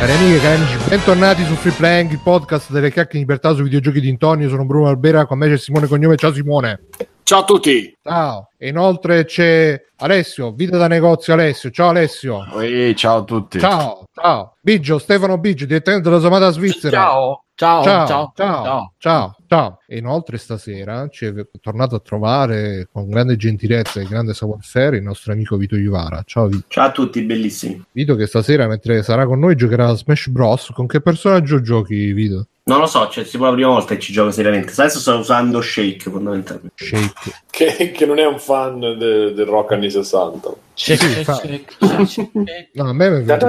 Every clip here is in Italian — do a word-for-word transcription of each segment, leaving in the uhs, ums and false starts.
Cari amiche, cari amici, bentornati su Free Playing, il podcast delle chiacchiere in libertà sui videogiochi di Antonio. Sono Bruno Albera, con me c'è Simone Cognome. Ciao Simone. Ciao a tutti. Ciao. E inoltre c'è Alessio, Vita da Negozio Alessio. Ciao Alessio. Ehi, ciao a tutti. Ciao, ciao. Biggio, Stefano Biggio, direttamente dalla Somata Svizzera. Ciao. Ciao, ciao, ciao, ciao, ciao, ciao, ciao. E inoltre stasera ci è tornato a trovare con grande gentilezza e grande savoir-faire il nostro amico Vito Iuvara. Ciao Vito. Ciao a tutti, bellissimi. Vito che stasera, mentre sarà con noi, giocherà a Smash Bros. Con che personaggio giochi, Vito? Non lo so, cioè tipo la prima volta che ci gioco seriamente. Adesso sto usando Shake fondamentalmente. Shake. Che, che non è un fan de, del rock anni sessanta. Shake, sì, fa... shake. No, a me mi piace.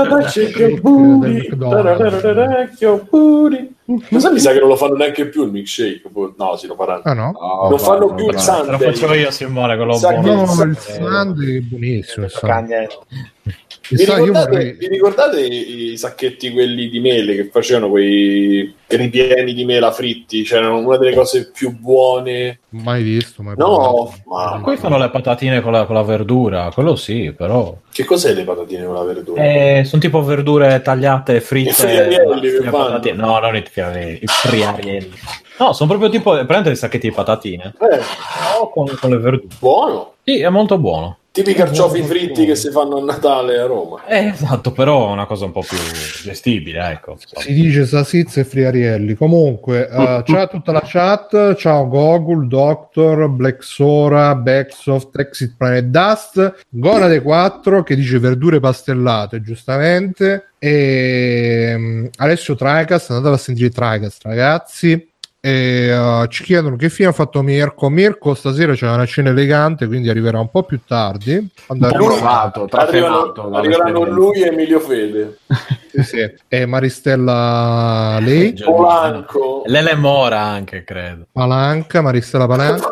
Ma sai, mi sa che non lo fanno neanche più il milkshake. No, sì, lo faranno. Ah no? no non fanno più il Sunday. Lo faccio io, Simone, quello buono. No, il Sunday è buonissimo. Vi ricordate, vorrei... vi ricordate i sacchetti quelli di mele che facevano quei ripieni di mela fritti? C'erano una delle cose più buone. Mai visto, mai no, ma poi fanno le patatine con la, con la verdura, quello sì, però. Che cos'è le patatine con la verdura? Eh, sono tipo verdure tagliate, fritte. I friarielli che fanno. No, non i friarielli, i friarielli. No, sono proprio tipo, prendete i sacchetti di patatine. Eh. No, con, con le verdure. Buono. Sì, è molto buono. Tipo i carciofi fritti che si fanno a Natale a Roma. Eh, esatto, però è una cosa un po' più gestibile, ecco. Si dice Sasizza e Friarielli. Comunque, uh, ciao a tutta la chat, ciao Gogul, Doctor, Black Sora, Backsoft, Exit Planet Dust, Gonade quattro che dice verdure pastellate, giustamente, e um, Alessio Tricast, andate a sentire Tricast, ragazzi. E, uh, ci chiedono che fine ha fatto Mirko. Mirko stasera c'è una cena elegante, quindi arriverà un po' più tardi. Arrivato, arrivano, arriveranno lui e Emilio Fede. Sì, sì. E Maristella lei Polanco, Lele Mora anche, credo. Palanca, Maristella Palanca.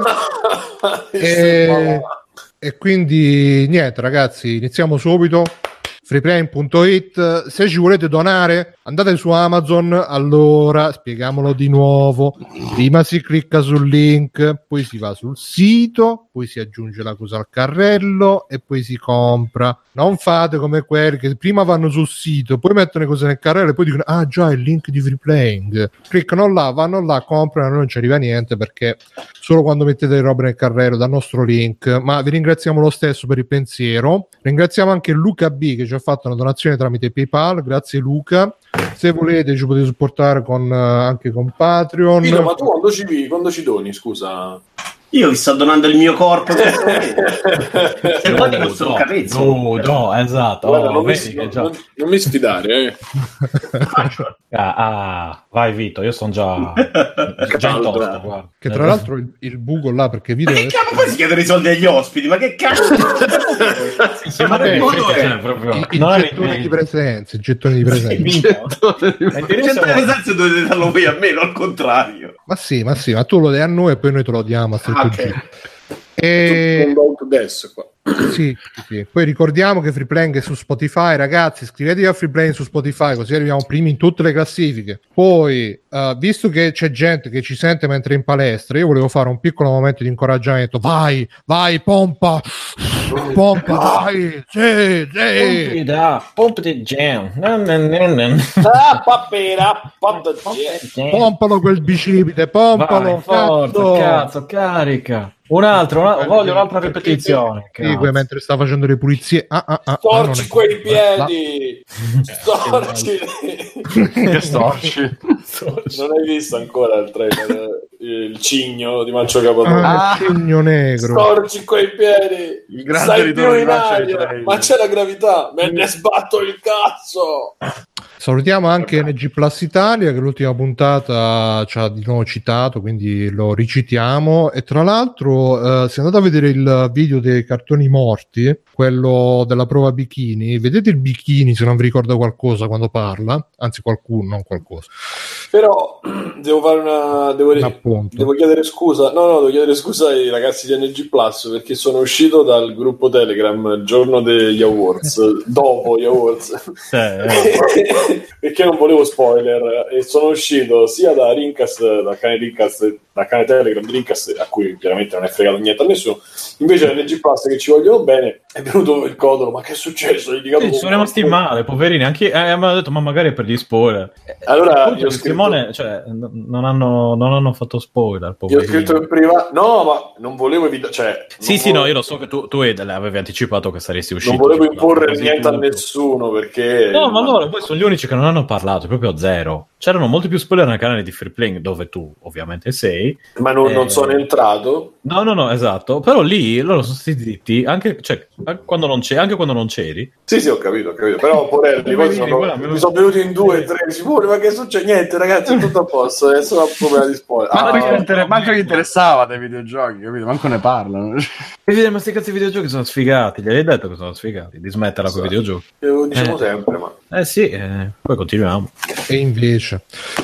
e, e quindi niente ragazzi, iniziamo subito. freeplaying punto it. Se ci volete donare andate su Amazon. Allora spieghiamolo di nuovo: prima si clicca sul link, poi si va sul sito, poi si aggiunge la cosa al carrello e poi si compra. Non fate come quelli che prima vanno sul sito, poi mettono le cose nel carrello e poi dicono ah già il link di Freeplaying, cliccano là, vanno là, comprano, non ci arriva niente perché solo quando mettete le robe nel carrello dal nostro link. Ma vi ringraziamo lo stesso per il pensiero. Ringraziamo anche Luca B che ci ha fatto una donazione tramite PayPal. Grazie Luca. Se volete ci potete supportare con, uh, anche con Patreon. Pino, ma tu quando ci, quando ci doni, scusa? Io vi sto donando il mio corpo. No, no, no, esatto. Guarda, oh, non, vedi mi, che non, già... non, non mi sfidare, eh. ah, ah, vai Vito, io sono già già in tosto, guarda. Che tra l'altro il, il buco là perché video ma che cazzo poi si chiedono i soldi agli ospiti? Ma che cazzo? sì, sì, ma che modo è? Proprio... il, il gettone di presenza, il gettone di presenza. Il gettone di presenza dovete darlo voi a me, non al contrario. Ma sì, ma sì, ma tu lo dai a noi e poi noi te lo diamo a stretto okay. giro. E... qua. Sì, sì. Poi ricordiamo che Freeplaying è su Spotify, ragazzi, iscrivetevi a Freeplaying su Spotify così arriviamo primi in tutte le classifiche. Poi uh, visto che c'è gente che ci sente mentre è in palestra, io volevo fare un piccolo momento di incoraggiamento. Vai, vai, pompa pompa, vai, sì, sì, pompati jam, ah, papera, pompalo quel bicipite, pompalo, forza, cazzo, carica. Un altro, una, voglio un'altra ripetizione. Segue mentre sta facendo le pulizie. Ah, ah, ah, storci ah, quei piedi, storci. Che storci? Non hai visto ancora il trailer? Il cigno di Mancio Capotonno. Ah, il cigno negro. Storci quei piedi. Il grande stai ritorno più di in aria, ma c'è la gravità. Me ne sbatto il cazzo. Salutiamo anche N G Plus Italia che l'ultima puntata ci ha di nuovo citato, quindi lo ricitiamo. E tra l'altro eh, se andate a vedere il video dei cartoni morti, quello della prova bikini, vedete il bikini se non vi ricorda qualcosa quando parla, anzi qualcuno, non qualcosa. Però devo fare una devo, un devo chiedere scusa no no devo chiedere scusa ai ragazzi di N G Plus perché sono uscito dal gruppo Telegram il giorno degli awards dopo gli awards perché non volevo spoiler e sono uscito sia da Rincast, da cane Rincast da canale Telegram di Rincast, a cui chiaramente non è fregato niente a nessuno. Invece N G Plus, che ci vogliono bene, è venuto il Codolo, ma che è successo? Gli sì, sono rimasti male, poverini, anche eh, mi hanno detto ma magari è per gli spoiler. Allora io ho scritto... Simone, cioè, n- non, hanno, non hanno fatto spoiler, poverini. Io ho scritto in privato, no, ma non volevo evitare, cioè, sì sì volevo... no, io lo so che tu, tu avevi anticipato che saresti uscito, non volevo cioè, imporre niente a nessuno, perché no, ma loro poi sono gli unici che non hanno parlato, proprio zero. C'erano molti più spoiler nel canale di Freeplaying, dove tu ovviamente sei, ma non, eh... non sono entrato. No, no, no, esatto. Però lì loro sono stati zitti, anche, cioè, anche quando non c'è, anche quando non c'eri. Sì, sì, ho capito, ho capito. Però porelli, poi sono, guarda, mi sono venuti in due, tre, Simone, ma che succede? Niente, ragazzi, è tutto a posto, è solo un problema di spoiler. Ma ah, gli inter- manco gli interessava dei videogiochi, capito? Manco ne parlano. E dire, ma sti cazzi di videogiochi sono sfigati, gli hai detto che sono sfigati, di smetterla con i videogiochi. Lo diciamo eh. sempre, ma... Eh sì, eh, poi continuiamo. E invece...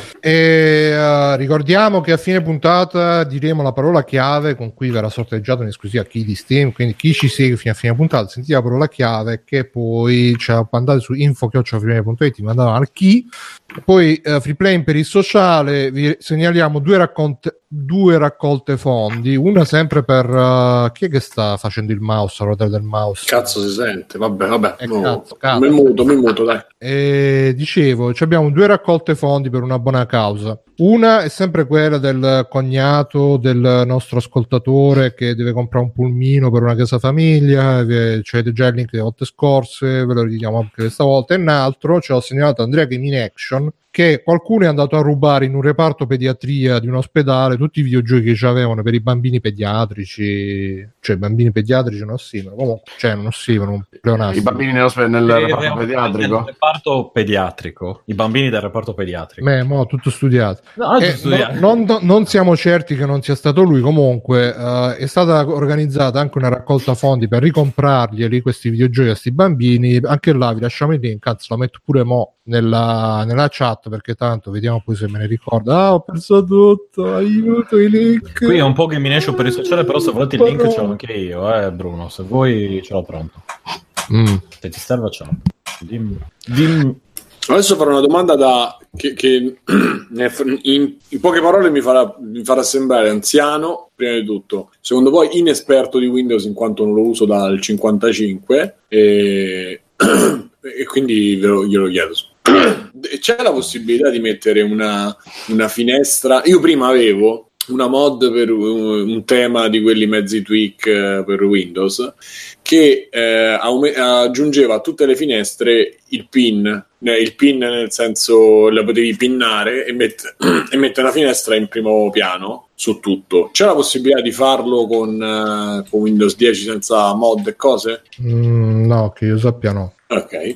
E, uh, ricordiamo che a fine puntata diremo la parola chiave con cui verrà sorteggiato in esclusiva chi di Steam, quindi chi ci segue fino a fine puntata sentite la parola chiave che poi ce la mandate su info chiocciola freeplay punto it, mandate al chi. Poi uh, Freeplaying per il sociale vi segnaliamo due raccolte due raccolte fondi, una sempre per uh, chi è che sta facendo il mouse, la rotella del mouse? Cazzo si sente, vabbè, vabbè, eh, no. cazzo, cazzo. mi muto, mi muto, dai. E dicevo, abbiamo due raccolte fondi per una buona causa. Una è sempre quella del cognato del nostro ascoltatore che deve comprare un pulmino per una casa famiglia, c'è già il link delle volte scorse, ve lo ridiamo anche questa volta. E un altro ce l'ho segnalato Andrea Game in Action, che qualcuno è andato a rubare in un reparto pediatria di un ospedale tutti i videogiochi che c'avevano per i bambini pediatrici, cioè i bambini pediatrici non ossimano, comunque, cioè non ossimano, un pleonasmo. I bambini nel, nel Nel reparto pediatrico? Nel reparto pediatrico, i bambini del reparto pediatrico. Beh, mo, tutto studiato. No, eh, studiato. Non, non, non siamo certi che non sia stato lui, comunque uh, è stata organizzata anche una raccolta fondi per ricomprarglieli questi videogiochi a sti bambini, anche là vi lasciamo il link, cazzo lo metto pure mo nella, nella chat perché tanto vediamo poi se me ne ricordo. Ah, ho perso tutto, aiuto i link. Qui è un po' che mi esce per il sociale, però se volete il link ce l'ho anche io, eh Bruno, se vuoi ce l'ho pronto. Mm. Se ti serve ce l'ho. Dimmi. Dimmi. Adesso farò una domanda da che, che in, in poche parole mi farà, mi farà sembrare anziano, prima di tutto. Secondo voi inesperto di Windows in quanto non lo uso dal cinquantacinque e, e quindi ve lo, glielo chiedo. C'è la possibilità di mettere una, una finestra? Io prima avevo una mod per un tema di quelli mezzi tweak per Windows che eh, aggiungeva a tutte le finestre il pin, il pin nel senso la potevi pinnare e, met- e mettere una finestra in primo piano su tutto. C'è la possibilità di farlo con, uh, con Windows dieci senza mod e cose? Mm, no, che io sappia no. Ok,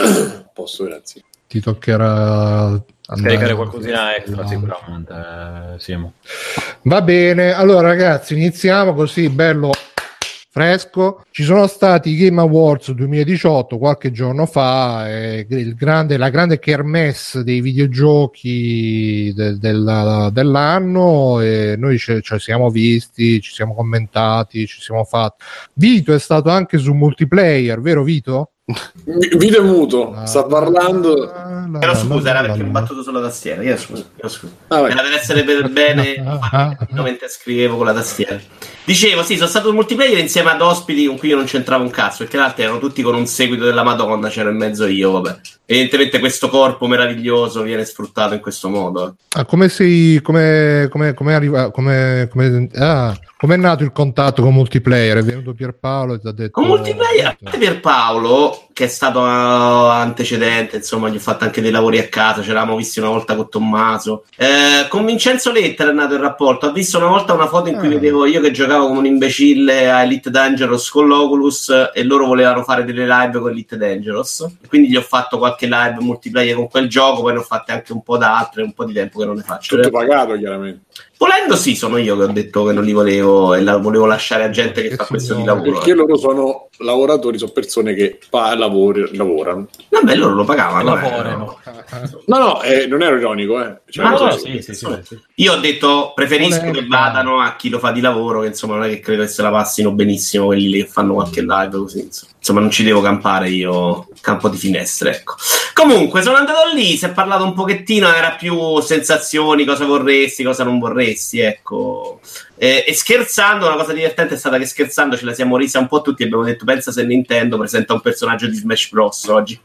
posso, grazie. Ti toccherà scaricare qualcosina extra no. Sicuramente eh, Simo. Va bene, allora ragazzi iniziamo così bello fresco. Ci sono stati i Game Awards duemiladiciotto qualche giorno fa, eh, il grande, la grande kermesse dei videogiochi de, de, dell'anno e noi ci siamo visti, ci siamo commentati, ci siamo fatti. Vito è stato anche su multiplayer, vero Vito? Vito è muto, ah, sta parlando. Però scusa, era perché ho battuto sulla tastiera. Io scusa, io scusa. Ah, era deve essere per bene mentre scrivevo con la tastiera. Dicevo, sì, sono stato in multiplayer insieme ad ospiti con cui io non c'entravo un cazzo, perché l'altro erano tutti con un seguito della Madonna, c'ero in mezzo io, vabbè. Evidentemente questo corpo meraviglioso viene sfruttato in questo modo. Ah, come sei, come, come, come arriva, come, come, ah, come è nato il contatto con multiplayer? È venuto Pierpaolo e ti ha detto... Con multiplayer, Pierpaolo, che è stato uh, antecedente, insomma, gli ho fatto anche dei lavori a casa, ci eravamo visti una volta con Tommaso. Eh, con Vincenzo Lettera è nato il rapporto. Ho visto una volta una foto in cui ah. vedevo io che giocavo come un imbecille a Elite Dangerous con l'Oculus e loro volevano fare delle live con Elite Dangerous. Quindi gli ho fatto qualche live multiplayer con quel gioco, poi ne ho fatte anche un po' da altre, un po' di tempo che non ne faccio. Tutto pagato, chiaramente. Volendo sì, sono io che ho detto che non li volevo e la volevo lasciare a gente che, che fa questo di lavoro. Perché loro sono lavoratori, sono persone che pa- lavori, lavorano. Vabbè, loro lo pagavano. Lavorano. No, no, eh, non ero ironico. Eh. Cioè, Ma no, sì, sì, sì, sì. Io ho detto preferisco Volendo. che vadano a chi lo fa di lavoro, che insomma non è che credo che se la passino benissimo quelli lì che fanno qualche live così. Insomma, insomma non ci devo campare io campo di finestre, ecco. Comunque sono andato lì, si è parlato un pochettino, era più sensazioni, cosa vorresti, cosa non vorresti. vorresti, ecco. E, e scherzando, una cosa divertente è stata che scherzando ce la siamo risa un po' tutti e abbiamo detto pensa se Nintendo presenta un personaggio di Smash Bros oggi.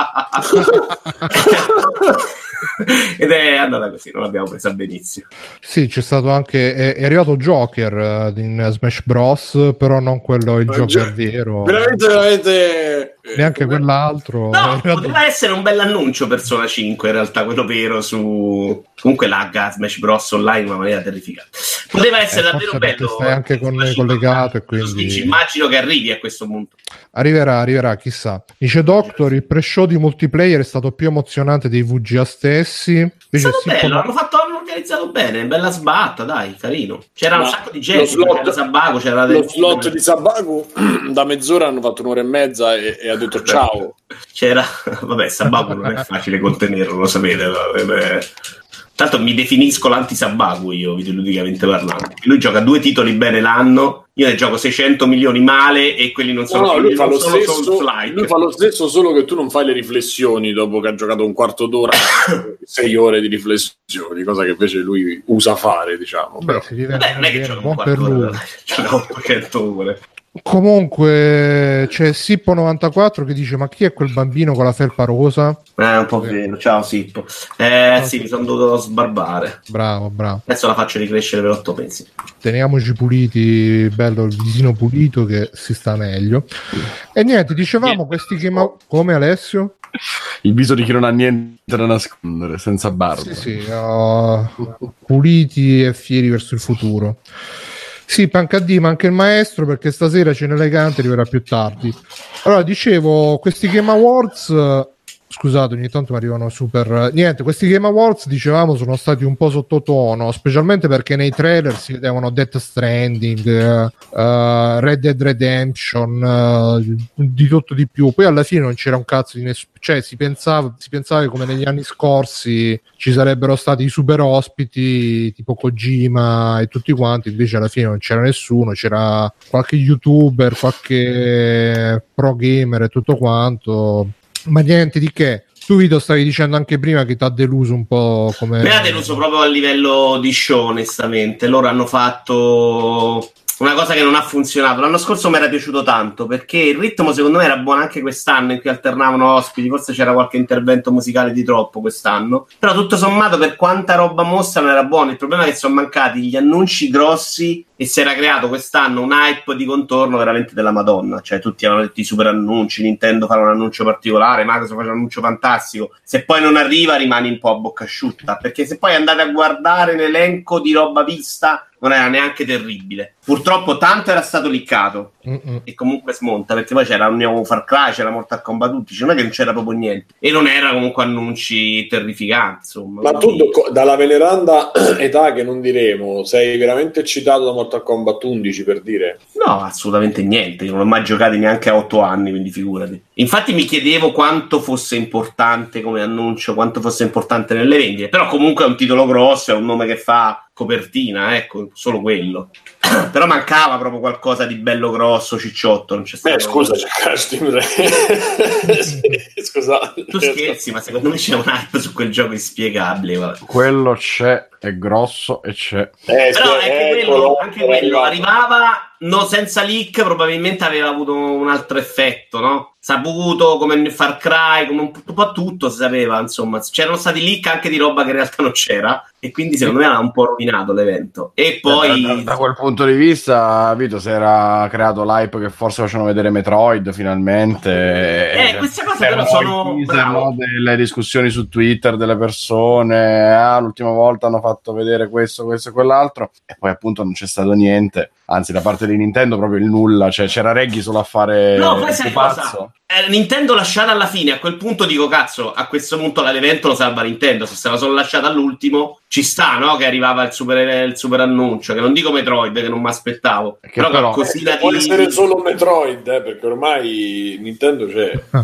Ed è andata così, non l'abbiamo presa benissimo. Sì, c'è stato anche è, è arrivato Joker uh, in Smash Bros, però non quello il Joker Gio- vero, veramente veramente neanche quell'altro. No, poteva essere un bell'annuncio Persona cinque in realtà, quello vero su comunque lagga Smash Bros online in una maniera terrificante. Poteva essere eh, davvero bello. Stai anche con collegato e quindi immagino che arrivi a questo punto. Arriverà, arriverà, chissà. Dice Doctor, il pre-show di multiplayer è stato più emozionante dei V G A stessi. Invece è stato sì, bello, come... hanno fatto hanno organizzato bene, bella sbatta, dai, carino. C'era Ma un sacco di gente, slot, c'era Sabaku, c'era lo del... slot di Sabaku da mezz'ora hanno fatto un'ora e mezza e, e ha detto ciao. C'era, vabbè, Sabaku non è facile contenerlo, lo sapete. Vabbè. Tanto mi definisco l'anti-Sabaku io, videoludicamente parlando. Lui gioca due titoli bene l'anno, io ne gioco seicento milioni male e quelli non sono no, no, lui, fa non lo sono stesso, lui fa lo stesso, solo che tu non fai le riflessioni dopo che ha giocato un quarto d'ora, sei ore di riflessioni, cosa che invece lui usa fare, diciamo. Beh, Però. si diventa Vabbè, non è che bene, gioca un buon per quarto lui. d'ora, gioca ottocento ore. Comunque c'è Sippo novantaquattro che dice: ma chi è quel bambino con la felpa rosa? Eh, un po' vero, ciao Sippo. Eh sì, mi sono dovuto sbarbare. Bravo, bravo. Adesso la faccio ricrescere per otto mesi. Teniamoci puliti, bello il visino pulito che si sta meglio. E niente, dicevamo questi game come Alessio? Il viso di chi non ha niente da nascondere, senza barba. Sì, sì, uh, puliti e fieri verso il futuro. Sì, Panca D, ma anche il maestro, perché stasera Cena Elegante arriverà più tardi. Allora, dicevo, questi Game Awards, scusate, ogni tanto mi arrivano super... Niente, questi Game Awards, dicevamo, sono stati un po' sottotono, specialmente perché nei trailer si vedevano Death Stranding, uh, uh, Red Dead Redemption, uh, di tutto di più. Poi alla fine non c'era un cazzo di nessuno, cioè si pensava, si pensava che come negli anni scorsi ci sarebbero stati i super ospiti tipo Kojima e tutti quanti, invece alla fine non c'era nessuno, c'era qualche youtuber, qualche pro gamer e tutto quanto, ma niente di che. Tu Vito stavi dicendo anche prima che ti ha deluso un po' come... Mi ha deluso proprio a livello di show, onestamente. Loro hanno fatto una cosa che non ha funzionato. L'anno scorso mi era piaciuto tanto perché il ritmo secondo me era buono anche quest'anno, in cui alternavano ospiti, forse c'era qualche intervento musicale di troppo quest'anno, però tutto sommato per quanta roba mostrano era buono. Il problema è che sono mancati gli annunci grossi e si era creato quest'anno un hype di contorno veramente della Madonna, cioè tutti avevano detto i super annunci, Nintendo farà un annuncio particolare, Microsoft farà un annuncio fantastico, se poi non arriva rimani un po' a bocca asciutta, perché se poi andate a guardare l'elenco di roba vista non era neanche terribile. Purtroppo tanto era stato liccato Mm-mm. e comunque smonta, perché poi c'era un nuovo Far Cry, c'era Mortal Kombat undici, non è che non c'era proprio niente e non era comunque annunci terrificanti, insomma. Ma tu do, dalla veneranda età che non diremo, sei veramente eccitato da Mortal Kombat undici, per dire? No, assolutamente niente, io non ho mai giocato neanche a otto anni, quindi figurati. Infatti mi chiedevo quanto fosse importante come annuncio, quanto fosse importante nelle vendite, però comunque è un titolo grosso, è un nome che fa copertina, ecco, solo quello. Però mancava proprio qualcosa di bello grosso, cicciotto, non c'è stato. Beh, scusa, c'è Crash Team Racing. Scusate. Tu scherzi, ma secondo me c'è un hype su quel gioco inspiegabile. Vabbè. Quello c'è, è grosso e c'è. Eh, Però sì, anche, eh, quello, anche quello arrivato. arrivava no, senza leak, probabilmente aveva avuto un altro effetto, no? Saputo come nel Far Cry, come un po' tutto si sapeva, insomma. C'erano stati leak anche di roba che in realtà non c'era e quindi secondo me ha un po' rovinato l'evento. E poi da, da, da quel punto di vista, Vito, si era creato l'hype che forse facevano vedere Metroid finalmente. Eh, queste cose però sono teaser, no? Delle discussioni su Twitter delle persone, ah, l'ultima volta hanno fatto vedere questo, questo e quell'altro, e poi appunto non c'è stato niente. Anzi, da parte di Nintendo proprio il nulla, cioè c'era Reggie solo a fare no, poi il sai pazzo. cosa? Eh, Nintendo lasciata alla fine, a quel punto dico cazzo, a questo punto l'evento lo salva Nintendo, se se la sono lasciata all'ultimo ci sta, no? Che arrivava il super, il super annuncio, che non dico Metroid, che non mi aspettavo, però, però così eh, può essere solo Metroid, eh, perché ormai Nintendo c'è, ha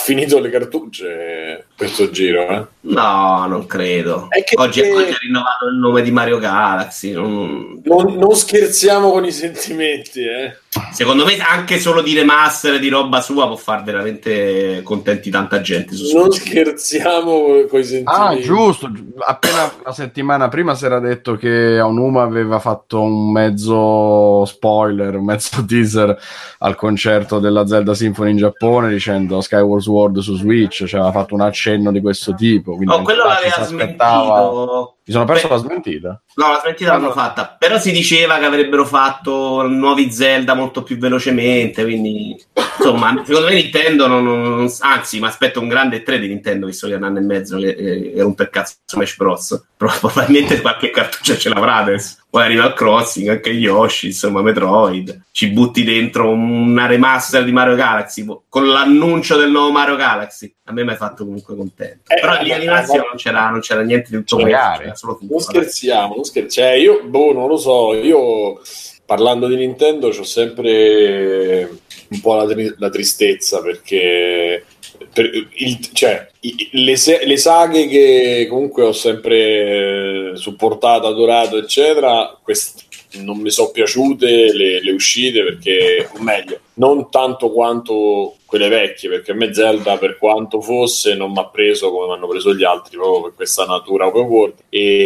finito le cartucce questo giro, eh? No, non credo. Che oggi, che... oggi ha rinnovato il nome di Mario Galaxy. Non... Non, non scherziamo con i sentimenti, eh. Secondo me anche solo di remaster di roba sua può far veramente contenti tanta gente. Non scherziamo con i sentimenti. Ah, giusto. Appena una settimana prima si era detto che Aonuma aveva fatto un mezzo spoiler, un mezzo teaser al concerto della Zelda Symphony in Giappone dicendo Skyward Sword su Switch, cioè aveva fatto un accenno di questo tipo. Oh, quello l'aveva smentito. Mi sono perso Beh, la smentita. No, la smentita l'hanno fatta. Però si diceva che avrebbero fatto nuovi Zelda molto più velocemente. Quindi, insomma, secondo me Nintendo non, non, anzi, mi aspetto un grande tre di Nintendo, visto che è un anno e mezzo che è un per cazzo Smash Bros. Probabilmente qualche cartuccia ce l'avrà adesso. Poi arriva il Crossing, anche Yoshi, insomma, Metroid. Ci butti dentro una remaster di Mario Galaxy con l'annuncio del nuovo Mario Galaxy. A me mi ha fatto comunque contento. Eh, Però lì all'inizio non c'era, non c'era niente di tutto questo. Solo non scherziamo, non scherziamo. Cioè, io, boh, non lo so, io parlando di Nintendo c'ho sempre un po' la, tri- la tristezza perché per il, cioè, le, le saghe che comunque ho sempre supportato, adorato, eccetera, queste non mi sono piaciute le, le uscite perché, o meglio, non tanto quanto quelle vecchie, perché a me Zelda, per quanto fosse, non mi ha preso come mi hanno preso gli altri, proprio per questa natura open world,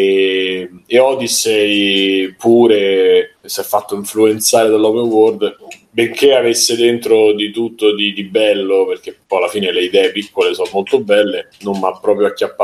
e, e Odyssey pure si è fatto influenzare dall'open world, benché avesse dentro di tutto di, di bello, perché poi alla fine le idee piccole sono molto belle, non mi ha proprio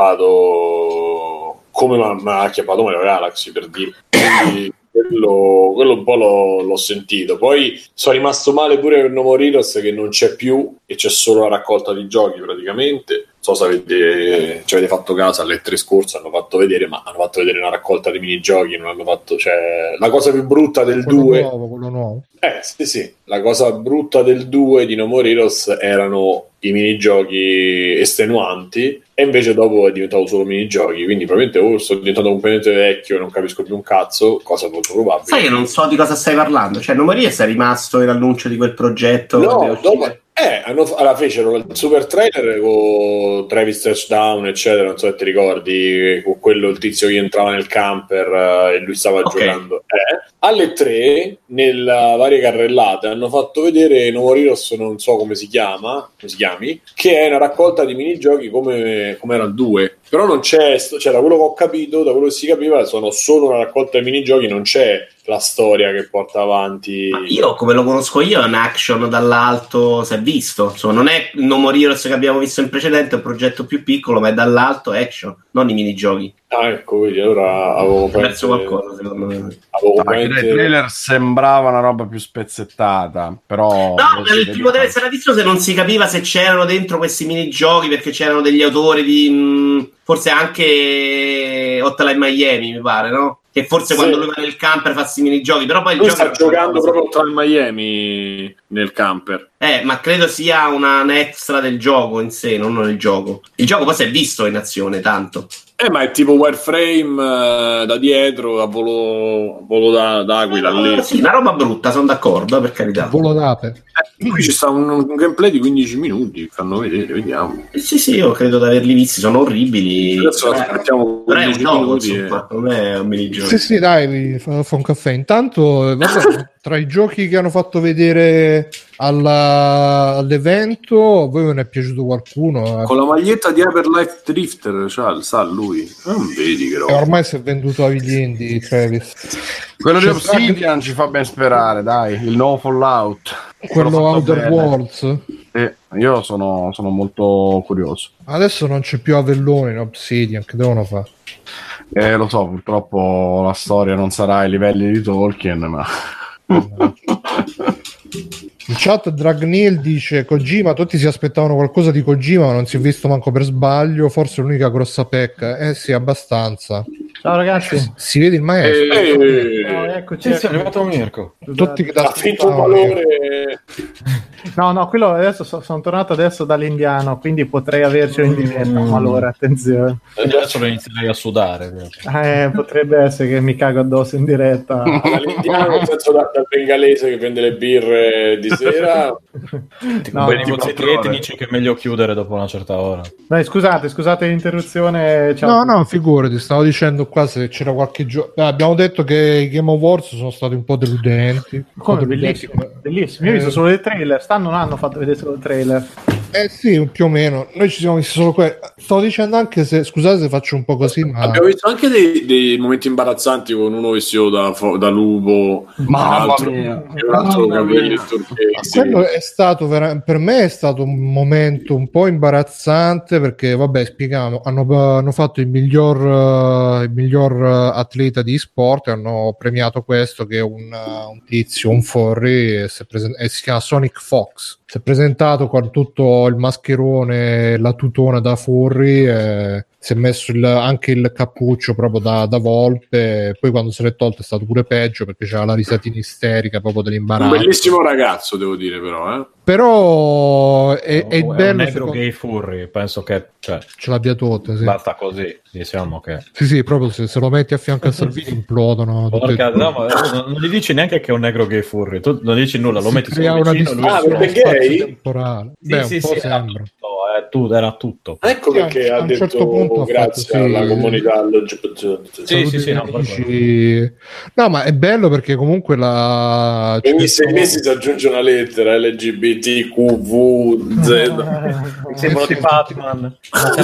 acchiappato come mi ha acchiappato Mario Galaxy, per dire. Quindi, Quello, quello un po' l'ho, l'ho sentito. Poi sono rimasto male pure per No More Heroes, che non c'è più e c'è solo la raccolta di giochi praticamente. Non so se avete, ci avete fatto caso, alle tre scorse hanno fatto vedere, ma hanno fatto vedere una raccolta di minigiochi, non hanno fatto, cioè, la cosa più brutta del quello due nuovo, quello nuovo. Eh sì sì, la cosa brutta del due di No More Heroes erano i minigiochi estenuanti, e invece dopo è diventato solo minigiochi, quindi probabilmente o sto diventando completamente vecchio e non capisco più un cazzo, cosa molto probabile. Sai che non so di cosa stai parlando, cioè No More Heroes è rimasto l'annuncio di quel progetto? No, dopo, eh, hanno, allora fecero il super trailer con Travis Touchdown, eccetera, non so se ti ricordi, con quello, il tizio che entrava nel camper uh, e lui stava okay. giocando. Eh. Alle tre, nelle varie carrellate, hanno fatto vedere No More Heroes, non so come si chiama, come si chiami, che è una raccolta di minigiochi come, come era il due. Però non c'è, cioè da quello che ho capito, da quello che si capiva, sono solo una raccolta di minigiochi, non c'è la storia che porta avanti. Ma io, come lo conosco io, è un action dall'alto, si è visto, insomma, non è No More Heroes che abbiamo visto in precedente, è un progetto più piccolo, ma è dall'alto action, non i minigiochi. Ah, ecco, quindi allora avevo perso qualcosa, secondo me. Avevo no, veramente... Il trailer sembrava una roba più spezzettata, però... No, il primo deve essere visto se non si capiva se c'erano dentro questi minigiochi, perché c'erano degli autori di... Mh, forse anche Hotline Miami, mi pare, no? Che forse sì. Quando lui va nel camper fa questi minigiochi, però poi il lui gioco sta giocando proprio Hotline Miami nel camper. Eh, ma credo sia una, un extra del gioco in sé, non nel gioco. Il gioco poi si è visto in azione tanto. Eh, ma è tipo wireframe uh, da dietro, a volo, a volo da, d'aquila no, lì. Sì, una roba brutta, sono d'accordo, per carità. Volo d'ape. Eh, qui ci sta un, un gameplay di quindici minuti che fanno vedere, vediamo. Eh, sì, sì, io credo di averli visti, sono orribili. Adesso eh, aspettiamo quindici minuti. Insomma, non è un minigioco. Sì, sì, dai, fa, fa un caffè. Intanto, vabbè, tra i giochi che hanno fatto vedere alla, all'evento, a voi ve ne è piaciuto qualcuno? Con la maglietta di Hyperlife Drifter, cioè, sa lui, non vedi che roba. E ormai si è venduto agli indie, Travis. Quello di Obsidian ci fa ben sperare, dai, il nuovo Fallout. Quello Outer Worlds. Eh, io sono, sono molto curioso. Adesso non c'è più Avellone in Obsidian, che devono fare? Eh, lo so, purtroppo la storia non sarà ai livelli di Tolkien, ma... In chat Dragnil dice Kojima, tutti si aspettavano qualcosa di Kojima ma non si è visto manco per sbaglio, forse l'unica grossa pecca. Eh sì, abbastanza. Ciao ragazzi. Si vede il maestro. Ehi. Oh, eccoci. Sì, sì, è arrivato Mirko. Tutti che Ha finto un valore. No, no, quello adesso so- sono tornato adesso dall'indiano, quindi potrei avercelo in diretta, ma allora attenzione. Adesso lo inizierei a sudare. Eh, potrebbe essere che mi cago addosso in diretta. Dall'indiano, nel senso da- dal bengalese che vende le birre di sera. No, Quei no, negozietti no. etnici che è meglio chiudere dopo una certa ora. Dai, scusate, scusate l'interruzione. Ciao. No, no, figurati, stavo dicendo qua se c'era qualche gioco. Abbiamo detto che i Game Awards sono stati un po' deludenti. Un po' Come deludenti. bellissimo, bellissimo. Io ho visto solo i trailer, stanno non hanno fatto vedere solo il trailer. Eh sì, più o meno. Noi ci siamo visti solo quelli. Stavo dicendo anche se, scusate se faccio un po' così, ma Abbiamo visto anche dei, dei momenti imbarazzanti con uno vestito da, fo- da lupo, Mamma un altro, mia. e un altro Mamma capelli mia. turchesi. quello è stato vera- per me è stato un momento un po' imbarazzante perché vabbè spieghiamo hanno, hanno fatto il miglior, uh, il miglior uh, atleta di sport e hanno premiato questo che è un, uh, un tizio, un furry e si, è presen- e si chiama Sonic Fox, si è presentato con tutto il mascherone, la tutona da furry e si è messo il, anche il cappuccio proprio da, da volpe, poi quando se l'è tolto è stato pure peggio perché c'era la risatina isterica proprio Un dell'imbarazzo. bellissimo ragazzo, devo dire, però. Eh. Però è, è Oh, un bello negro secondo- gay furry, penso che cioè, ce l'abbia tutte, sì. basta così, diciamo che Sì, sì, proprio se, se lo metti a fianco a Salvini implodono. tutte e Porca, due. no, ma non, non gli dici neanche che è un negro gay furry, tu non dici nulla, lo Si metti crea solo una vicino, lui distinzione Ah, perché spazio gay? temporale. Sì, Beh, sì, un po' sì, era sembra. tutto, eh, tu, era tutto. Ecco Sì, perché a ha un detto certo punto ha grazie fatto, sì. alla comunità L G B T. Sì, sì, sì, no, per quello. Amici- no, ma è bello perché comunque la Ogni cioè, sei mesi si aggiunge una lettera L G B T Q V Z. Mi sembrano sì, di Batman.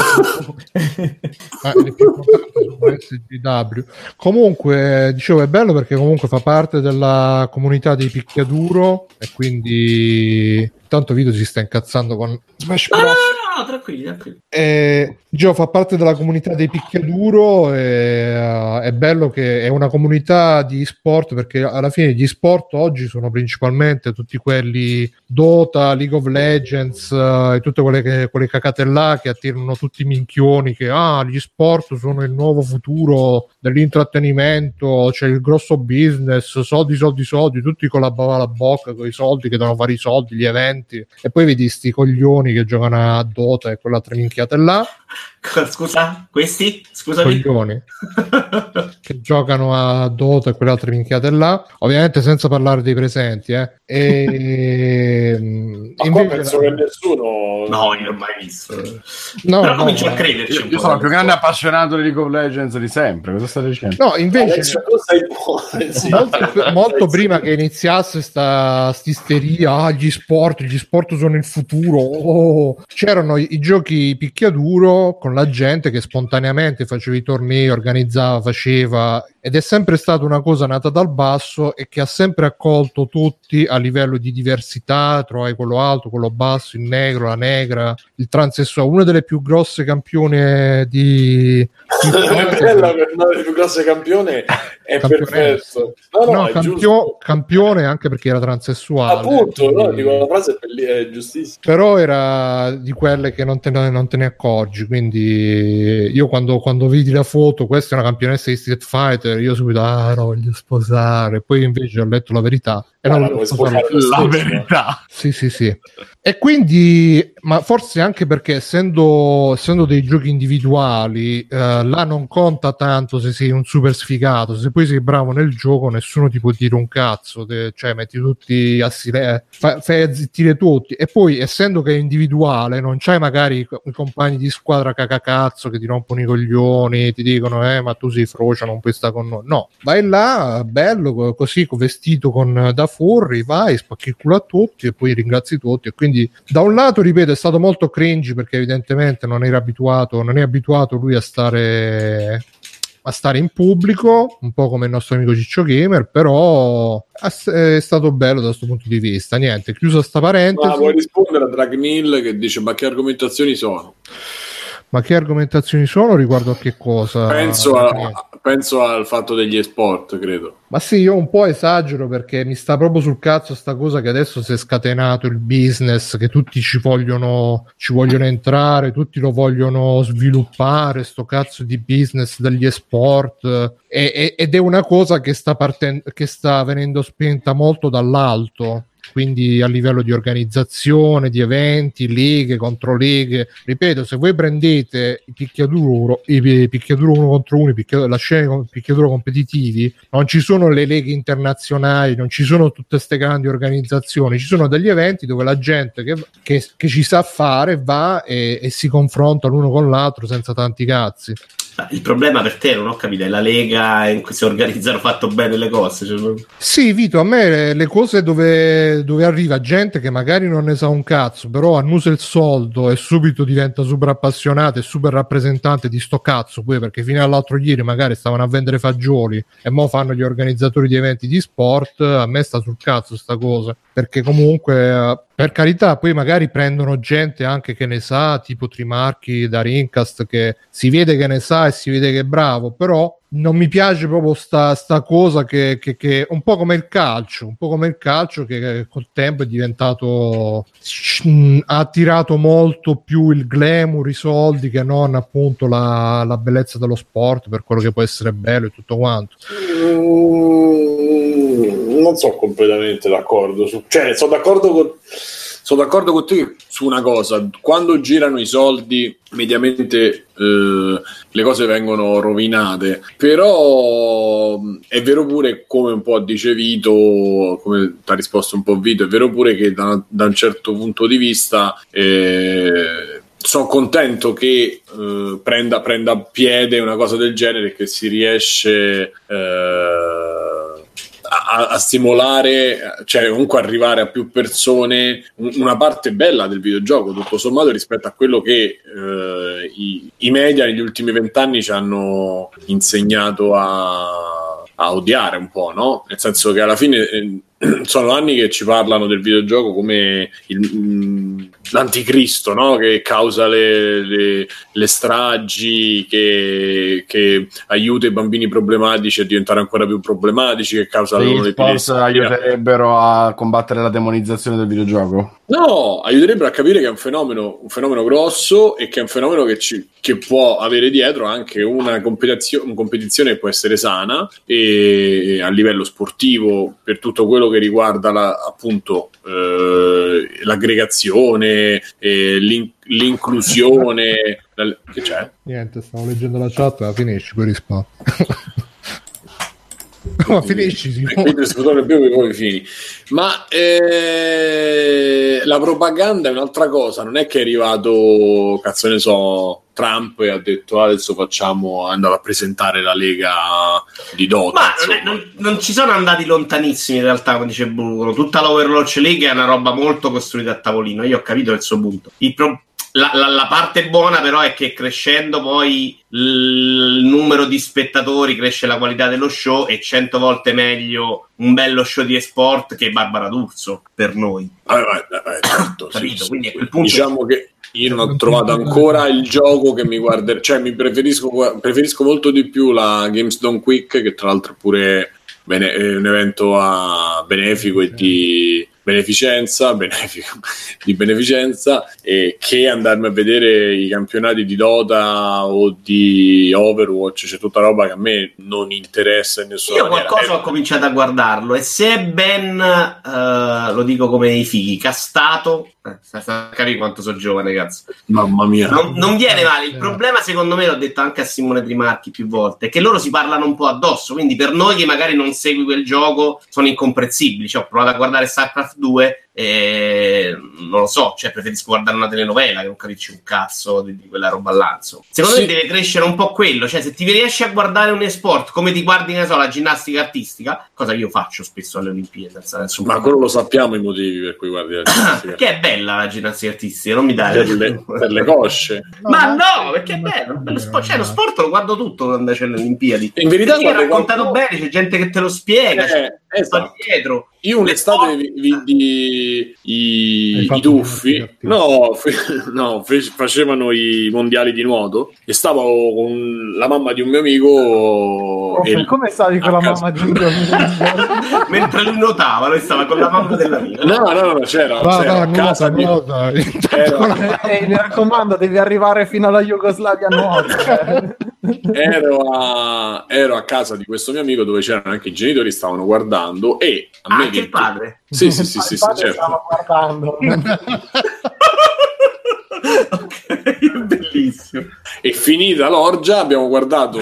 Ah, le più importanti sono S G W. Comunque, dicevo, è bello perché comunque fa parte della comunità dei picchiaduro e quindi tanto Vito si sta incazzando con Smash No, no, Bros. no, no, tranquilli, tranquilli. E, Gio fa parte della comunità dei picchiaduro e, uh, è bello che è una comunità di sport perché alla fine gli sport oggi sono principalmente tutti quelli Dota, League of Legends uh, e tutte quelle, che, quelle cacate là che attirano tutti i minchioni che ah, gli sport sono il nuovo futuro dell'intrattenimento, c'è il grosso business, soldi, soldi, soldi, tutti con la bava alla bocca con i soldi che devono fare i soldi, gli eventi e poi vedi sti coglioni che giocano a Dota e quell'altra minchiata là. Scusa, questi? Scusami. Coglioni che giocano a Dota e quelle altre minchiate là, ovviamente senza parlare dei presenti eh. E Ma qua penso che nessuno. No, io non ho mai visto. no, Però no, comincio a no. crederci Io, un io po'. sono il più grande appassionato di League of Legends di sempre. Cosa state dicendo? no invece Alessio, tu sei buono. Sì. molto, molto prima che iniziasse sta stisteria ah, gli sport gli sport sono il futuro oh, c'erano i, i giochi picchiaduro con la gente che spontaneamente faceva i tornei, organizzava, faceva ed è sempre stata una cosa nata dal basso e che ha sempre accolto tutti a livello di diversità, trovai quello alto, quello basso, il negro, la negra, il transessuale, una delle più grosse campione di, di è bella per una delle più grosse campione è Campionessa. perfetto. No, no, no, è campio- giusto. campione anche perché era transessuale. Appunto, no, quindi- dico, la frase è, belli- è giustissima. però era di quelle che non te ne, non te ne accorgi, quindi io quando, quando vidi la foto questa è una campionessa di Street Fighter io subito ah no, voglio sposare, poi invece ho letto la verità e Ah, non la voglio vuoi sposare. sposare? La Sì, verità. Sì, sì, sì. E quindi, ma forse anche perché essendo, essendo dei giochi individuali, eh, là non conta tanto se sei un super sfigato, se poi sei bravo nel gioco nessuno ti può dire un cazzo, te, cioè metti tutti a silenzio, fai, fai azzittire tutti e poi essendo che è individuale non c'hai magari i, i compagni di squadra cacacazzo che ti rompono i coglioni, ti dicono eh ma tu sei frocia, non puoi stare con noi. No, vai là, bello, co- così, co- vestito con da furry, vai, spacchi il culo a tutti e poi ringrazi tutti e quindi da un lato ripeto è stato molto cringy perché evidentemente non era abituato non è abituato lui a stare a stare in pubblico un po' come il nostro amico Ciccio Gamer, però è stato bello da questo punto di vista. Niente, chiusa sta parentesi. Ma vuoi rispondere a Dragmill che dice ma che argomentazioni sono? Ma che argomentazioni sono riguardo a che cosa? Penso, a, penso al fatto degli esport, credo. Ma sì, io un po' esagero perché mi sta proprio sul cazzo sta cosa che adesso si è scatenato il business, che tutti ci vogliono ci vogliono entrare, tutti lo vogliono sviluppare, sto cazzo di business degli esport, e, e, ed è una cosa che sta partendo, che sta venendo spinta molto dall'alto. Quindi a livello di organizzazione, di eventi, leghe contro leghe. Ripeto, se voi prendete i picchiaduro, i picchiaduro uno contro uno, i picchiaduro, la scena di picchiaduro competitivi, non ci sono le leghe internazionali, non ci sono tutte queste grandi organizzazioni, ci sono degli eventi dove la gente che, che, che ci sa fare va e, e si confronta l'uno con l'altro senza tanti cazzi. Il problema per te, non ho capito, è la lega in cui si organizzano fatto bene le cose. Cioè... Sì, Vito, a me le cose dove, dove arriva gente che magari non ne sa un cazzo, però annusa il soldo e subito diventa super appassionata e super rappresentante di sto cazzo, poi perché fino all'altro ieri magari stavano a vendere fagioli e mo fanno gli organizzatori di eventi di sport. A me sta sul cazzo sta cosa, perché comunque... Per carità, poi magari prendono gente anche che ne sa, tipo Trimarchi da Rincast, che si vede che ne sa e si vede che è bravo, però non mi piace proprio sta, sta cosa che, che, che un po' come il calcio, un po' come il calcio che col tempo è diventato, ha attirato molto più il glamour, i soldi, che non appunto la, la bellezza dello sport, per quello che può essere bello e tutto quanto. Mm, non sono completamente d'accordo su, cioè sono d'accordo con sono d'accordo con te su una cosa: quando girano i soldi mediamente eh, le cose vengono rovinate, però è vero pure, come un po' dice Vito, come ti ha risposto un po' Vito, è vero pure che da, da un certo punto di vista eh, sono contento che eh, prenda, prenda piede una cosa del genere, che si riesce eh, A, a stimolare, cioè comunque arrivare a più persone, una parte bella del videogioco tutto sommato rispetto a quello che eh, i, i media negli ultimi vent'anni ci hanno insegnato a, a odiare un po', no? Nel senso che alla fine eh, sono anni che ci parlano del videogioco come il, mh, l'anticristo, no? Che causa le, le, le stragi, che, che aiuta i bambini problematici a diventare ancora più problematici, che causa gli loro sport aiuterebbero a combattere la demonizzazione del videogioco? No, aiuterebbero a capire che è un fenomeno, un fenomeno grosso, e che è un fenomeno che, ci, che può avere dietro anche una competizione, una competizione che può essere sana, e a livello sportivo, per tutto quello che riguarda la, appunto eh, l'aggregazione, eh, l'in- l'inclusione. La, che c'è? Niente, stavo leggendo la chat, la finisci, poi rispondo. Ma finisci, sì. Poi fini. Ma eh, la propaganda è un'altra cosa, non è che è arrivato, cazzo ne so, Trump e ha detto adesso facciamo, andare a presentare la Lega di Dota. Ma non, è, non, non ci sono andati lontanissimi in realtà, come dice Bruno. Tutta l'Overwatch League è una roba molto costruita a tavolino, io ho capito il suo punto. Il pro- la, la, la parte buona però è che crescendo poi il numero di spettatori cresce la qualità dello show, e cento volte meglio un bello show di esport che Barbara D'Urso per noi. Ah, eh, eh, certo, capito? Sì, Quindi sì. a quel punto diciamo che io non ho trovato ancora il gioco che mi guarda, cioè mi preferisco preferisco molto di più la Games Done Quick, che tra l'altro pure bene, è un evento a benefico e di beneficenza, benefico, di beneficenza, e che andarmi a vedere i campionati di Dota o di Overwatch. C'è tutta roba che a me non interessa in nessuna io maniera. qualcosa ho cominciato a guardarlo, e se è ben uh, lo dico come i fighi, castato, eh, sta a capire quanto sono giovane, cazzo, mamma mia, non, non viene male. Il problema, secondo me, l'ho detto anche a Simone Trimarchi più volte, è che loro si parlano un po' addosso, quindi per noi che magari non segui quel gioco sono incomprensibili. Cioè, ho provato a guardare StarCraft due e non lo so, cioè preferisco guardare una telenovela che non capisci un cazzo di, di quella roba là. Insomma. Secondo sì. me deve crescere un po' quello, cioè se ti riesci a guardare un esport come ti guardi, ne so, la ginnastica artistica, cosa che io faccio spesso alle Olimpiadi, senza ma quello lo sappiamo i motivi per cui guardi la ginnastica. Che è bella la ginnastica artistica, non mi dai per le, per le cosce. No, ma no, perché è bello, bello sport, cioè lo sport lo guardo tutto quando c'è le Olimpiadi. In verità è raccontato qualcuno... bene, c'è gente che te lo spiega. Eh, esatto. dietro. Io un'estate vidi i, i tuffi, no, f- no, fe- facevano i mondiali di nuoto e stavo con la mamma di un mio amico. Oh, e come stavi con la casa... mamma di un mio amico? Mentre lui nuotava, lui stava con la mamma dell'amico. No, no, no, no c'era, va, c'era va, a casa di... nuota. Era... E mi raccomando, devi arrivare fino alla Jugoslavia nuova. ero, a... ero a casa di questo mio amico dove c'erano anche i genitori, stavano guardando e a me anche il padre. Sì, sì, sì, sì, sì, certo. Stavo guardando. Ok, bellissimo. E finita l'orgia abbiamo guardato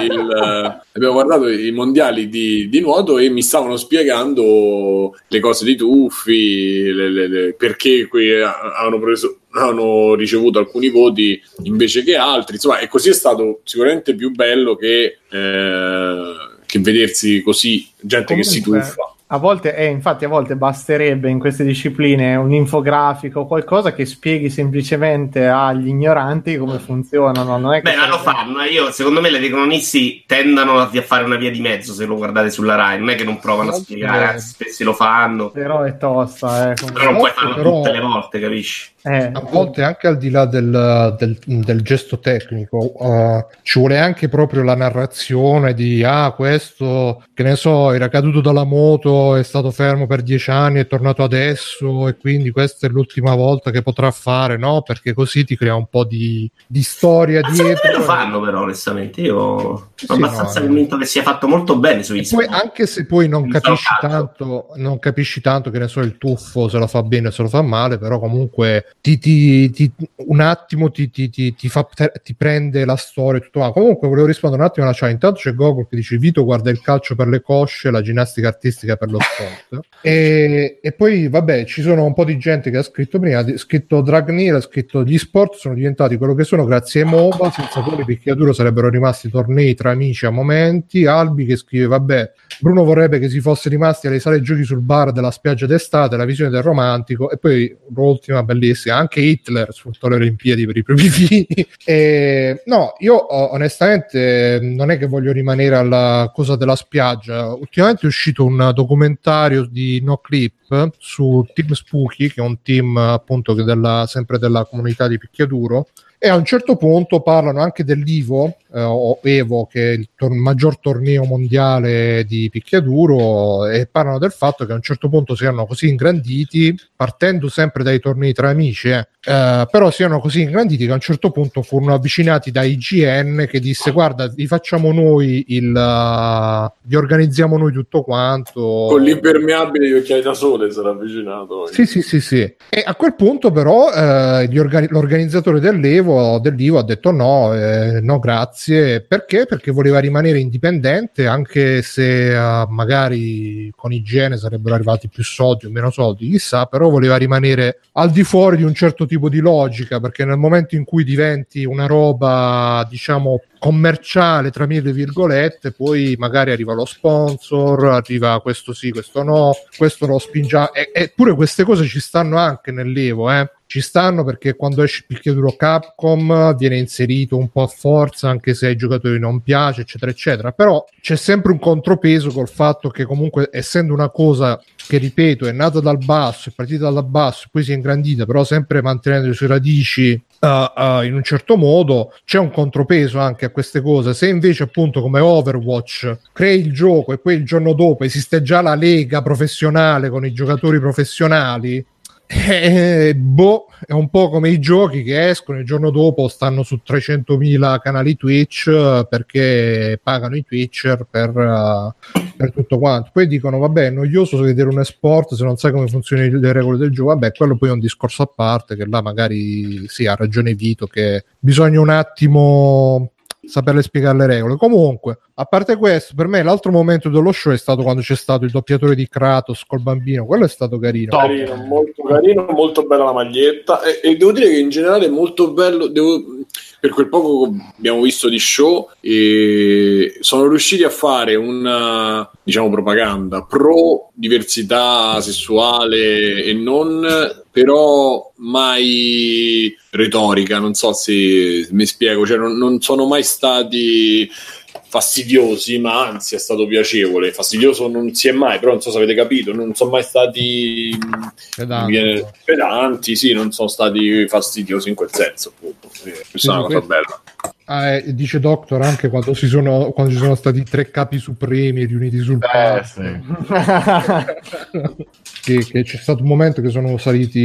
il abbiamo guardato i mondiali di, di nuoto e mi stavano spiegando le cose dei tuffi, le, le, le, perché qui hanno preso hanno ricevuto alcuni voti invece che altri, insomma, e così è stato sicuramente più bello che, eh, che vedersi così gente Comunque, che si tuffa. A volte, eh, infatti, a volte basterebbe in queste discipline un infografico o qualcosa che spieghi semplicemente agli ignoranti come funzionano. Non è che Beh, ma lo fanno. Io, secondo me, le economisti tendono a fare una via di mezzo se lo guardate sulla Rai. Non è che non provano a spiegare, anzi, spesso lo fanno. Però è tosta, eh. Però non puoi farlo però... tutte le volte, capisci? Eh. A volte anche al di là del, del, del gesto tecnico uh, ci vuole anche proprio la narrazione di ah questo che ne so era caduto dalla moto, è stato fermo per dieci anni, è tornato adesso e quindi questa è l'ultima volta che potrà fare, no? Perché così ti crea un po' di, di storia ma dietro. Lo fanno però onestamente, io sì, sono sì, abbastanza no, convinto che sia fatto molto bene su poi, anche se poi non in capisci tanto non capisci tanto che ne so il tuffo se lo fa bene o se lo fa male, però comunque Ti, ti, ti, un attimo ti, ti, ti, ti, fa, ti prende la storia e tutto. Ah, comunque volevo rispondere un attimo alla chat. Intanto c'è Gogol che dice Vito guarda il calcio per le cosce, la ginnastica artistica per lo sport. e, e poi vabbè ci sono un po' di gente che ha scritto prima, ha scritto Dragnir, ha scritto gli sport sono diventati quello che sono grazie ai MOBA, senza quelli picchiaduro sarebbero rimasti tornei tra amici a momenti. Albi che scrive vabbè Bruno vorrebbe che si fosse rimasti alle sale giochi sul bar della spiaggia d'estate, la visione del romantico. E poi l'ultima bellissima, anche Hitler sfruttò le Olimpiadi per i propri fini. E, no, io onestamente non è che voglio rimanere alla cosa della spiaggia. Ultimamente è uscito un documentario di NoClip su Team Spooky, che è un team appunto che della, sempre della comunità di picchiaduro, e a un certo punto parlano anche dell'Ivo eh, o Evo, che è il tor- maggior torneo mondiale di picchiaduro, e parlano del fatto che a un certo punto si erano così ingranditi, partendo sempre dai tornei tra amici, eh, eh, però si erano così ingranditi che a un certo punto furono avvicinati da I G N che disse guarda vi facciamo noi il uh, vi organizziamo noi tutto quanto con l'impermeabile di occhiali da sole sarà avvicinato. Sì sì sì sì e a quel punto però eh, gli organi- l'organizzatore dell'Evo dell'Ivo ha detto no, eh, no grazie. Perché? Perché voleva rimanere indipendente, anche se uh, magari con I G N sarebbero arrivati più soldi o meno soldi, chissà, però voleva rimanere al di fuori di un certo tipo di logica, perché nel momento in cui diventi una roba diciamo commerciale tra mille virgolette, poi magari arriva lo sponsor, arriva questo sì, questo no, questo lo spingiamo, eppure queste cose ci stanno anche nell'Evo, eh ci stanno, perché quando esce il picchiaduro Capcom viene inserito un po' a forza, anche se ai giocatori non piace, eccetera eccetera, però c'è sempre un contropeso col fatto che comunque, essendo una cosa che ripeto è nata dal basso, è partita dal basso, poi si è ingrandita, però sempre mantenendo le sue radici uh, uh, in un certo modo, c'è un contropeso anche a queste cose. Se invece appunto come Overwatch crei il gioco e poi il giorno dopo esiste già la lega professionale con i giocatori professionali, Eh, boh, è un po' come i giochi che escono il giorno dopo stanno su trecentomila canali Twitch uh, perché pagano i Twitcher per, uh, per tutto quanto. Poi dicono vabbè è noioso vedere un esport se non sai come funzionano le regole del gioco. Vabbè, quello poi è un discorso a parte, che là magari sì, ha ragione Vito, che bisogna un attimo saperle spiegare le regole. Comunque, a parte questo, per me l'altro momento dello show è stato quando c'è stato il doppiatore di Kratos col bambino. Quello è stato carino, carino molto carino, molto bella la maglietta, e, e devo dire che in generale è molto bello. Devo, per quel poco che abbiamo visto di show, e sono riusciti a fare una, diciamo, propaganda pro diversità sessuale e non, però mai retorica, non so se mi spiego, cioè non, non sono mai stati fastidiosi, ma anzi è stato piacevole. Fastidioso non si è mai, però non so se avete capito, non sono mai stati Pedanti, viene, pedanti sì, non sono stati fastidiosi in quel senso, appunto. Questa è una cosa bella. Ah, eh, dice Doctor anche quando, si sono, quando ci sono stati tre capi supremi riuniti sul Eh, palco. sì. che, che c'è stato un momento che sono saliti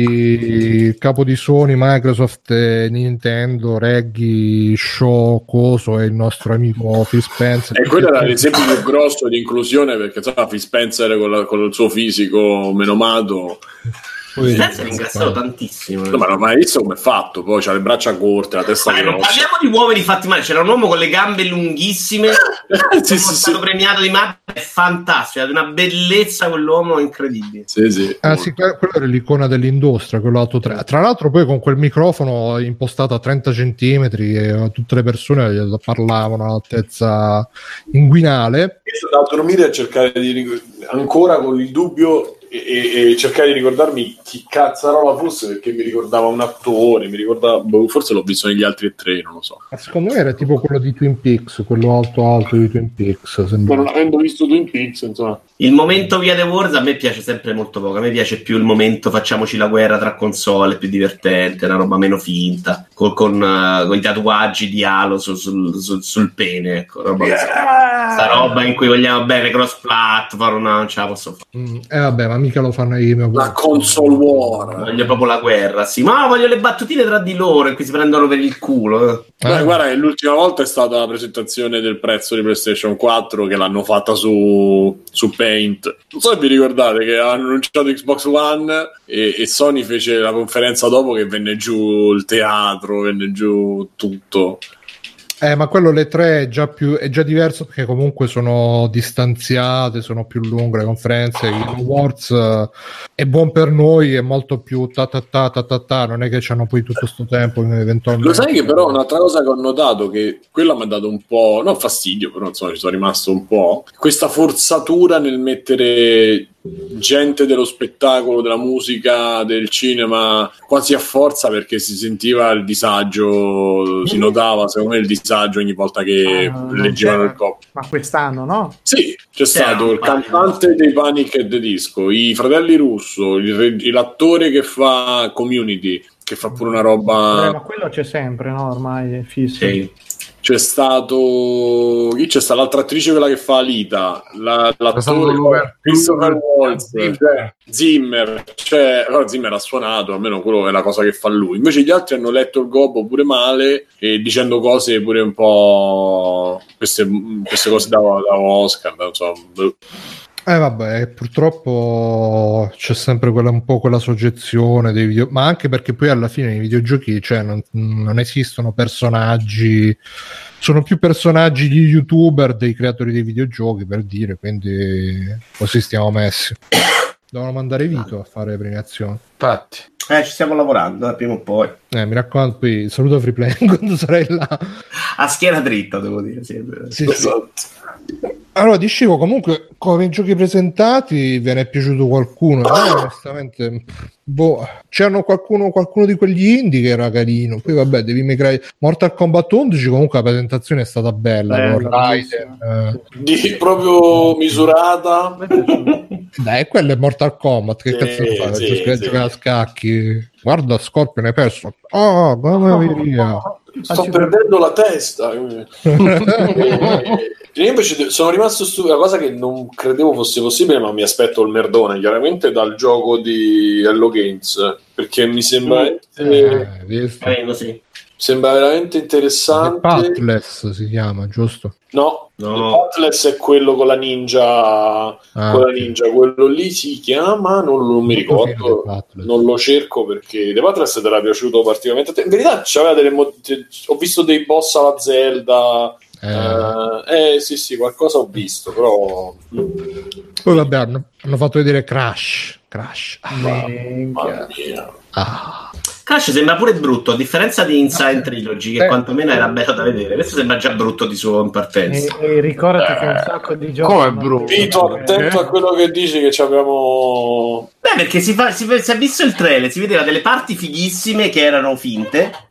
il capo di Sony, Microsoft, eh, Nintendo, Reggie, Shaw, Coso e il nostro amico Phil Spencer. E quello era l'esempio più grosso di inclusione, perché insomma Phil Spencer con, la, con il suo fisico menomato Spencer è ingrassato tantissimo. No, ma non ho mai visto come è fatto. Poi c'ha le braccia corte, la testa Ma non grossa. parliamo di uomini fatti male. C'era un uomo con le gambe lunghissime. sì, è sì, stato sì. premiato di Matt. È fantastico. È una bellezza quell'uomo incredibile. Sì, sì. Ah, sì, quello era l'icona dell'industria, quello alto tre. Tra l'altro, poi con quel microfono impostato a trenta centimetri, e tutte le persone parlavano all'altezza inguinale. Io sono andato a dormire a cercare di ric- ancora con il dubbio. E, e, e cercare di ricordarmi chi cazzarola fosse, perché mi ricordava un attore, mi ricordava, boh, forse l'ho visto negli altri tre, non lo so. Ma secondo me era tipo quello di Twin Peaks, quello alto alto di Twin Peaks. Ma non avendo visto Twin Peaks, insomma. Il momento via The Wars a me piace sempre molto poco. A me piace più il momento facciamoci la guerra tra console, è più divertente, una roba meno finta, col, con, uh, con i tatuaggi di Halo su, sul, sul, sul pene, ecco, roba yeah! Sta roba in cui vogliamo bene cross platform, no, non ce la posso fare. Mm, e eh vabbè, ma mica lo fanno io. La console war. Voglio proprio la guerra, sì. Ma voglio le battutine tra di loro in cui si prendono per il culo. Eh. Beh, guarda, l'ultima volta è stata la presentazione del prezzo di PlayStation quattro che l'hanno fatta su, su Paint. Non so se vi ricordate che hanno annunciato Xbox One e, e Sony fece la conferenza dopo che venne giù il teatro, venne giù tutto. Eh, ma quello le tre è già più è già diverso perché comunque sono distanziate, sono più lunghe le conferenze. Il Awards uh, è buon per noi, è molto più ta ta ta ta ta, ta. Non è che c'hanno poi tutto sto tempo eventualmente. Lo sai che però un'altra cosa che ho notato, che quello mi ha dato un po', non fastidio, però insomma ci sono rimasto un po', questa forzatura nel mettere gente dello spettacolo, della musica, del cinema quasi a forza, perché si sentiva il disagio, si notava secondo me il disagio ogni volta che ah, leggevano il copy. Ma quest'anno, no? Sì, c'è stato il cantante dei Panic at the Disco, i fratelli Russo, il, l'attore che fa Community, che fa pure una roba. Eh, ma quello c'è sempre, no? Ormai è fisso. Sì. C'è stato chi c'è stata l'altra attrice, quella che fa Alita, la, l'attore Christopher Waltz, cioè, Zimmer, cioè, però Zimmer ha suonato, almeno quello è la cosa che fa lui. Invece gli altri hanno letto il gobbo pure male e dicendo cose pure un po' queste, queste cose da, da Oscar, da, insomma. Eh vabbè, purtroppo c'è sempre quella, un po' quella soggezione dei video, ma anche perché poi alla fine nei videogiochi, cioè, non, non esistono personaggi, sono più personaggi di YouTuber dei creatori dei videogiochi, per dire, quindi così stiamo messi. Devono mandare Vito a fare le premiazioni. Infatti. Eh, ci stiamo lavorando, eh, prima o poi. Eh, mi raccomando, poi saluto Freeplay quando sarai là. A schiena dritta, devo dire. Sì, sì, esatto. Sì. Allora, dicevo, comunque, come i giochi presentati, ve ne è piaciuto qualcuno? Eh, onestamente, boh, c'erano qualcuno, qualcuno di quegli indie che era carino. Poi, vabbè, devi migrare. Mortal Kombat undici, comunque, la presentazione è stata bella. Eh, Raiden, eh. Di proprio misurata. Dai, quello è Mortal Kombat. Che sì, cazzo fa? Sì, sì. Giocare a scacchi. Guarda, Scorpion è perso. Oh, mamma mia. Sto perdendo la testa. Io invece sono rimasto stupido, una cosa che non credevo fosse possibile, ma mi aspetto il merdone chiaramente dal gioco di Hello Games, perché mi sembra eh, eh, sì. sembra veramente interessante. Pathless si chiama, giusto? No, no. Il Pathless è quello con la ninja, ah, con la ninja, quello lì si chiama, non, non mi ricordo, non lo cerco perché The Pathless ti era piaciuto particolarmente. In verità c'aveva delle mod- ho visto dei boss alla Zelda. Eh. Uh, eh sì sì qualcosa ho visto, però poi vabbè hanno, hanno fatto vedere Crash Crash ah, mamma mia. Ah. Crash sembra pure brutto, a differenza di Inside Trilogy che eh. quantomeno era bello da vedere. Questo sembra già brutto di suo in partenza. E, e ricordati eh. che un sacco di giochi come è brutto. Vito, attento eh. a quello che dici, che ci abbiamo. Beh, perché si, fa, si, si è visto il trailer, si vedeva delle parti fighissime che erano finte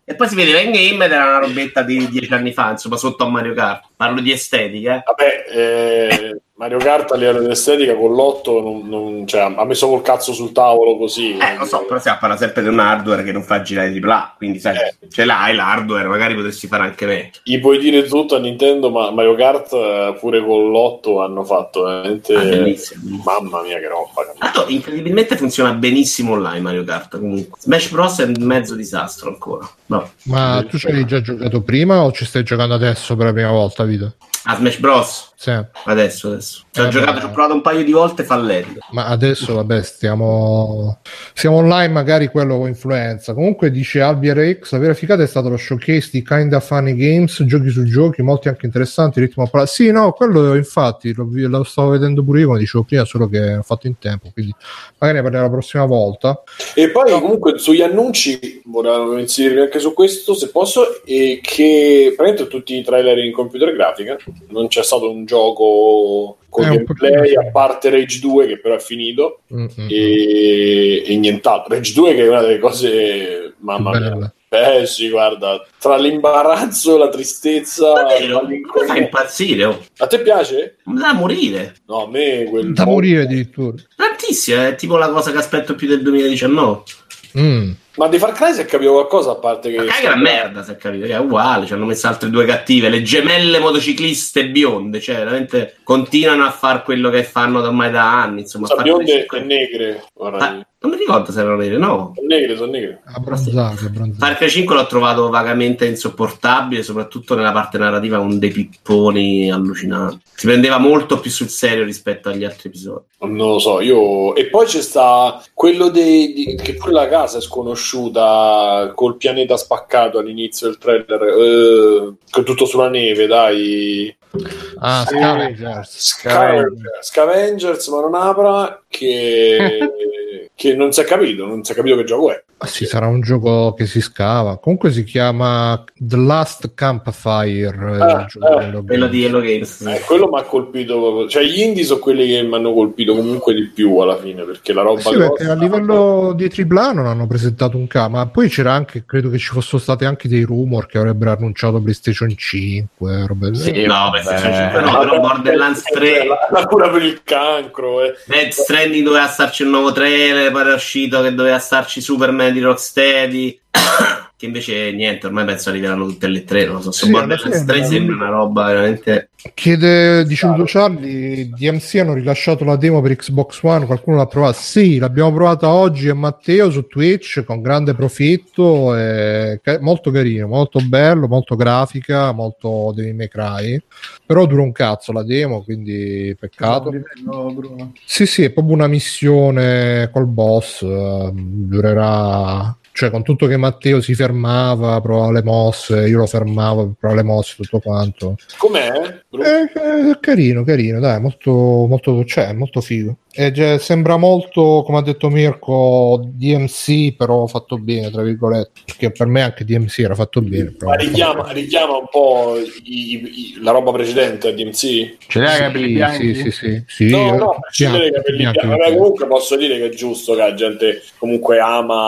E poi si vedeva in game ed era una robetta di dieci anni fa, insomma, sotto a Mario Kart. Parlo di estetica, eh. Vabbè, eh, Mario Kart a livello di estetica con l'otto non, non, cioè, ha messo col cazzo sul tavolo così. Eh, lo so, però si parla sempre di un hardware che non fa girare di A, quindi sai, eh. ce l'hai l'hardware, magari potresti fare anche meglio. Gli puoi dire tutto a Nintendo, ma Mario Kart pure con l'otto hanno fatto veramente... Ah, bellissimo. Mamma mia che roba. Tanto, incredibilmente funziona benissimo online Mario Kart, comunque. Smash Bros è un mezzo disastro ancora. No. Ma tu ci hai già giocato prima o ci stai giocando adesso per la prima volta, Vito? A Smash Bros? Sì. Adesso, adesso. Ci ho Eh, giocato, beh. ci ho provato un paio di volte fallendo. Ma adesso, vabbè, stiamo siamo online, magari quello con influenza. Comunque dice Albier X, la vera figata è stato lo showcase di Kinda Funny Games, giochi su giochi, molti anche interessanti, ritmo pala- sì, no, quello infatti lo, lo stavo vedendo pure io, come dicevo prima, solo che ho fatto in tempo, quindi magari ne parliamo la prossima volta. E poi comunque sugli annunci volevo inserirvi anche su questo, se posso, e che praticamente tutti i trailer in computer grafica, non c'è stato un gioco con È un gameplay pochino- a parte Rage due che però è finito Mm-mm. e, e nient'altro. Rage due che è una delle cose, mamma Bella. mia. Eh sì, guarda, tra l'imbarazzo, la tristezza, Davvero? la Mi fa malinconia. impazzire, oh. A te piace? Mi da morire. No, a me quel Da morire addirittura. Tantissimo, è tipo la cosa che aspetto più del duemiladiciannove. Mm. Ma di Far Cry si è capito qualcosa a parte che Ma che è una merda, se capito, che è uguale, ci hanno messo altre due cattive, le gemelle motocicliste bionde, cioè veramente continuano a fare quello che fanno ormai da anni, insomma. a sono fare bionde quelle e cinque- negre. Guarda Ah, lì. non mi ricordo se erano nere, no. Sono negre, sono negre. Abbronzate, abbronzate. Far Cry cinque l'ho trovato vagamente insopportabile, soprattutto nella parte narrativa con dei pipponi allucinanti. Si prendeva molto più sul serio rispetto agli altri episodi. Non lo so, io... E poi c'è sta quello dei... di... che pure la casa è sconosciuta col pianeta spaccato all'inizio del trailer, eh, con tutto sulla neve, dai. Ah, Sì. Scavengers. Scavengers, Scavengers ma non apra, che... che non si è capito, non si è capito che gioco è. Ah, sì, sarà un gioco che si scava. Comunque si chiama The Last Campfire. Ah, il gioco eh, dello Quello game. di Hello Games. sì. Eh, quello mi ha colpito proprio. Cioè gli indie sono quelli che mi hanno colpito comunque di più alla fine, perché la roba Sì, grossa- perché a livello di tripla A non hanno presentato un K, ma poi c'era anche, credo che ci fossero stati anche dei rumor che avrebbero annunciato PlayStation cinque, robe del- Sì, no, PlayStation Beh. cinque no, però Borderlands tre, la, la cura per il cancro, eh. Death Stranding doveva starci un nuovo trailer, poi era uscito che doveva starci Superman di Rocksteady, che invece niente, ormai penso arriveranno tutte le tre, non lo so, se Sì, Borderlands alla fine tre non- sembra una roba veramente... Chiede, dice Ludo Charlie, D M C hanno rilasciato la demo per Xbox One, qualcuno l'ha provata? Sì, l'abbiamo provata oggi e Matteo su Twitch con grande profitto, e ca- molto carino, molto bello, molto grafica, molto Devil May Cry, però dura un cazzo la demo, quindi peccato. Livello, Bruno. Sì, sì, è proprio una missione col boss, eh, durerà, cioè con tutto che Matteo si fermava, provava le mosse, io lo fermavo, provava le mosse, tutto quanto. Com'è? Eh, eh, carino, carino, dai, molto, molto, cioè, molto figo. E cioè, sembra molto, come ha detto Mirko, D M C, però fatto bene, tra virgolette, perché per me anche D M C era fatto bene. Però Ma richiama, richiama un po' i- i- la roba precedente a D M C? Ce l'hai i capelli Sì, bianchi? sì, sì, sì, sì, No, eh, no, prescindere dai bianchi, capelli bianchi, bianchi. Vabbè, comunque posso dire che è giusto che la gente comunque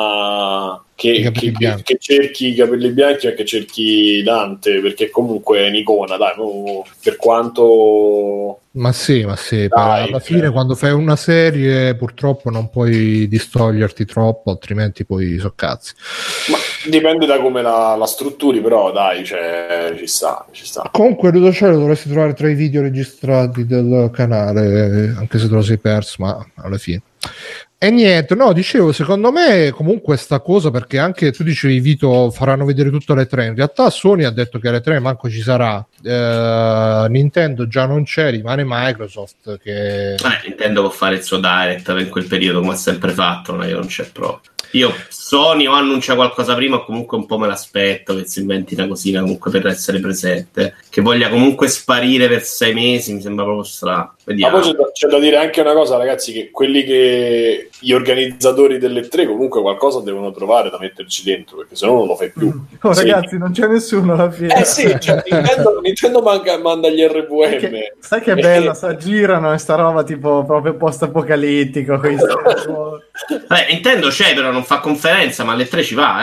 ama I che, capelli che- bianchi. che cerchi i capelli bianchi e che cerchi Dante, perché comunque è un'icona, dai, mo- per quanto... Ma sì, ma sì, poi Dai, alla fine eh. quando fai una serie purtroppo non puoi distoglierti troppo, altrimenti poi so cazzi. Ma dipende da come la, la strutturi, però dai, cioè, ci sta, ci sta. Comunque Ludo Cielo dovresti trovare tra i video registrati del canale, anche se te lo sei perso, ma alla fine. E niente, no, dicevo, secondo me comunque sta cosa, perché anche tu dicevi Vito faranno vedere tutte le tre, in realtà Sony ha detto che alle tre manco ci sarà, eh, Nintendo già non c'è, rimane Microsoft che... Eh, Nintendo può fare il suo direct in quel periodo come ha sempre fatto, non è che non c'è proprio. Io Sony o annuncia qualcosa prima o comunque un po' me l'aspetto che si inventi una cosina comunque per essere presente, che voglia comunque sparire per sei mesi mi sembra proprio strano. Ma Vediamo. poi c'è da, c'è da dire anche una cosa, ragazzi, che quelli che gli organizzatori delle tre comunque qualcosa devono trovare da metterci dentro, perché se no non lo fai più. Oh, Sì. ragazzi, non c'è nessuno alla fine. Eh sì, cioè, Nintendo, Nintendo manca- manda gli R V M. Sai che, sai che bella, sa, girano e sta roba tipo proprio post-apocalittico. quei- Vabbè, Nintendo c'è però non fa conferenza, ma alle tre ci va, eh.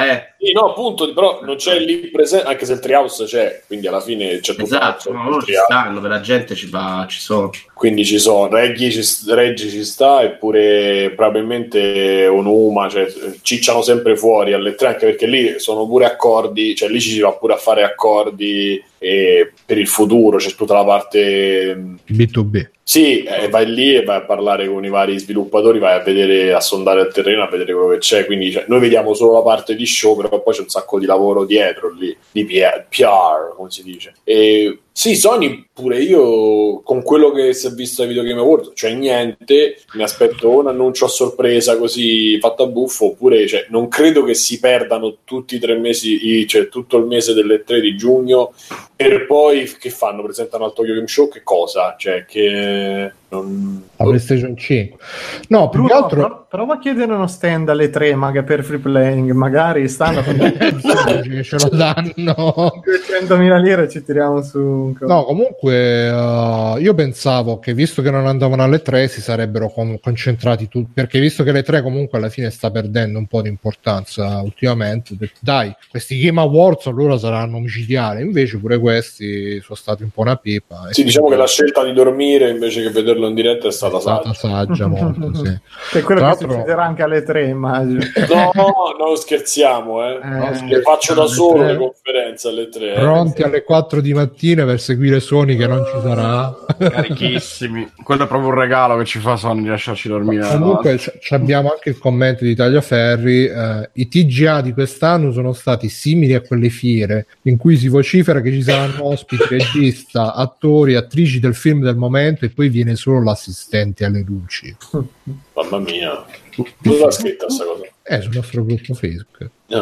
Sì, no, appunto, però non c'è lì presente, anche se il Treehouse c'è, quindi alla fine c'è tutto. Esatto, no, loro ci stanno, per la gente ci va, ci sono. Quindi ci sono, Reggie ci, Reggie ci sta, eppure probabilmente Onuma, cioè cicciano sempre fuori alle tre, anche perché lì sono pure accordi, cioè lì ci si va pure a fare accordi e per il futuro, c'è tutta la parte B due B. Sì, eh, vai lì e vai a parlare con i vari sviluppatori, vai a vedere, a sondare il terreno, a vedere quello che c'è. Quindi cioè, noi vediamo solo la parte di show, però poi c'è un sacco di lavoro dietro lì, di P R, come si dice. E sì, Sony pure io, con quello che si è visto ai Video Game Awards, cioè niente, mi aspetto un annuncio a sorpresa così fatto a buffo, oppure cioè, non credo che si perdano tutti i tre mesi, cioè tutto il mese delle tre di giugno, per poi che fanno? Presentano al Tokyo Game Show, che cosa? Cioè che non... La PlayStation cinque. No, più Bruno, che altro pro- prova a chiedere uno stand alle tre, magari per free playing, magari stanno con che ce lo danno. duecentomila lire ci tiriamo su un co- No, comunque uh, io pensavo che visto che non andavano alle tre si sarebbero con- concentrati tutti, perché visto che le tre comunque alla fine sta perdendo un po' di importanza ultimamente, ho detto, dai, questi Game Awards allora saranno omicidiali, invece pure questi sono stati un po' una pipa. Sì, diciamo che la scelta di dormire invece che vederlo in diretta è stata, è stata saggia. saggia molto, sì. Che è quello Tra che l'altro- succederà anche alle tre, immagino. No, non scherziamo, eh. Eh, le faccio da alle solo tre. le conferenze alle tre. eh. Pronti alle quattro di mattina per seguire Sony che non ci sarà. Carichissimi. Quello è proprio un regalo che ci fa Sony di lasciarci dormire. Comunque c- c- abbiamo anche il commento di Tagliaferri. eh, i T G A di quest'anno sono stati simili a quelle fiere in cui si vocifera che ci saranno ospiti, regista, attori, attrici del film del momento e poi viene solo l'assistente alle luci. Mamma mia. Dove l'ha scritta sta cosa? È sul nostro gruppo Facebook. No,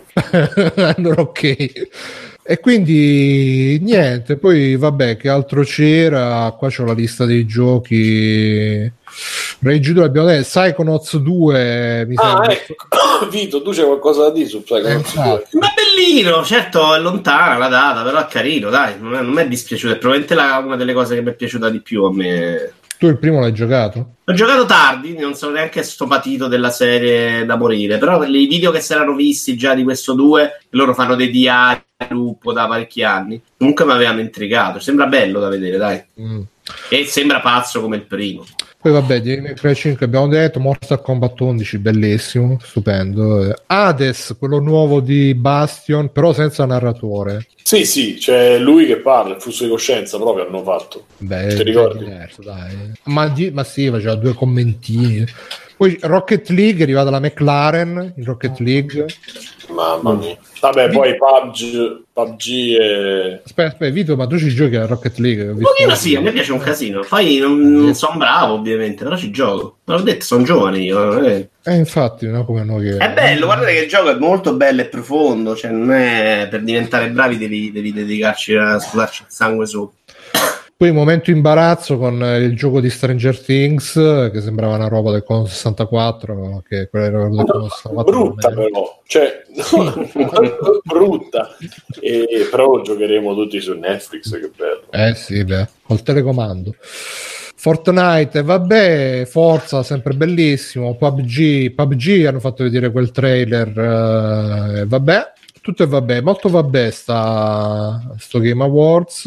ok. Allora ok. E quindi niente, poi vabbè, che altro c'era? Qua c'ho la lista dei giochi. Rage due abbiamo detto, Psychonauts due mi Ah, sembra. ecco. Vito, tu c'è qualcosa da dire su Psychonauts Eh, due? Ma bellino, certo è lontana la data, però è carino, dai, non, è, non mi è dispiaciuto, è probabilmente la, una delle cose che mi è piaciuta di più a me. Tu il primo l'hai giocato? L'ho giocato tardi, non sono neanche sto patito della serie da morire, però i video che si erano visti già di questo due, loro fanno dei diari gruppo da parecchi anni, comunque mi avevano intrigato, sembra bello da vedere, dai. Mm. E sembra pazzo come il primo. Poi vabbè, di May Cry cinque abbiamo detto, Mortal Kombat undici, bellissimo, stupendo. Hades, quello nuovo di Bastion, però senza narratore. Sì, sì, c'è lui che parla, il flusso di coscienza proprio hanno fatto. Beh, Ti è ricordi? diverso, dai. Ma, di- ma sì, faceva due commentini. Poi Rocket League, è arrivata la McLaren in Rocket League. Mamma mia. Vabbè, poi P U B G, P U B G e... Aspetta, aspetta, Vito, ma tu ci giochi a Rocket League? Ho Un visto- pochino sì, a me piace un casino, poi non, non sono bravo ovviamente, però ci gioco. L'ho detto, sono giovane io. Eh. Eh, infatti, no, come no che... È bello, guardate che il gioco è molto bello e profondo, cioè non è per diventare bravi devi, devi dedicarci a sputarci il sangue su. Poi momento imbarazzo con eh, il gioco di Stranger Things, eh, che sembrava una roba del Commodore sessantaquattro, che quella era del Commodore sessantaquattro. brutta non è- però, cioè brutta. E, però giocheremo tutti su Netflix, che bello. Eh sì, beh, col telecomando. Fortnite, vabbè, Forza, sempre bellissimo. P U B G, P U B G hanno fatto vedere quel trailer, eh, vabbè, tutto è vabbè, molto vabbè sta sto Game Awards.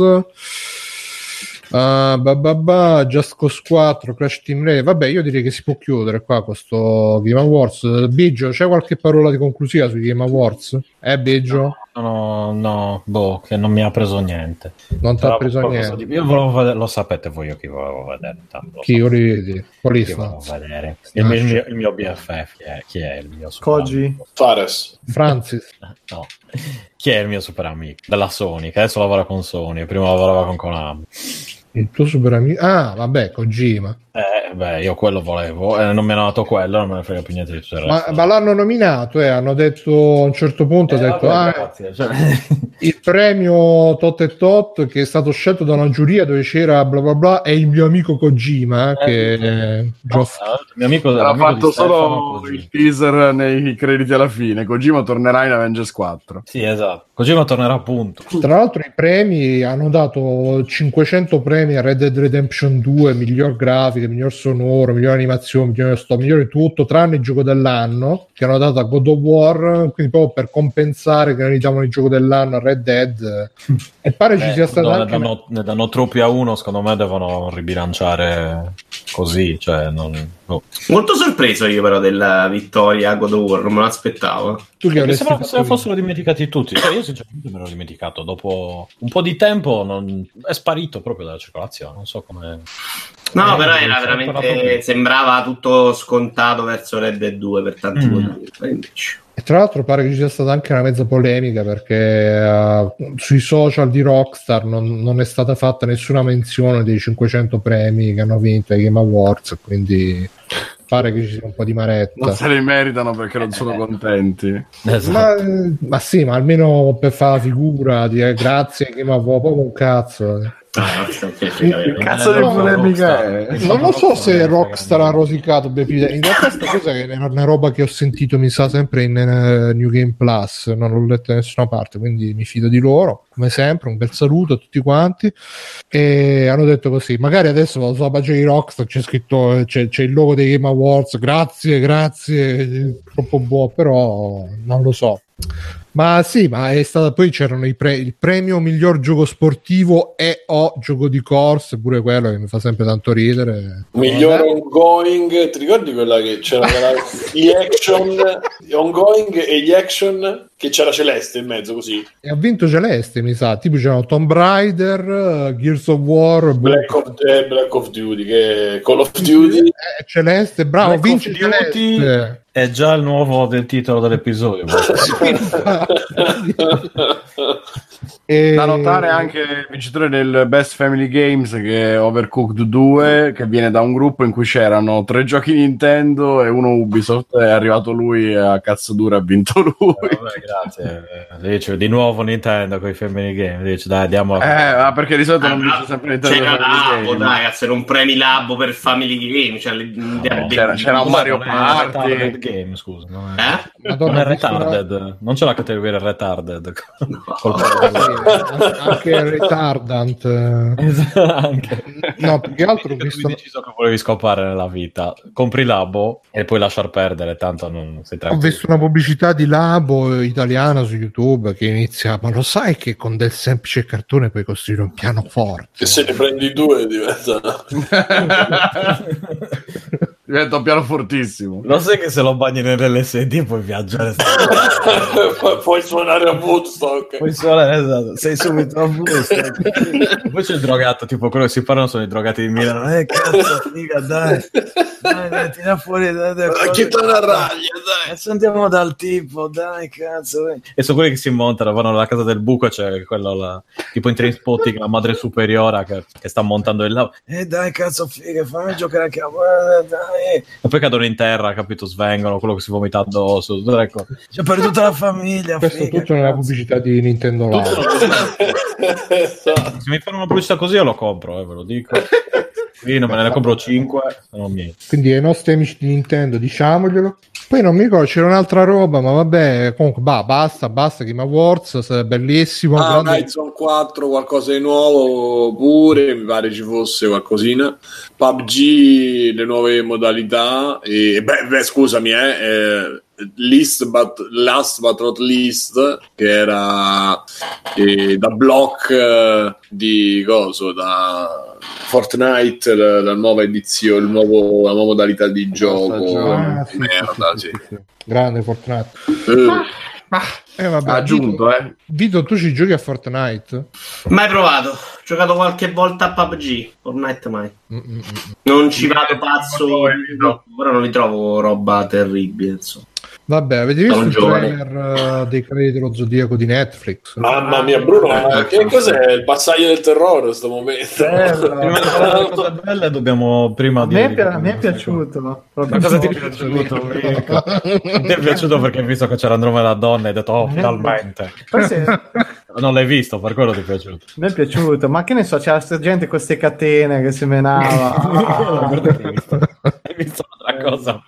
Uh, bah bah bah, Just Cause quattro, Crash Team Racing, vabbè, io direi che si può chiudere qua questo Game Awards. Biggio, c'è qualche parola di conclusiva sui Game Awards? Eh Biggio? No, no, boh, che non mi ha preso niente. Non ti ha Però preso qualcosa niente? di- Io volevo vedere, lo sapete voi io chi volevo vedere. Tanto, lo Chi so. lo rivedi? Chi Polista. volevo vedere. Il, mio, il, mio, il mio B F F, chi è, chi è il mio super Koji. amico? Fares. Francis. No. Chi è il mio super amico? Della Sony, che adesso lavora con Sony, prima lavorava con Konami. Il tuo super amico? Ah, vabbè, Kojima. Eh, beh, io quello volevo, eh, non mi hanno dato quello, non me ne frega più niente di tutto il Ma, resto. ma l'hanno nominato, eh, hanno detto a un certo punto, Eh, ha detto, vabbè, ah, grazie, cioè- il premio tot e tot che è stato scelto da una giuria dove c'era bla bla bla è il mio amico Kojima, eh, che è No, Geoff- il mio amico, Era l'amico fatto di Stefano solo Kojima. il teaser nei crediti alla fine. Kojima tornerà in Avengers quattro. Sì, esatto. Kojima tornerà appunto. Tra l'altro i premi hanno dato cinquecento premi a Red Dead Redemption due, miglior grafica, miglior sonoro, migliore animazione, migliore sto, migliore tutto, tranne il gioco dell'anno che hanno dato a God of War, quindi proprio per compensare che non gli davano il gioco dell'anno a Red Dead. E pare eh, ci sia stato no, anche... ne danno, ne danno troppi a uno, secondo me devono ribilanciare così, cioè non... oh. Molto sorpreso io però della vittoria a God of War, non me l'aspettavo. Tu che Mi avresti sembra che se ne fatto- fossero dimenticati tutti. Cioè, io sinceramente me l'ho dimenticato. Dopo un po' di tempo non... è sparito proprio dalla circolazione. Non so come. No, Eh, però non era so, veramente proprio- sembrava tutto scontato verso Red Dead due per tanti Mm. motivi. E invece- E tra l'altro pare che ci sia stata anche una mezza polemica perché uh, sui social di Rockstar non, non è stata fatta nessuna menzione dei cinquecento premi che hanno vinto ai Game Awards, quindi pare che ci sia un po' di maretta. Non se li meritano perché non sono contenti. Esatto. Ma, ma sì, ma almeno per fare la figura di eh, grazie ai Game Awards, proprio un cazzo. Ah, no, che frega, Che vero? cazzo di no, polemica Rockstar. è? Non lo so se Rockstar Rockstar ha rosicato Baby. In realtà questa cosa è una roba che ho sentito, mi sa, sempre in uh, New Game Plus, non l'ho letta da nessuna parte, quindi mi fido di loro, come sempre. Un bel saluto a tutti quanti. E hanno detto così, magari adesso sulla pagina di Rockstar c'è scritto, c'è, c'è il logo dei Game Awards, grazie, grazie, troppo buono, però non lo so. Ma sì, ma è stata poi c'erano i pre- il premio miglior gioco sportivo e o gioco di corsa, pure quello che mi fa sempre tanto ridere. Migliore Vabbè. ongoing, ti ricordi quella che c'era quella, gli action ongoing e gli action che c'era Celeste in mezzo così? E ha vinto Celeste, mi sa, tipo c'erano Tomb Raider, uh, Gears of War, Black of, eh, Black of Duty, che Call of Duty. eh, Celeste, bravo, Black vince of Duty Celeste. è già il nuovo del titolo dell'episodio. E... Da notare anche il vincitore del Best Family Games, che è Overcooked due, che viene da un gruppo in cui c'erano tre giochi Nintendo e uno Ubisoft. È arrivato lui a cazzo dura, ha vinto lui. Eh, vabbè, grazie. Eh, dice, di nuovo Nintendo con i Family Game. Dice, dai, andiamo a... Eh, ma perché di solito Ah, non no, vince sempre Nintendo c'era Family Labo, Game. dai, cazzo, era un premi Labo per Family Game. Cioè, le- No, de- c'era- de- c'era un Mario non è Party. retarded game, scusa. Non è, Eh? Madonna, non è ho visto una- retarded. Non c'è la categoria retarded. Col- Sì, anche retardant. anche. No, più che altro ho Tu visto... hai deciso che volevi scopare nella vita. Compri Labo e poi lasciar perdere, tanto non sei Ho tranquillo. visto una pubblicità di Labo italiana su YouTube che inizia, ma lo sai che con del semplice cartone puoi costruire un pianoforte? Che se ne prendi due diventa Diventa un piano fortissimo. Lo sai che se lo bagni nell'L S D puoi viaggiare. puoi suonare a Woodstock. Puoi suonare, esatto. Sei subito a busto. Poi c'è il drogato, tipo quello che si parlano sono i drogati di Milano. Eh, cazzo, figa, dai. Dai, dai, tira fuori. Dai, dai, La chitarra a raglia, dai. Adesso andiamo dal tipo, dai, cazzo. Dai. E sono quelli che si montano, vanno alla casa del buco e c'è quello là, tipo in Trainspotting, la madre superiore che, che sta montando il lavo. Eh, dai, cazzo, figa, fammi giocare anche a me, dai. E poi cadono in terra, capito? Svengono, quello che si vomita addosso. Ecco. C'è per tutta la famiglia. Questo figa, tutto nella cazzo. pubblicità di Nintendo Live. Esatto. Se mi fanno una pubblicità così io lo compro, eh, ve lo dico. Qui non me ne compro cinque, sono miei. Quindi ai nostri amici di Nintendo diciamoglielo. Poi non mi ricordo, c'era un'altra roba, ma vabbè, comunque bah, basta, basta Game Awards, è bellissimo. Ah, grande- Horizon quattro, qualcosa di nuovo pure, mi pare ci fosse qualcosina. P U B G, le nuove modalità. E, beh, beh, scusami, eh, eh, list but, last but not least, che era eh, da block eh, di coso, da Fortnite, la, la nuova edizione, il nuovo, la nuova modalità di gioco. Ah, sì, Merda, sì, sì. sì, sì, sì. Grande Fortnite. Eh, Eh, vabbè, Ha aggiunto, Vito, eh. Vito, tu ci giochi a Fortnite? Mai provato. Ho giocato qualche volta a P U B G. Fortnite mai. Mm-mm. Non ci vado pazzo. No, però non li trovo roba terribile, insomma. Vabbè, avete visto Sono il giovane. trailer uh, dei Cavalieri dello Zodiaco di Netflix? Mamma mia, Bruno, ma che cos'è il passaggio del terrore questo momento? Prima di parlare delle cose belle dobbiamo prima A di... me, è pi- a me è piaciuto. Ma Proprio cosa ti è molto. piaciuto? Mica? Ti è piaciuto perché hai visto che c'era Andromeda Donna e hai detto, oh, finalmente. Poi se- Non l'hai visto, per quello ti è piaciuto. mi è piaciuto, ma che ne so, c'era sta gente con queste catene che si menava. Ah, guarda che hai visto. Hai visto un'altra cosa.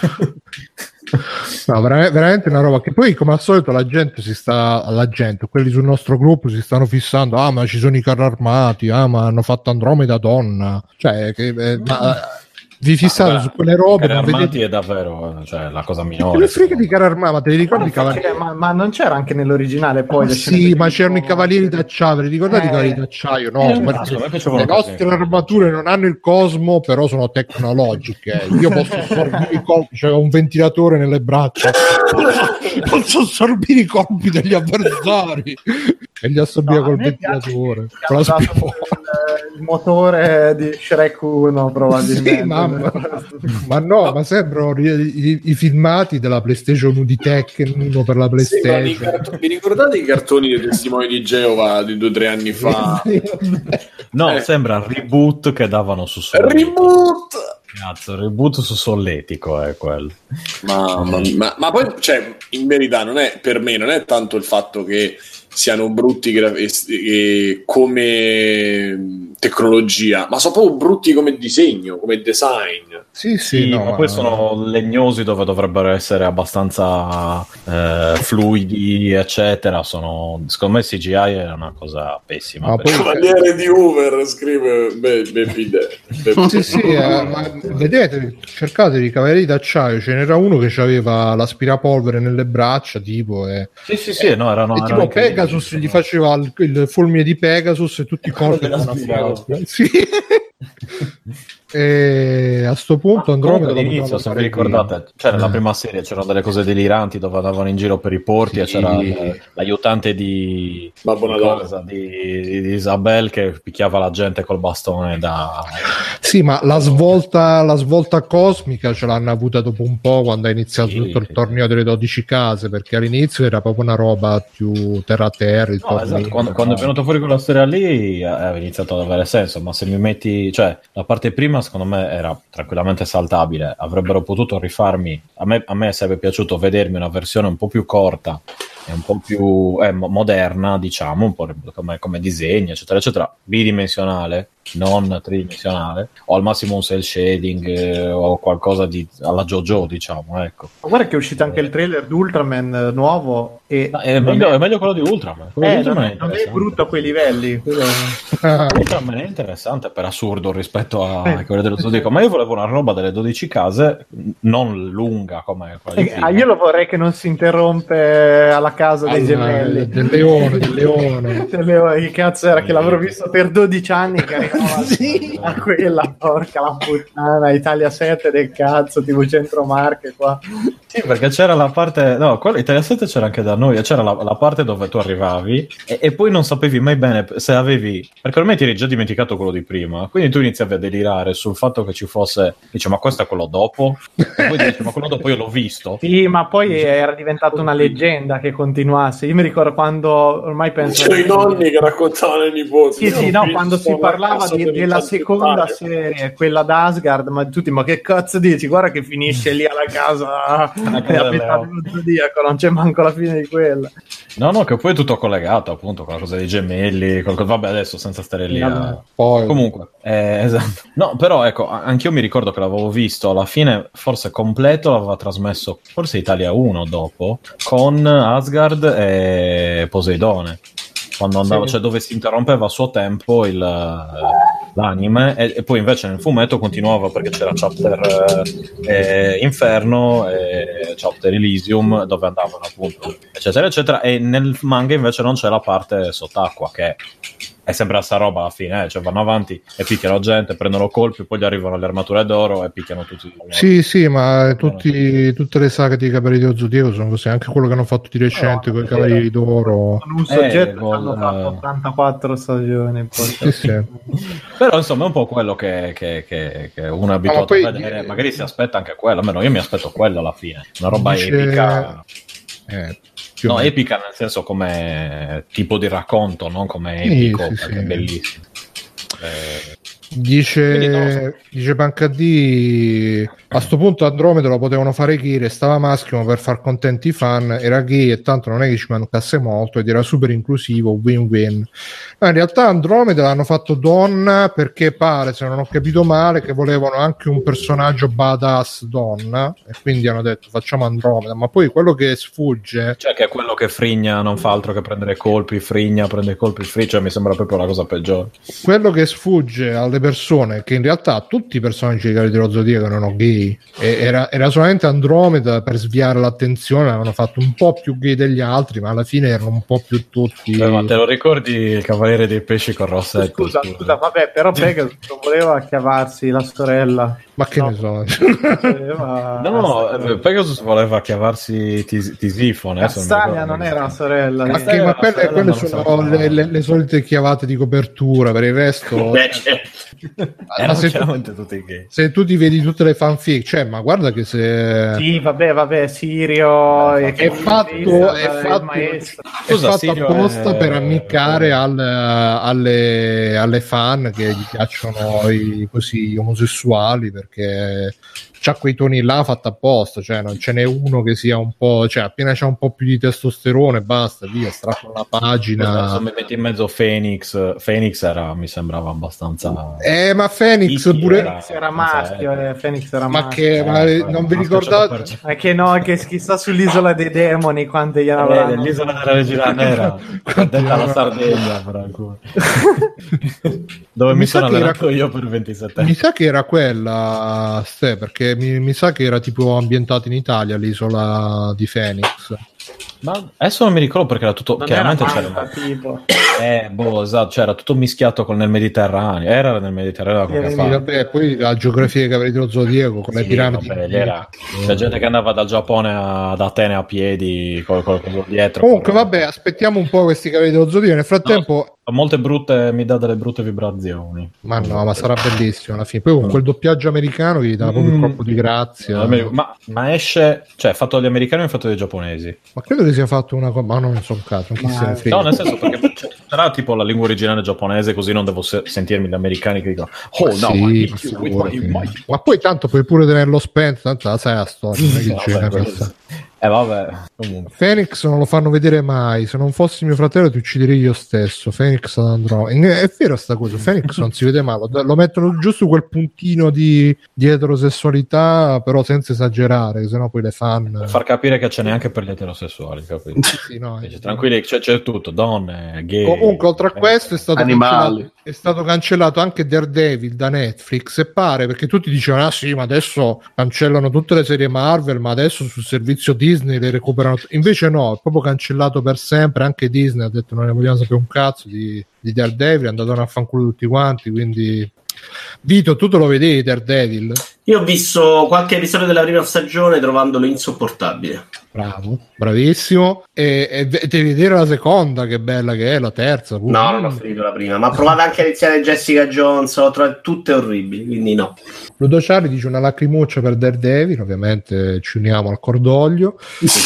No, vera- veramente una roba che poi come al solito la gente si sta, la gente, quelli sul nostro gruppo si stanno fissando, ah ma ci sono i carri armati, ah ma hanno fatto Andromeda Donna, cioè che, eh, ma vi fissate ah, su quelle robe, carri non armati vedete... è davvero, cioè, la cosa Che minore. ne frega di carri armati, ma te li ricordi i cavalieri? Cioè, ma, ma non c'era anche nell'originale poi Ma le scene sì, del ma film? c'erano i cavalieri d'acciaio, ve li ricordate i Eh. cavalieri d'acciaio? No, Eh, perché no, a me piacevano le così. nostre armature non hanno il cosmo, però sono tecnologiche. Io posso assorbire i colpi, c'è un ventilatore nelle braccia, posso assorbire i colpi degli avversari e li assorbire No, a col me piace ventilatore. che Con la hanno dato spifola. il, il motore di Shrek uno probabilmente. Sì, mamma. Ma no, ma sembrano i, i- i filmati della PlayStation uno di Tekken uno per la Sembrano i PlayStation. carto- vi ricordate i cartoni dei testimoni di Geova di due o tre anni fa? No, Eh. sembra il reboot che davano su Solletico. Reboot! Cazzo, il reboot su Solletico è quello. Ma, ma, ma, ma poi, cioè, in verità, non è per me non è tanto il fatto che siano brutti gra- e- e- come tecnologia, ma sono proprio brutti come disegno, come design. Sì, sì, Sì, no, ma poi sono legnosi dove dovrebbero essere abbastanza eh, fluidi, eccetera. Sono, secondo me il C G I è una cosa pessima. Ma perché- poi- Cavaliere di Hoover, scrive Be- Baby De- Sì, sì, eh, ma vedete, cercate i cavalieri d'acciaio, ce n'era uno che aveva l'aspirapolvere nelle braccia, tipo, e, Sì, sì, sì, no, erano, e erano tipo incredibili. Pegasus gli faceva il, il fulmine di Pegasus e tutti i colpi Della con una spirale. spirale. Sì. E a sto punto Andromeda Comunque lo all'inizio, potevamo se vi fare ricordate, c'era Eh. nella prima serie c'erano delle cose deliranti dove andavano in giro per i porti e Sì. c'era eh, l'aiutante di, Babbo di, Natale. cosa, di, di Isabel che picchiava la gente col bastone da... Sì, ma la svolta, la svolta cosmica ce l'hanno avuta dopo un po' quando ha iniziato Sì. tutto il torneo delle dodici case, perché all'inizio era proprio una roba più terra a terra. il No, torneo, esatto, quando, no? quando è venuto fuori quella storia lì eh, aveva iniziato ad avere senso, ma se mi metti, cioè la parte prima secondo me era tranquillamente saltabile, avrebbero potuto rifarmi, a me, a me sarebbe piaciuto vedermi una versione un po' più corta e un po' più eh, mo- moderna, diciamo, un po' come, come disegni, eccetera, eccetera, bidimensionale, non tridimensionale, o al massimo un cel shading eh, o qualcosa di, alla JoJo, diciamo, ecco. Ma guarda che è uscito anche il trailer di Ultraman eh, nuovo e Ma È meglio, è meglio quello di Ultraman. Quello di eh, Ultraman non, è è, non è interessante. brutto a quei livelli. quello- Ah, Ultraman è interessante per assurdo rispetto a quello dello Zodiaco, ma io volevo una roba delle dodici case non lunga come quella di Eh, prima. ah, io lo vorrei che non si interrompe alla casa dei allora, gemelli. del leone, del leone. Del leone, che cazzo era che l'avrò visto per dodici anni che arrivava Sì. a quella, porca la puttana, Italia sette del cazzo, tipo Centro Marche qua. Sì, perché c'era la parte, no, quello Italia sette c'era anche da noi, c'era la, la parte dove tu arrivavi e, e poi non sapevi mai bene se avevi, perché ormai ti eri già dimenticato quello di prima, quindi tu iniziavi a delirare sul fatto che ci fosse, dice ma questo è quello dopo? E poi dici ma quello dopo io l'ho visto. Sì, ma poi era diventata una leggenda che continuasse. Io mi ricordo quando ormai penso. C'erano i nonni che raccontavano ai nipoti. Sì, sì, no, quando si parlava di- della seconda serie, quella d'Asgard, ma tutti, ma che cazzo dici? Guarda che finisce lì alla casa casa e a del metà Leo. dello Zodiaco, non c'è manco la fine di quella. No, no, che poi è tutto collegato appunto con la cosa dei gemelli, col- vabbè adesso senza stare lì a... Vabbè. Poi, Comunque, eh, esatto. No, però ecco, a- anch'io mi ricordo che l'avevo visto alla fine, forse completo, l'aveva trasmesso forse Italia uno dopo, con Asgard e Poseidone. Quando andava, Sì. cioè dove si interrompeva a suo tempo il, l'anime e, e poi invece nel fumetto continuava perché c'era Chapter eh, Inferno e Chapter Elysium dove andavano appunto eccetera eccetera e nel manga invece non c'è la parte sott'acqua che è sempre sta roba alla fine, eh? Cioè vanno avanti e picchiano gente, prendono colpi, poi gli arrivano le armature d'oro e picchiano tutti. sì, sì, ma tutti, tutte le saghe di Cavalieri dello Zodiaco sono così, anche quello che hanno fatto di recente con i Cavalieri d'Oro. Con un soggetto col- che hanno fatto ottantaquattro stagioni. Poi. Sì, sì. Però insomma è un po' quello che, che, che, che uno è abituato poi- a vedere, magari si aspetta anche quello, almeno io mi aspetto quello alla fine, una roba Dice- epica. Eh, più o No, meno. epica nel senso come tipo di racconto, non come Sì, epico, sì, perché sì. è bellissimo. Eh, Dice, Quindi non lo so. dice Pancadì a sto punto Andromeda lo potevano fare gay, restava maschio ma per far contenti i fan, era gay e tanto non è che ci mancasse molto ed era super inclusivo, win-win. Ma in realtà Andromeda l'hanno fatto donna perché pare, se non ho capito male, che volevano anche un personaggio badass donna e quindi hanno detto facciamo Andromeda, ma poi quello che sfugge cioè che è quello che frigna, non fa altro che prendere colpi, frigna, prende colpi, frigna, cioè mi sembra proprio la cosa peggiore. quello che sfugge alle alle persone che in realtà tutti i personaggi di Cavalieri dello Zodiaco erano gay, e era, era solamente Andromeda per sviare l'attenzione, avevano fatto un po' più gay degli altri, ma alla fine erano un po' più tutti. Beh, ma te lo ricordi il Cavaliere dei Pesci con Rossetto? Scusa, scusa, vabbè, però Pegasus non voleva chiavarsi la sorella. Ma che no. ne so. Voleva... No, no, Pegasus voleva chiavarsi Tis- Tisifone. Castagna non era la sorella. Ma, lì. che, ma quelle, sorella quelle non lo sono so. le, le, le solite chiavate di copertura, per il resto. Beh, certo. Erano se, tu, chiaramente tutti gay. se tu ti vedi tutte le fanfic, cioè, ma guarda che se Sì, vabbè, vabbè, Sirio è che fatto, esista, è il fatto, maestro. è Scusa, fatto Sirio apposta è- per ammiccare al- alle, alle fan che gli piacciono i così omosessuali, perché c'ha quei toni là fatto apposta, cioè non ce n'è uno che sia un po', cioè appena c'è un po' più di testosterone basta, via, strappo la pagina. Adesso mi metti in mezzo Phoenix. Phoenix era, mi sembrava abbastanza. Eh, ma Phoenix Sì, sì, pure era- Phoenix era maschio, eh, Phoenix era ma maschio. che ma Eh, non vi ma ricordate? cento per cento. Ma che no, che chissà sull'isola dei demoni quante gliene Eh, avranno. dell'isola della Regina Nera, Quanti detta la ne- Sardegna, Franco. Dove Mi mi, sa sono che era- allenato io per ventisette Mi anni. sa che era quella, Ste, perché mi, mi sa che era tipo ambientata in Italia l'isola di Phoenix. Ma adesso non mi ricordo perché era tutto. Non chiaramente era c'era. Malta, tipo. Eh, boh, esatto, c'era tutto mischiato con nel Mediterraneo. Era nel Mediterraneo da qualche Sì, Sì, parte. vabbè, poi la geografia dei Cavalieri dello Zodiaco con le Sì, piramidi. vabbè, lì era- c'è gente che andava dal Giappone a- ad Atene a piedi con con- con dietro. Comunque, vabbè, aspettiamo un po' questi Cavalieri dello Zodiaco. Nel frattempo, Fa molte brutte, mi dà delle brutte vibrazioni. ma no, ma sarà bellissimo alla fine. Poi con quel doppiaggio americano che gli dà proprio il Mm. colpo di grazia. Ma, ma esce, cioè, è fatto dagli americani o è fatto dai giapponesi? Ma credo che sia fatto una cosa, ma non so un cazzo, non chi se ne frega. No, nel senso perché cioè, sarà tipo la lingua originale giapponese, così non devo se- sentirmi gli americani che dicono oh no, Sì, I ma hate you with figurati. my- my-" Ma poi tanto puoi pure tenerlo spento, tanto la sai la storia, non è che Vabbè, c'è quello questa. sì. Eh vabbè, comunque. Phoenix non lo fanno vedere mai. Se non fossi mio fratello ti ucciderei io stesso. Phoenix ad Andromeda. È vero sta cosa, Phoenix non si vede mai, lo, lo mettono giusto quel puntino di, di eterosessualità, però senza esagerare, che sennò poi le fan Per far capire che c'è neanche per gli eterosessuali, capito? sì, no, Invece, tranquilli, c'è, c'è tutto, donne, gay. comunque oltre a eh, questo è stato, Animali. cancellato, è stato cancellato anche Daredevil da Netflix, e pare, perché tutti dicevano ah sì, ma adesso cancellano tutte le serie Marvel, ma adesso sul servizio Disney le recuperano, invece no, è proprio cancellato per sempre. Anche Disney ha detto non ne vogliamo sapere un cazzo di, di Daredevil, è andato a fanculo tutti quanti, quindi Vito, tu te lo vedevi Daredevil? Io ho visto qualche episodio della prima stagione trovandolo insopportabile. Bravo, bravissimo, e, e ve- devi vedere la seconda, che bella che è, la terza pure. No, non ho finito la prima, ma ho provato anche a iniziare Jessica Jones, ho trovato tutte orribili, quindi no. Ludo Ciarli dice una lacrimuccia per Daredevil, ovviamente ci uniamo al cordoglio.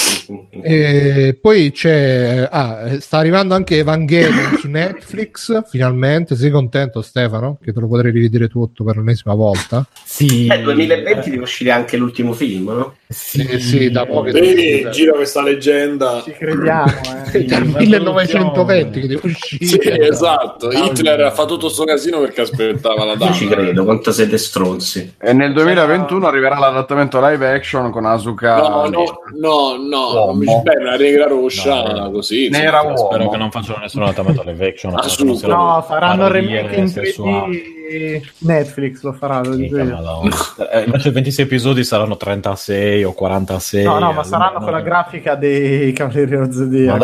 E poi c'è ah, sta arrivando anche Evangelion su Netflix, finalmente. Sei contento, Stefano, che te lo potrei rivedere tutto per l'ennesima volta? Sì. Nel duemilaventi deve uscire anche l'ultimo film, no? Sì, sì, da poco che Vedi, gira questa leggenda. Ci crediamo, eh. dal millenovecentoventi che deve uscire. Sì, esatto. Hitler fa tutto sto casino perché aspettava la Io ci data. credo, quanto siete stronzi. E nel duemilaventuno arriverà l'adattamento live action con Asuka No, no, no, no, non mi ci beh, una regola roscia, No, così. Nera insomma. uomo. Spero che non facciano nessun adattamento live action. Ah, che non su. siano No, faranno il parodiere remake in sessuali. tre D. Netflix lo farà, lo dico Mica, io. Madonna. Eh, invece ventisei episodi saranno trentasei o quarantasei. No, no, ma eh, saranno no, con la no. grafica dei Cavalieri dello Zodiaco.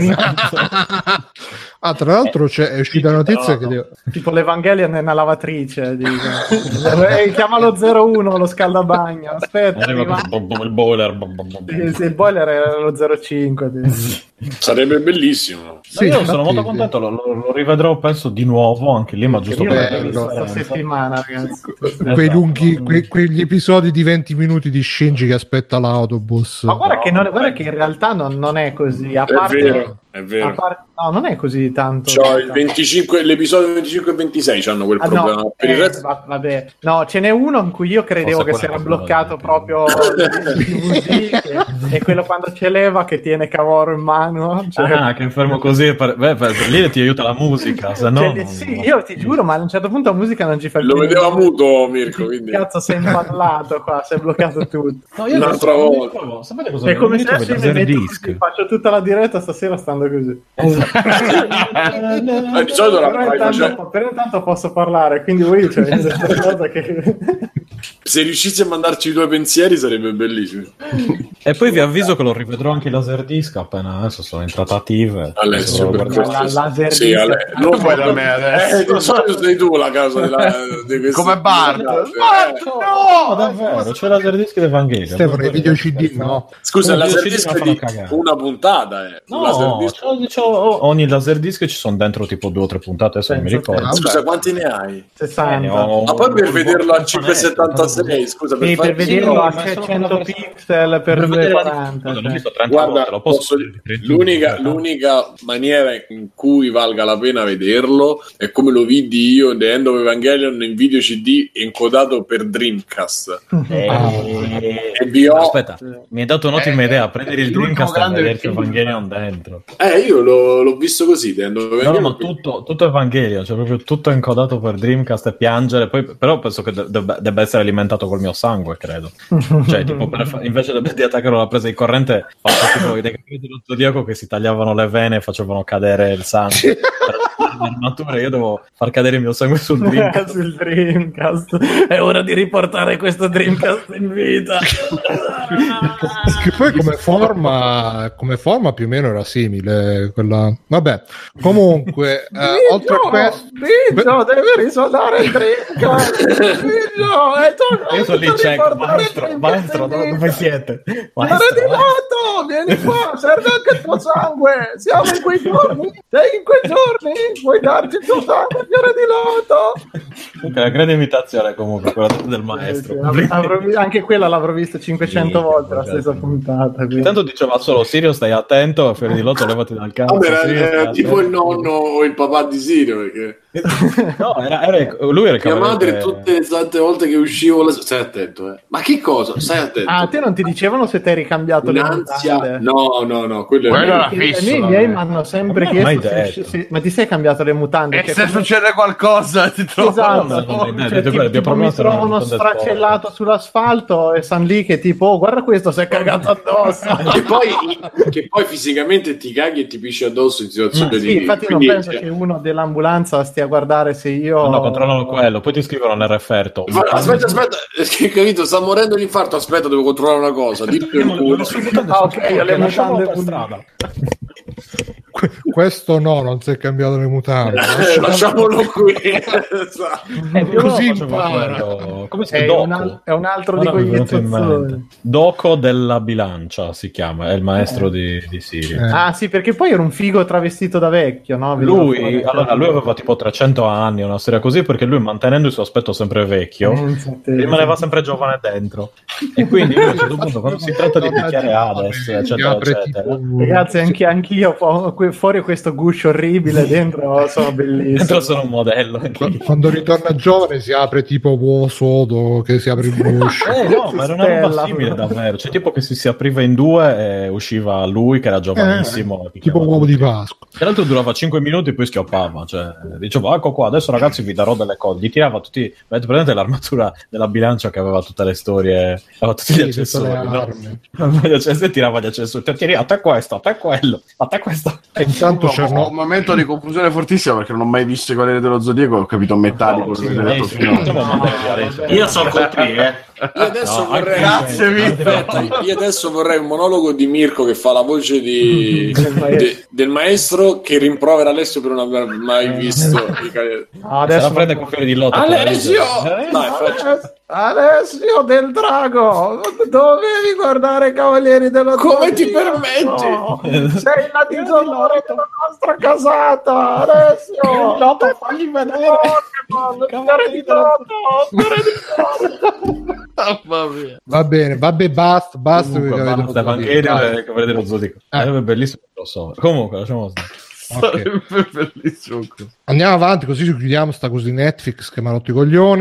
Ah, tra l'altro c'è, è uscita la notizia che devo- Tipo l'Evangelion è una lavatrice. Dico. Eh, chiamalo zero uno lo scaldabagno. Aspetta, Arriva arriva- con- con il boiler. bom, bom, bom, bom. Sì, sì, il boiler era lo zero cinque. Sarebbe bellissimo. Sì, No, io infatti, sono molto sì. contento, lo, lo- lo rivedrò penso di nuovo anche lì, ma giusto Io per l'ho bello. visto vedere questa settimana, ragazzi. quei Esatto. lunghi, que- quegli episodi di venti minuti di Shinji che aspetta l'autobus. Ma guarda, che, non, guarda che in realtà non, non è così. A È parte, vero, è a vero. par- no, non è così tanto. C'ho il venticinque, l'episodio venticinque e ventisei c'hanno quel Ah, problema. no, Per il eh, resto, va- vabbè. No, ce n'è uno in cui io credevo Forse che si quello era è bloccato quello proprio il D V D, che è quello quando c'è Leva che tiene Cavoro in mano piano. Cioè... Ah, che fermo così. Per... Beh, per... lì ti aiuta la musica, se no... Cioè, sì, io ti giuro, ma a un certo punto la musica non ci fa più. Lo vedeva muto Mirko, quindi... Cazzo, sei imballato qua, sei bloccato tutto. No, io un'altra volta. Sapete cosa? È come se adesso mi metto disc. così, faccio tutta la diretta stasera stando così. Ma di solito la però, fai intanto, facendo... però intanto posso parlare, quindi voi cioè, questa cosa che... Se riuscissi a mandarci i tuoi pensieri sarebbe bellissimo. E poi vi avviso che lo rivedrò anche i Laserdisc appena adesso sono in trattative. Alessio, per questo- La- la Laserdisc- sì, Ale... Non fai da me adesso. Eh, lo so, sei tu la causa della... di questo- Come Bart. Eh. No, davvero, c'è Laserdisc di Evangelion. Stefano, i video C D, no? Scusa, Come la video C D Laserdisc mi fanno di cagare. una puntata, eh. No, Laserdisc- c'ho- c'ho- ogni Laserdisc ci sono dentro tipo due o tre puntate, adesso non mi Penso ricordo. te. Scusa, quanti ne hai? sessanta. Ma poi per vederlo a cinquecentosettantasei, scusa, per Sì, fare- per vederlo no, a ma sono cento per- pixel per Per vedere la duecentoquaranta. differenza, l'ho cioè. visto trenta Guarda, volte, lo posso posso- vedere. l'unica, l'unica maniera in cui valga la pena vederlo è come lo vidi io The End of Evangelion in video C D encodato per Dreamcast. Eh, E vi ho... Aspetta, mi hai dato un'ottima Eh, idea. Prendere il l'ultimo Dreamcast e grande vederti film. Evangelion dentro. Eh, io l'ho, l'ho visto così, The End of No, no, Evangelion. ma tutto, tutto Evangelion, cioè proprio tutto incodato per Dreamcast e piangere. Poi, però penso che de- debba, debba essere alimentato col mio sangue, credo. Cioè, tipo, per fa- invece de- di attaccare la presa di corrente, faccio tipo i decreti dello Zodiaco che si tagliavano le vene e facevano cadere il sangue. Per le armature io devo far cadere il mio sangue sul Dreamcast. Sul Dreamcast. È ora di riportare questo Dreamcast in vita. Che poi come forma, come forma più o meno era simile quella. Vabbè, comunque eh, oltre a questo Biggio, devi risuonare il Dreamcast. Biggio, è tornato Io sono lì, a cieco, riportare maestro, il Dreamcast maestro, in dove, vita. dove siete? Fiore di loto, vieni qua, serve anche il tuo sangue. Siamo in quei giorni, sei in quei giorni, vuoi darci il tuo sangue, fiore di loto? Ok, una grande imitazione comunque, quella del maestro. Sì, sì, avrò vi- anche quella l'avrò vista cinquecento Sì, volte la certo. stessa puntata. quindi. Intanto diceva solo Sirio, stai attento, Fiore di Lotto, levati dal cazzo. Vabbè, era, Sirio, era stai tipo attento. il nonno o il papà di Sirio, perché No, era, era- lui era il mia madre cavaliere- tutte le tante volte che uscivo la... stai attento, eh. Ma che cosa? Stai attento. Ah, a te non ti dicevano se ti eri cambiato le Un'ansia... mutande? No, no, no, quello Quello è... era Perché a me fisso, i no, miei eh. mi hanno sempre Non me l'ha mai chiesto se- detto. se- ma ti sei cambiato le mutande? E Cioè, se come- succede qualcosa ti trovo. Esatto, No, no, no, no, cioè, detto tipo, quello, il mio tipo problema mi sono trovo uno le mutande sfracellato sull'asfalto e san lì che tipo oh, guarda questo si è cagato addosso. Che poi, che poi fisicamente ti caghi e ti pisci addosso in situazioni Sì, di... infatti quindi, non penso cioè, che uno dell'ambulanza stia a guardare se io No, no, controllano quello, poi ti scrivono nel referto. fa- Aspetta, aspetta, che capito? Sta morendo di infarto. Aspetta, devo controllare una cosa. Dillo il culo. Ah, ok, io le lasciamo mutande per pulite. strada. que- questo no, non si è cambiato le mutande. Eh, lasciamolo qui. Esatto. Eh, più o meno Così faceva impara. quello. Come si È chiama? un, al- è un altro di Ora mi è quegli venuto in zozzoni. mente. Doco della bilancia si chiama, è il maestro di, di Sirio. Eh. Ah sì, perché poi era un figo travestito da vecchio, no? Veniva Lui, fuori. allora, lui aveva tipo trecento anni, una storia così, perché lui mantenendo il suo aspetto sempre vecchio, Pensa te. rimaneva sempre giovane dentro. E quindi lui, a un certo punto, quando si tratta di picchiare Hades, Ti eccetera, apre eccetera, tipo- Ragazzi, anche anch'io ho que- fuori questo guscio orribile, dentro sono bellissimo. dentro sono un modello. anche io. Quando ritorna giovane si apre tipo uovo sodo che si apre il guscio. Eh no, ma era una roba Stella. simile davvero. Cioè, tipo che si, si apriva in due e usciva lui che era giovanissimo. e picchiava Tipo uovo tutti. di Pasqua. Tra l'altro durava cinque minuti e poi schioppava. Cioè, diceva, ecco qua, adesso ragazzi vi darò delle cose. Gli tirava tutti. Avete presente l'armatura della bilancia che aveva tutte le storie, aveva tutti gli Sì, tutte le accessori, no? armi. Gli accessori, tirava gli accessori. Ti tiri a te questo, a te quello, a te questo. E intanto Ho c'erano un momento di confusione fortissima perché non ho mai visto i Cavalieri dello Zodiaco, ho capito metallico. Sì, quello che hai detto sì, finora. facciamo mandare adesso. Io sono con te, eh. Io adesso No, vorrei... Grazie, Vito. Aspetta, io adesso vorrei un monologo di Mirko che fa la voce di... de- del maestro che rimprovera Alessio per non aver mai visto i Cavalieri. No, Se la adesso prende con fiori di lotto. Alessio! Eh? Dai, faccio... Alessio del Drago, dovevi guardare i Cavalieri dello Come ti Zodiaco. permetti? Sei la disolore della nostra casata, Alessio. Lotto, fagli vedere. Fiore di Lotto, fiore di Lotto. Mamma mia. va bene, vabbè, basta, basta. Comunque, che avete basta, potuto dire. Evangelion Dai. e Cavalieri dello Zodiaco. Eh. Sarebbe bellissimo, lo so. Comunque, lasciamo stare. Ok. Sarebbe bellissimo. Andiamo avanti, così ci chiudiamo sta cosa di Netflix che mi ha rotto i coglioni.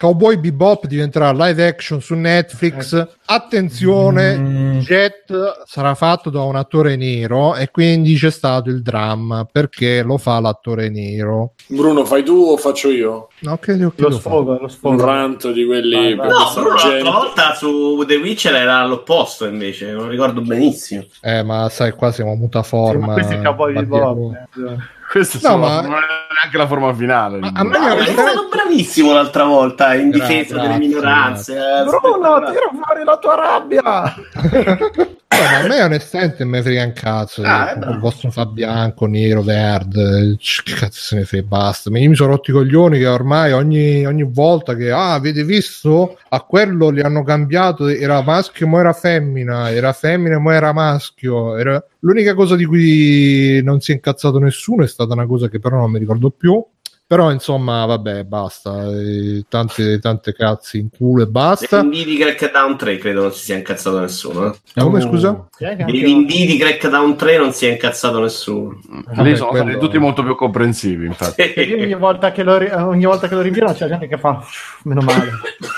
Cowboy Bebop diventerà live action su Netflix. Eh. Attenzione, mm. Jet sarà fatto da un attore nero e quindi c'è stato il dramma perché lo fa l'attore nero. Bruno, fai tu o faccio io? No, credo che lo, lo sfogo, lo sfogo. Un rant di quelli. Vai, vai. No, Bruno l'altra volta su The Witcher era all'opposto invece, non ricordo benissimo. Eh, ma sai, qua siamo muta forma. Sì, ma questi Cowboy Bebop. Questo no, ma... ma... non è neanche la forma finale. Ma a me no, è stato bravissimo l'altra volta in grazie, difesa delle grazie, minoranze. grazie. Eh, Bruno, tira fuori la tua rabbia. No, ma a me onestamente me frega un cazzo ah, il vostro fa bianco, nero, verde, che cazzo se ne frega, basta. Io mi sono rotti i coglioni che ormai ogni, ogni volta che ah avete visto a quello li hanno cambiato, era maschio ma era femmina, era femmina ma era maschio, era... l'unica cosa di cui non si è incazzato nessuno è stata una cosa che però non mi ricordo più. Però insomma, vabbè, basta. Eh, tante, tante cazzi in culo e basta. Dei di Crackdown tre credo non si sia incazzato nessuno. Eh? Come, scusa? Dei vindì di Crackdown tre non si è incazzato nessuno. Vabbè, lì sono quello... stati tutti molto più comprensivi, infatti. Io ogni volta che lo, ri- ogni volta che lo rinviano c'è gente che fa meno male.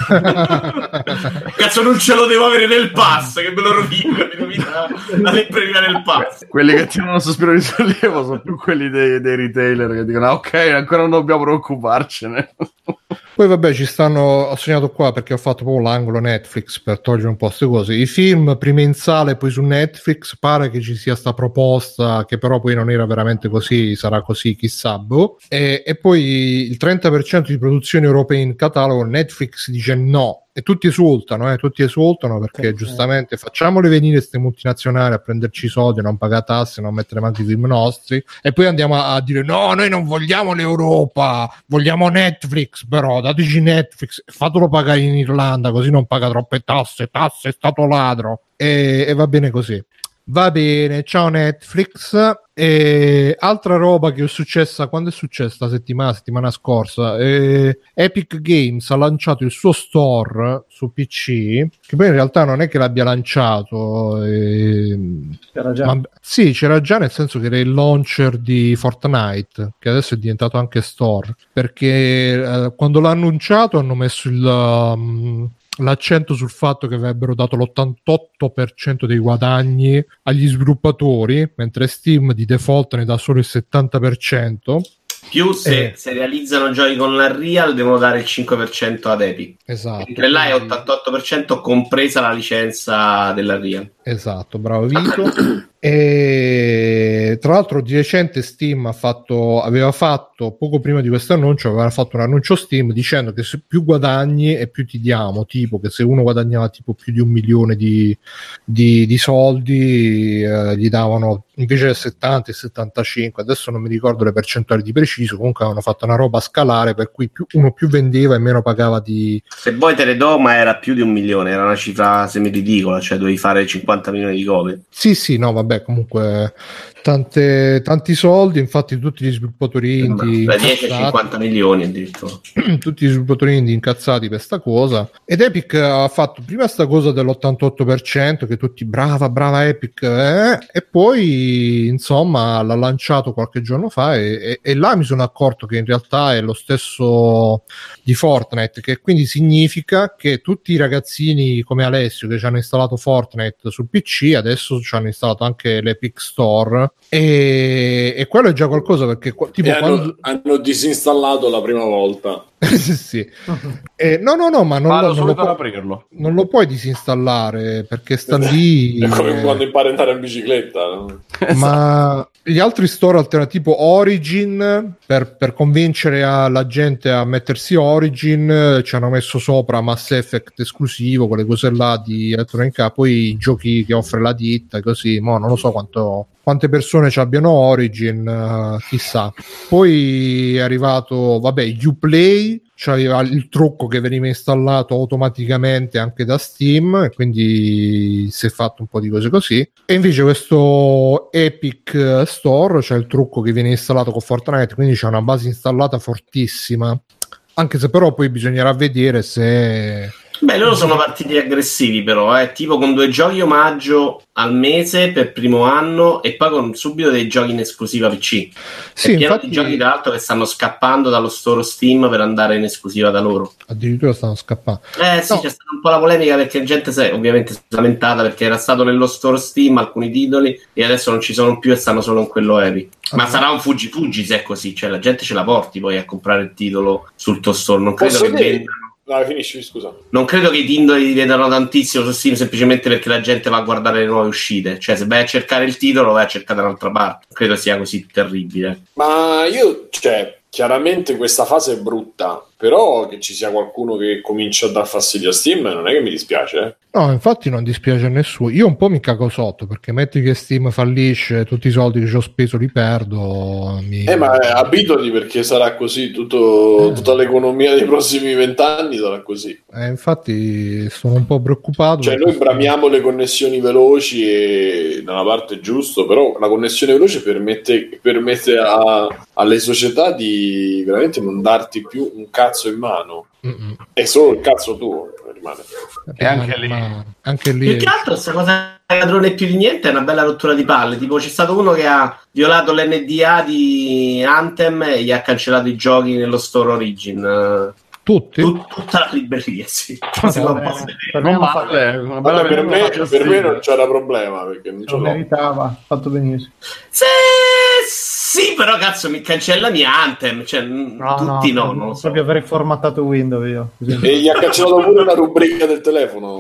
Cazzo, non ce lo devo avere nel pass, che me lo rovina, mi rovina l'imprevia nel pass. Quelli che tirano un sospiro di sollievo sono più quelli dei, dei retailer che dicono ah, ok, ancora non dobbiamo preoccuparcene. Poi vabbè, ci stanno, ho segnato qua perché ho fatto proprio l'angolo Netflix per togliere un po' queste cose. I film prima in sala e poi su Netflix, pare che ci sia sta proposta che però poi non era veramente così, sarà così, chissà, boh. E, e poi il trenta per cento di produzioni europee in catalogo, Netflix dice no. E tutti esultano, eh, tutti esultano perché okay. giustamente facciamole venire queste multinazionali a prenderci i soldi, non pagare tasse, non mettere manco i film nostri e poi andiamo a, a dire no, noi non vogliamo l'Europa, vogliamo Netflix, però dateci Netflix, fatelo pagare in Irlanda così non paga troppe tasse, tasse, è stato ladro e, e va bene così. Va bene, ciao Netflix. E altra roba che è successa, quando è successa la settimana, settimana scorsa, eh, Epic Games ha lanciato il suo store su P C, che poi in realtà non è che l'abbia lanciato, eh, c'era già. Ma, sì, c'era già, nel senso che era il launcher di Fortnite, che adesso è diventato anche store, perché eh, quando l'ha annunciato hanno messo il um, l'accento sul fatto che avrebbero dato l'ottantotto per cento dei guadagni agli sviluppatori, mentre Steam di default ne dà solo il settanta per cento. Più se, eh. se realizzano giochi con l'Unreal devono dare il cinque per cento ad Epic. Esatto. Mentre là è ottantotto per cento compresa la licenza dell'Unreal. Esatto, bravo Vito. E tra l'altro di recente Steam ha fatto, aveva fatto poco prima di questo annuncio, aveva fatto un annuncio Steam dicendo che se più guadagni e più ti diamo, tipo che se uno guadagnava tipo più di un milione di, di, di soldi eh, gli davano invece del settanta e settantacinque, adesso non mi ricordo le percentuali di preciso, comunque avevano fatto una roba scalare per cui più, uno più vendeva e meno pagava di... Se poi te le do, ma era più di un milione, era una cifra semi-ridicola, cioè dovevi fare cinquanta milioni di copie. Sì, sì, no, vabbè, comunque tante, tanti soldi, infatti tutti gli sviluppatori indie da dieci a cinquanta milioni addirittura. Tutti gli sviluppatori indie incazzati per sta cosa, ed Epic ha fatto prima sta cosa dell'ottantotto per cento che tutti brava, brava Epic, eh? E poi insomma l'ha lanciato qualche giorno fa e, e, e là mi sono accorto che in realtà è lo stesso di Fortnite, che quindi significa che tutti i ragazzini come Alessio che ci hanno installato Fortnite sul P C adesso ci hanno installato anche l'Epic Store e, e quello è già qualcosa, perché tipo e quando... hanno, hanno disinstallato la prima volta. sì. eh, no no no ma non, lo, non, lo puoi, aprirlo. non lo puoi disinstallare perché sta lì. È come quando impari a andare in bicicletta, no? Ma gli altri store alternativi Origin, per, per convincere a, la gente a mettersi Origin, ci hanno messo sopra Mass Effect esclusivo, quelle cose là di Electronic Arts, poi i giochi che offre la ditta, così, mo non lo so quanto, quante persone ci abbiano Origin, uh, chissà. Poi è arrivato, vabbè, Uplay, c'aveva il trucco che veniva installato automaticamente anche da Steam e quindi si è fatto un po' di cose così. E invece questo Epic Store c'è il trucco che viene installato con Fortnite, quindi c'è una base installata fortissima, anche se però poi bisognerà vedere se Beh, loro sono partiti aggressivi però, eh. Tipo con due giochi omaggio al mese per primo anno e poi con subito dei giochi in esclusiva P C. Sì, è pieno infatti... di giochi tra l'altro che stanno scappando dallo store Steam per andare in esclusiva da loro. Addirittura stanno scappando. Eh sì, no. C'è stata un po' la polemica perché la gente si è ovviamente lamentata perché era stato nello store Steam alcuni titoli e adesso non ci sono più e stanno solo in quello heavy. Ma ah, sarà un fuggi fuggi se è così, cioè la gente ce la porti poi a comprare il titolo sul tuo store, non credo Posso che dire... vendano. No, finisci, scusa. Non credo che i titoli diventano tantissimo su Steam semplicemente perché la gente va a guardare le nuove uscite. Cioè, se vai a cercare il titolo, vai a cercare da un'altra parte. Non credo sia così terribile. Ma io, cioè, chiaramente questa fase è brutta, però che ci sia qualcuno che comincia a dar fastidio a Steam non è che mi dispiace, eh. No, infatti non dispiace a nessuno. Io un po' mi cago sotto perché metti che Steam fallisce, tutti i soldi che ci ho speso li perdo. Mi... Eh, ma abituati perché sarà così, tutto, eh. tutta l'economia dei prossimi vent'anni sarà così. Eh, infatti sono un po' preoccupato. Cioè noi bramiamo le connessioni veloci e da una parte è giusto, però la connessione veloce permette, permette a, alle società di veramente non darti più un cazzo in mano. Mm-mm. È solo il cazzo tuo rimane. E anche lì, anche lì più che altro questa cosa padrone più di niente è una bella rottura di palle. Tipo c'è stato uno che ha violato l'N D A di Anthem e gli ha cancellato i giochi nello store Origin. Tutti? Tut- tutta la libreria, sì. Vabbè, per me, non male, una bella Vabbè, per, me, per me non c'era problema perché non ce lo l'ho. meritava, fatto benissimo. Sì, sì, però cazzo mi cancellami Anthem, cioè no, tutti no, no, non lo so. Proprio avrei formattato Windows io. Così. E gli ha cancellato pure la rubrica del telefono.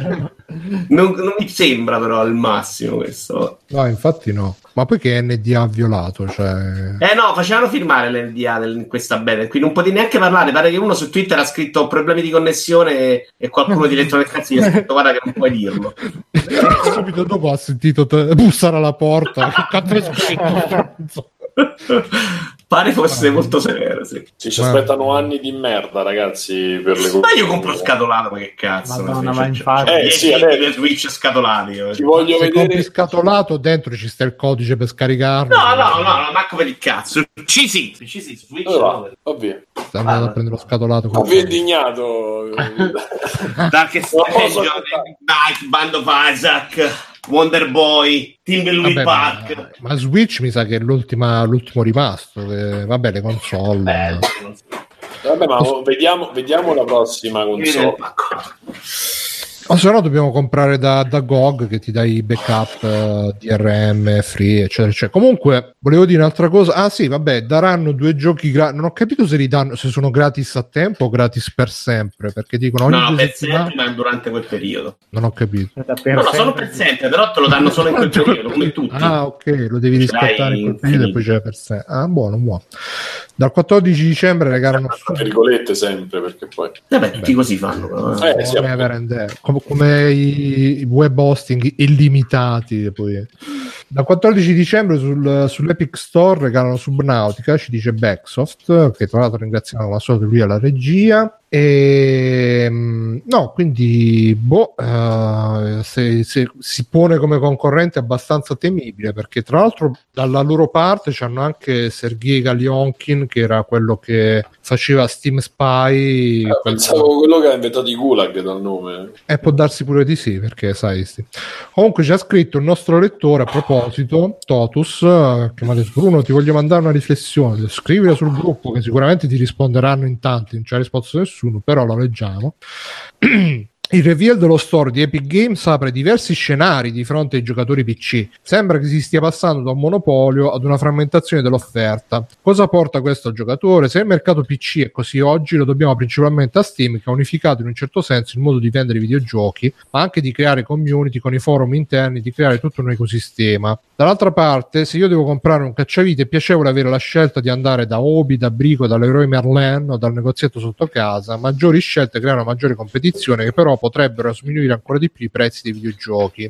non, non mi sembra però al massimo questo. No, infatti no. Ma poi che N D A ha violato? Cioè... Eh no, facevano firmare l'N D A in questa beta, qui non potevi neanche parlare. Pare che uno su Twitter ha scritto problemi di connessione e, e qualcuno di dentro del cazzo gli ha scritto guarda che non puoi dirlo. Subito dopo ha sentito te- bussare alla porta. Che cazzo è scritto? Pare fosse ah, molto severo, sì. Sì, ci aspettano anni di merda, ragazzi, per le ma io compro scatolato, ma che cazzo. Madonna, ma infatti eh, sì, le Switch scatolati. Ti voglio se vedere scatolato dentro ci sta il codice per scaricarlo. No, no, no, no, manco per il cazzo. Ci sì, ci sì, Switch. Allora, ovvio. Sta andando ah, a prendere lo scatolato. Ovvio indignato. Darkest Dungeon, Night, Band of Isaac, Wonder Boy, Timberwolf Park. Ma, ma Switch mi sa che è l'ultima, l'ultimo rimasto. Che, vabbè, le console. Beh, vabbè, ma vediamo, vediamo la prossima console. O se no dobbiamo comprare da, da G O G che ti dai backup uh, D R M free eccetera eccetera. Comunque volevo dire un'altra cosa. Ah sì, vabbè, daranno due giochi gra- non ho capito se li danno, se sono gratis a tempo o gratis per sempre, perché dicono ogni no, due per settimane... sempre, ma durante quel periodo. Non ho capito. No, no, sono per sempre, però te lo danno solo in quel periodo, come tutti. Ah, ok, lo devi rispettare in quel periodo e poi c'è per sé. Ah, buono, buono. Dal quattordici dicembre regalano tra virgolette sempre, perché poi vabbè, tutti Beh. così fanno. Eh, eh, sì, come, come, come i, i web hosting illimitati. Poi dal quattordici dicembre sul, sull'Epic Store regalano Subnautica, ci dice Backsoft, che tra l'altro ringraziamo come al solito lui alla regia. E no, quindi boh, uh, se, se si pone come concorrente abbastanza temibile, perché tra l'altro dalla loro parte c'hanno anche Sergei Galionkin, che era quello che faceva Steam Spy. Eh, pensavo quello che ha inventato i Gulag dal nome. E eh, può darsi pure di sì, perché sai Steam. Comunque ci ha scritto il nostro lettore a proposito, Totus, che mi ha detto: Bruno, ti voglio mandare una riflessione, scrivila sul gruppo che sicuramente ti risponderanno in tanti. Non ci ha risposto nessuno, però lo leggiamo. Il reveal dello store di Epic Games apre diversi scenari di fronte ai giocatori P C. Sembra che si stia passando da un monopolio ad una frammentazione dell'offerta. Cosa porta questo al giocatore? Se il mercato P C è così oggi, lo dobbiamo principalmente a Steam, che ha unificato in un certo senso il modo di vendere videogiochi, ma anche di creare community con i forum interni, di creare tutto un ecosistema. Dall'altra parte, se io devo comprare un cacciavite, è piacevole avere la scelta di andare da Obi, da Brico, dall'Eroe Merlin o dal negozietto sotto casa. Maggiori scelte creano maggiore competizione, che però potrebbero sminuire ancora di più i prezzi dei videogiochi.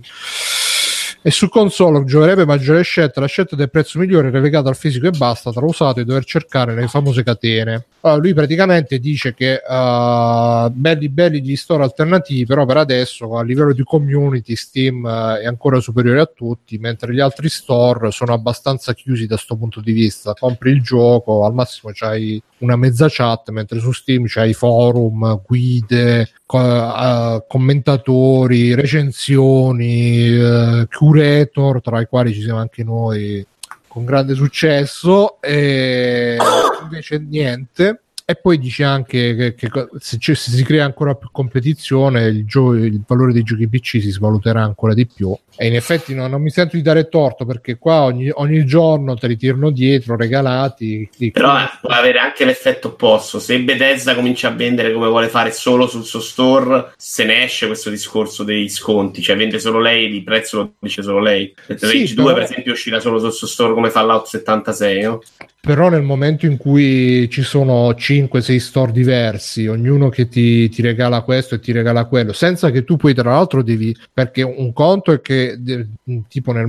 E su console gioverebbe maggiore scelta, la scelta del prezzo migliore è relegata al fisico e basta, tra usato e dover cercare nelle famose catene. Allora, lui praticamente dice che uh, belli belli gli store alternativi, però per adesso a livello di community Steam uh, è ancora superiore a tutti, mentre gli altri store sono abbastanza chiusi da sto punto di vista. Compri il gioco, al massimo c'hai una mezza chat, mentre su Steam c'hai forum, guide, co- uh, commentatori, recensioni, uh, curator, tra i quali ci siamo anche noi con grande successo, e invece niente. E poi dice anche che, che se, se si crea ancora più competizione, il, gio- il valore dei giochi P C si svaluterà ancora di più. E in effetti no, non mi sento di dare torto, perché qua ogni, ogni giorno te li tirano dietro regalati. Però eh, può avere anche l'effetto opposto. Se Bethesda comincia a vendere come vuole fare solo sul suo store, se ne esce questo discorso dei sconti, cioè vende solo lei, di prezzo lo dice solo lei. Sì, Rage due per esempio uscirà solo sul suo store come Fallout settantasei, no? Però nel momento in cui ci sono cinque sei store diversi, ognuno che ti, ti regala questo e ti regala quello, senza che tu poi tra l'altro devi, perché un conto è che de, tipo nel,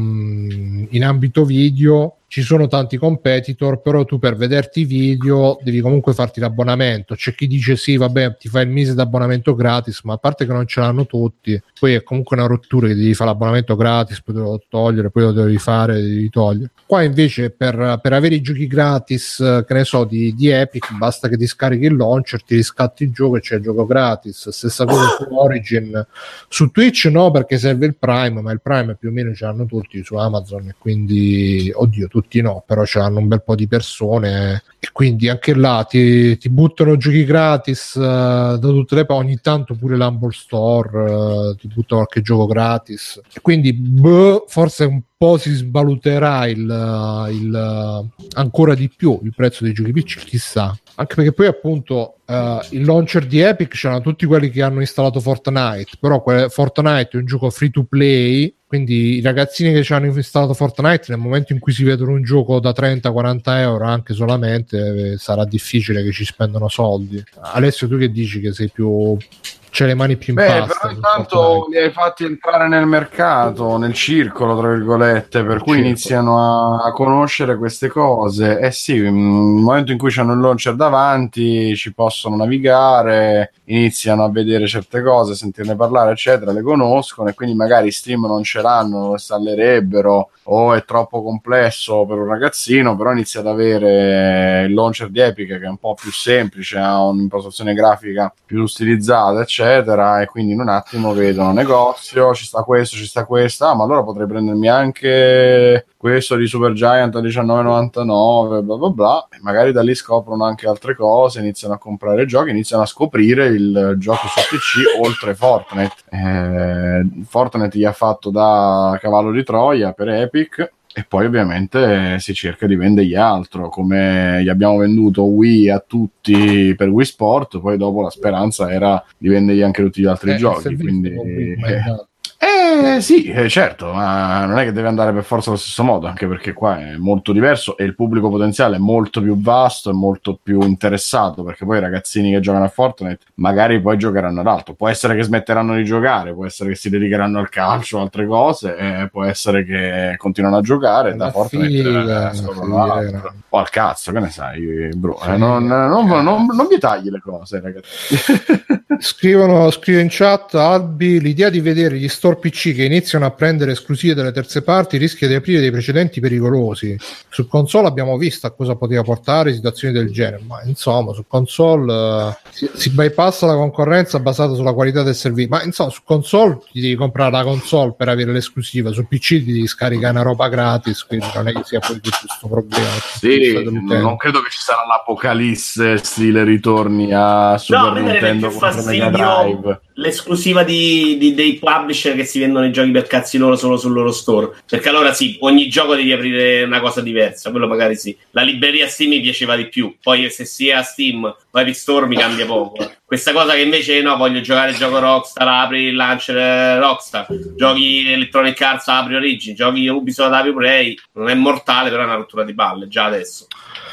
in ambito video ci sono tanti competitor, però tu per vederti i video devi comunque farti l'abbonamento. C'è chi dice sì, vabbè, ti fai il mese d'abbonamento gratis, ma a parte che non ce l'hanno tutti, poi è comunque una rottura che devi fare l'abbonamento gratis, poi te lo togliere, poi lo devi fare, devi togliere. Qua invece per, per avere i giochi gratis, che ne so, di, di Epic, basta che ti scarichi il launcher, ti riscatti il gioco e c'è il gioco gratis. Stessa cosa su Origin. Su Twitch no, perché serve il Prime, ma il Prime più o meno ce l'hanno tutti su Amazon, e quindi, oddio, tutti no, però ce l'hanno un bel po' di persone, e quindi anche là ti, ti buttano giochi gratis uh, da tutte le parti, ogni tanto pure l'Humble Store uh, ti butta qualche gioco gratis, e quindi boh, forse un po' si svaluterà il, uh, il uh, ancora di più il prezzo dei giochi P C, chissà, anche perché poi appunto uh, il launcher di Epic c'erano tutti quelli che hanno installato Fortnite, però que- Fortnite è un gioco free to play, quindi i ragazzini che ci hanno installato Fortnite, nel momento in cui si vedono un gioco da trenta quaranta euro anche solamente, eh, sarà difficile che ci spendano soldi. Alessio, tu che dici, che sei più, c'è le mani più in Beh, pasta? però intanto li hai fatti entrare nel mercato, nel circolo, tra virgolette, per cui circolo. iniziano a, a conoscere queste cose. Eh sì, nel momento in cui hanno il launcher davanti, ci possono navigare, iniziano a vedere certe cose, sentirne parlare, eccetera, le conoscono, e quindi magari Steam non ce l'hanno, non lo installerebbero, o è troppo complesso per un ragazzino, però inizia ad avere il launcher di Epic, che è un po' più semplice, ha un'impostazione grafica più stilizzata, eccetera, e quindi in un attimo vedono negozio, ci sta questo, ci sta questo, ah, ma allora potrei prendermi anche questo di Supergiant a diciannove virgola novantanove, bla bla bla, e magari da lì scoprono anche altre cose, iniziano a comprare giochi, iniziano a scoprire il gioco su P C oltre Fortnite. Eh, Fortnite gli ha fatto da cavallo di Troia per Epic, e poi ovviamente si cerca di vendergli altro, come gli abbiamo venduto Wii a tutti per Wii Sport, poi dopo la speranza era di vendergli anche tutti gli altri eh, giochi, quindi eh, Eh sì, eh, certo, ma non è che deve andare per forza allo stesso modo, anche perché qua è molto diverso e il pubblico potenziale è molto più vasto e molto più interessato, perché poi i ragazzini che giocano a Fortnite magari poi giocheranno ad altro. Può essere che smetteranno di giocare, può essere che si dedicheranno al calcio o altre cose, eh, può essere che continuano a giocare e da Fortnite figa, eh, scoprono altro. figa. O al cazzo, che ne sai, bro, Sì, eh, non, non, cazzo. non, non vi tagli le cose, ragazzi. Scrivono, scrive in chat Albi: l'idea di vedere gli store P C che iniziano a prendere esclusive dalle terze parti rischia di aprire dei precedenti pericolosi. Su console abbiamo visto a cosa poteva portare situazioni del genere, ma insomma su console uh, si, si bypassa la concorrenza basata sulla qualità del servizio, ma insomma su console ti devi comprare la console per avere l'esclusiva, su P C ti devi scaricare una roba gratis, quindi non è che sia poi tutto questo problema. Sì, non credo che ci sarà l'apocalisse stile ritorni a Super no, Nintendo contro Mega Drive. L'esclusiva di, di, dei publisher che si vendono i giochi per cazzi loro solo sul loro store, perché allora sì, ogni gioco devi aprire una cosa diversa, quello magari sì. La libreria Steam mi piaceva di più, poi se sia Steam o Epic Store mi cambia poco. Questa cosa che invece no, voglio giocare il gioco Rockstar, apri il launcher Rockstar, giochi Electronic Arts, apri Origin, giochi Ubisoft, apri Play, non è mortale, però è una rottura di palle già adesso.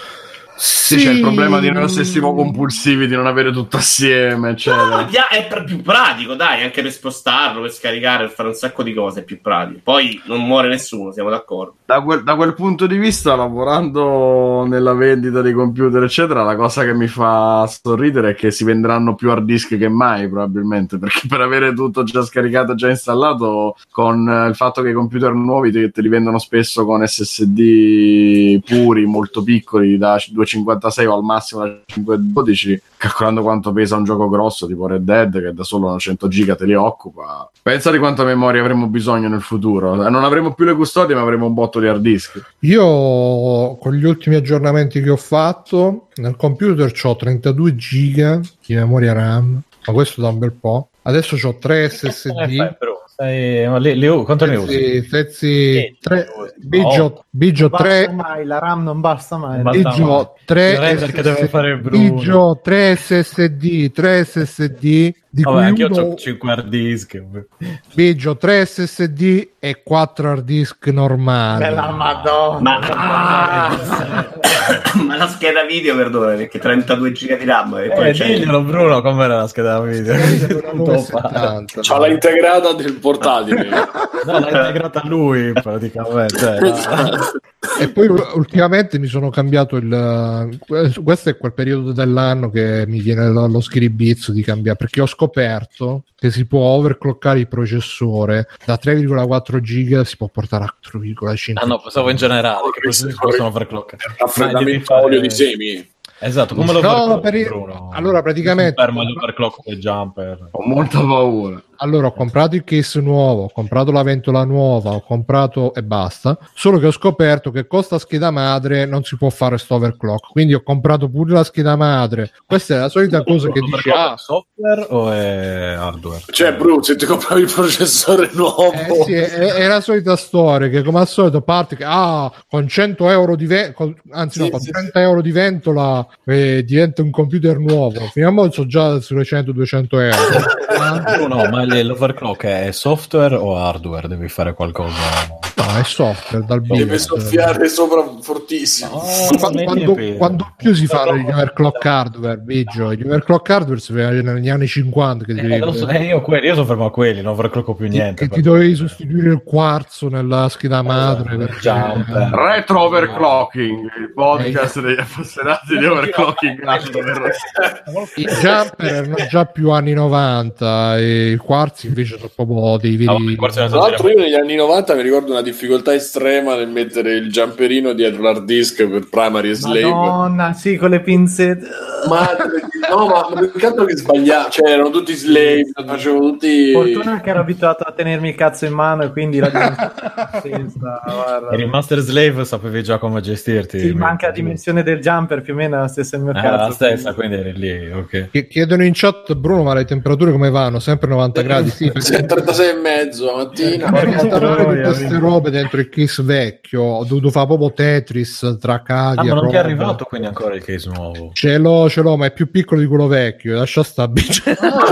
Sì, c'è il problema di non ossessivo compulsivi, di non avere tutto assieme, eccetera. No, è pr- più pratico, dai, anche per spostarlo, per scaricare, per fare un sacco di cose, è più pratico. Poi non muore nessuno, siamo d'accordo. Da quel, da quel punto di vista, lavorando nella vendita dei computer, eccetera, la cosa che mi fa sorridere è che si venderanno più hard disk che mai, probabilmente, perché per avere tutto già scaricato, già installato, con il fatto che i computer nuovi te, te li vendono spesso con S S D puri, molto piccoli, da duecento cinquantasei o al massimo la cinquecentododici, calcolando quanto pesa un gioco grosso tipo Red Dead, che da solo una cento giga te li occupa. Pensa di quanta memoria avremo bisogno nel futuro. Non avremo più le custodie, ma avremo un botto di hard disk. Io con gli ultimi aggiornamenti che ho fatto nel computer c'ho trentadue giga di memoria RAM, ma questo da un bel po'. Adesso c'ho tre S S D. Sei, ma le, le, quanto ne usi? Fezzi tre Biggio, Biggio tre mai, la RAM non basta mai. Biggio tre che deve fare Bruno. Biggio tre S S D, tre S S D di Vabbè, cui anche uno... io ho cinque hard disk. Biggio tre S S D e quattro hard disk normali. Bella madonna. Ma, ah! Ma la scheda video, perdona, perché trentadue giga di RAM e poi Eh, c'è diglielo Bruno com'era la scheda video. C'ha la integrata del portatile. No, l'ha integrata lui praticamente. Cioè, Esatto. E poi ultimamente mi sono cambiato il questo è quel periodo dell'anno che mi viene lo, lo schiribizzo di cambiare, perché ho scoperto che si può overclockare il processore da tre virgola quattro giga, si può portare a quattro virgola cinque. Ah no, pensavo in generale che così si possono overclockare. Raffreddamento a olio di semi. Esatto, come lo no, per il... Bruno? Allora praticamente fermo l'overclock con i jumper. Ho molta paura. Allora ho comprato il case nuovo, ho comprato la ventola nuova, ho comprato e basta, solo che ho scoperto che con sta scheda madre non si può fare sto overclock, quindi ho comprato pure la scheda madre. Questa è la solita cosa che dice ah, è software o è hardware? Cioè Bruce, se ti compravi il processore nuovo eh sì, è, è la solita storia che come al solito parte che ah, con cento euro di ve- con, anzi sì, no, con sì, trenta euro di ventola eh, diventa un computer nuovo. Fino a mo' sono già sulle cento duecento euro. No, no, ma l'overclock è software o hardware? Devi fare qualcosa? No, è software dal deve business. Soffiare sopra fortissimo. No, quando, quando, quando più si fa gli overclock hardware, Biggio, gli overclock hardware si faceva negli anni cinquanta che eh, lo so, eh, io, quelli, io sono fermo a quelli, non overclocco più niente. Che ti dovevi sostituire il quarzo nella scheda madre. Esatto, perché... eh, retro overclocking, il podcast degli appassionati di overclocking. I jumper erano già più anni novanta e il quarzo invece sono proprio dei veri. No, tra l'altro io negli anni novanta mi ricordo una difficoltà estrema nel mettere il jumperino dietro l'hard disk per primary e slave. Madonna, sì, con le pinzette. Ma no, ma più che altro che sbagliavo, cioè erano tutti slave, facevo tutti. Fortuna che ero abituato a tenermi il cazzo in mano e quindi la eri il master slave, sapevi già come gestirti. Sì, ma anche la dimensione del jumper più o meno è la stessa del mio eh, cazzo. la stessa, quindi eri lì, ok. Chiedono in chat Bruno, ma le temperature come vanno? Sempre novanta gradi? Sì, perché... trentasei e mezzo la mattina. Perché queste robe dentro il case vecchio ho dovuto fare proprio Tetris tra cavi. Ah, ma non roba. ti è arrivato quindi ancora il case nuovo? Ce l'ho, ce l'ho, ma è più piccolo di quello vecchio. Lascia sta bici.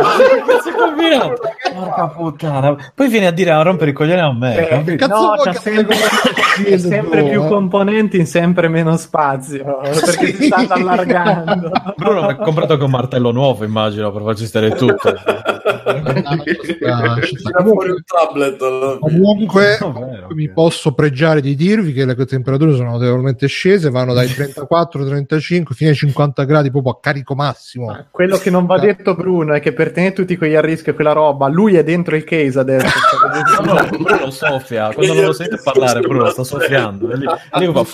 Porca puttana. Poi vieni a dire a rompere i coglioni a me. Eh, no, c'ha sempre, sempre più componenti in sempre meno spazio perché sì. si stanno allargando. Bruno ha comprato con un martello nuovo, immagino, per farci stare tutto. Fuori un tablet. Comunque no, vero, mi okay. posso pregiare di dirvi che le temperature sono notevolmente scese, vanno dai trentaquattro trentacinque fino ai cinquanta gradi proprio a carico massimo. Quello che non va detto Bruno è che per tenere tutti quegli a rischio e quella roba lui è dentro il case adesso. No, no, Bruno soffia quando non lo sente parlare. Bruno sta soffiando lì, lì fa...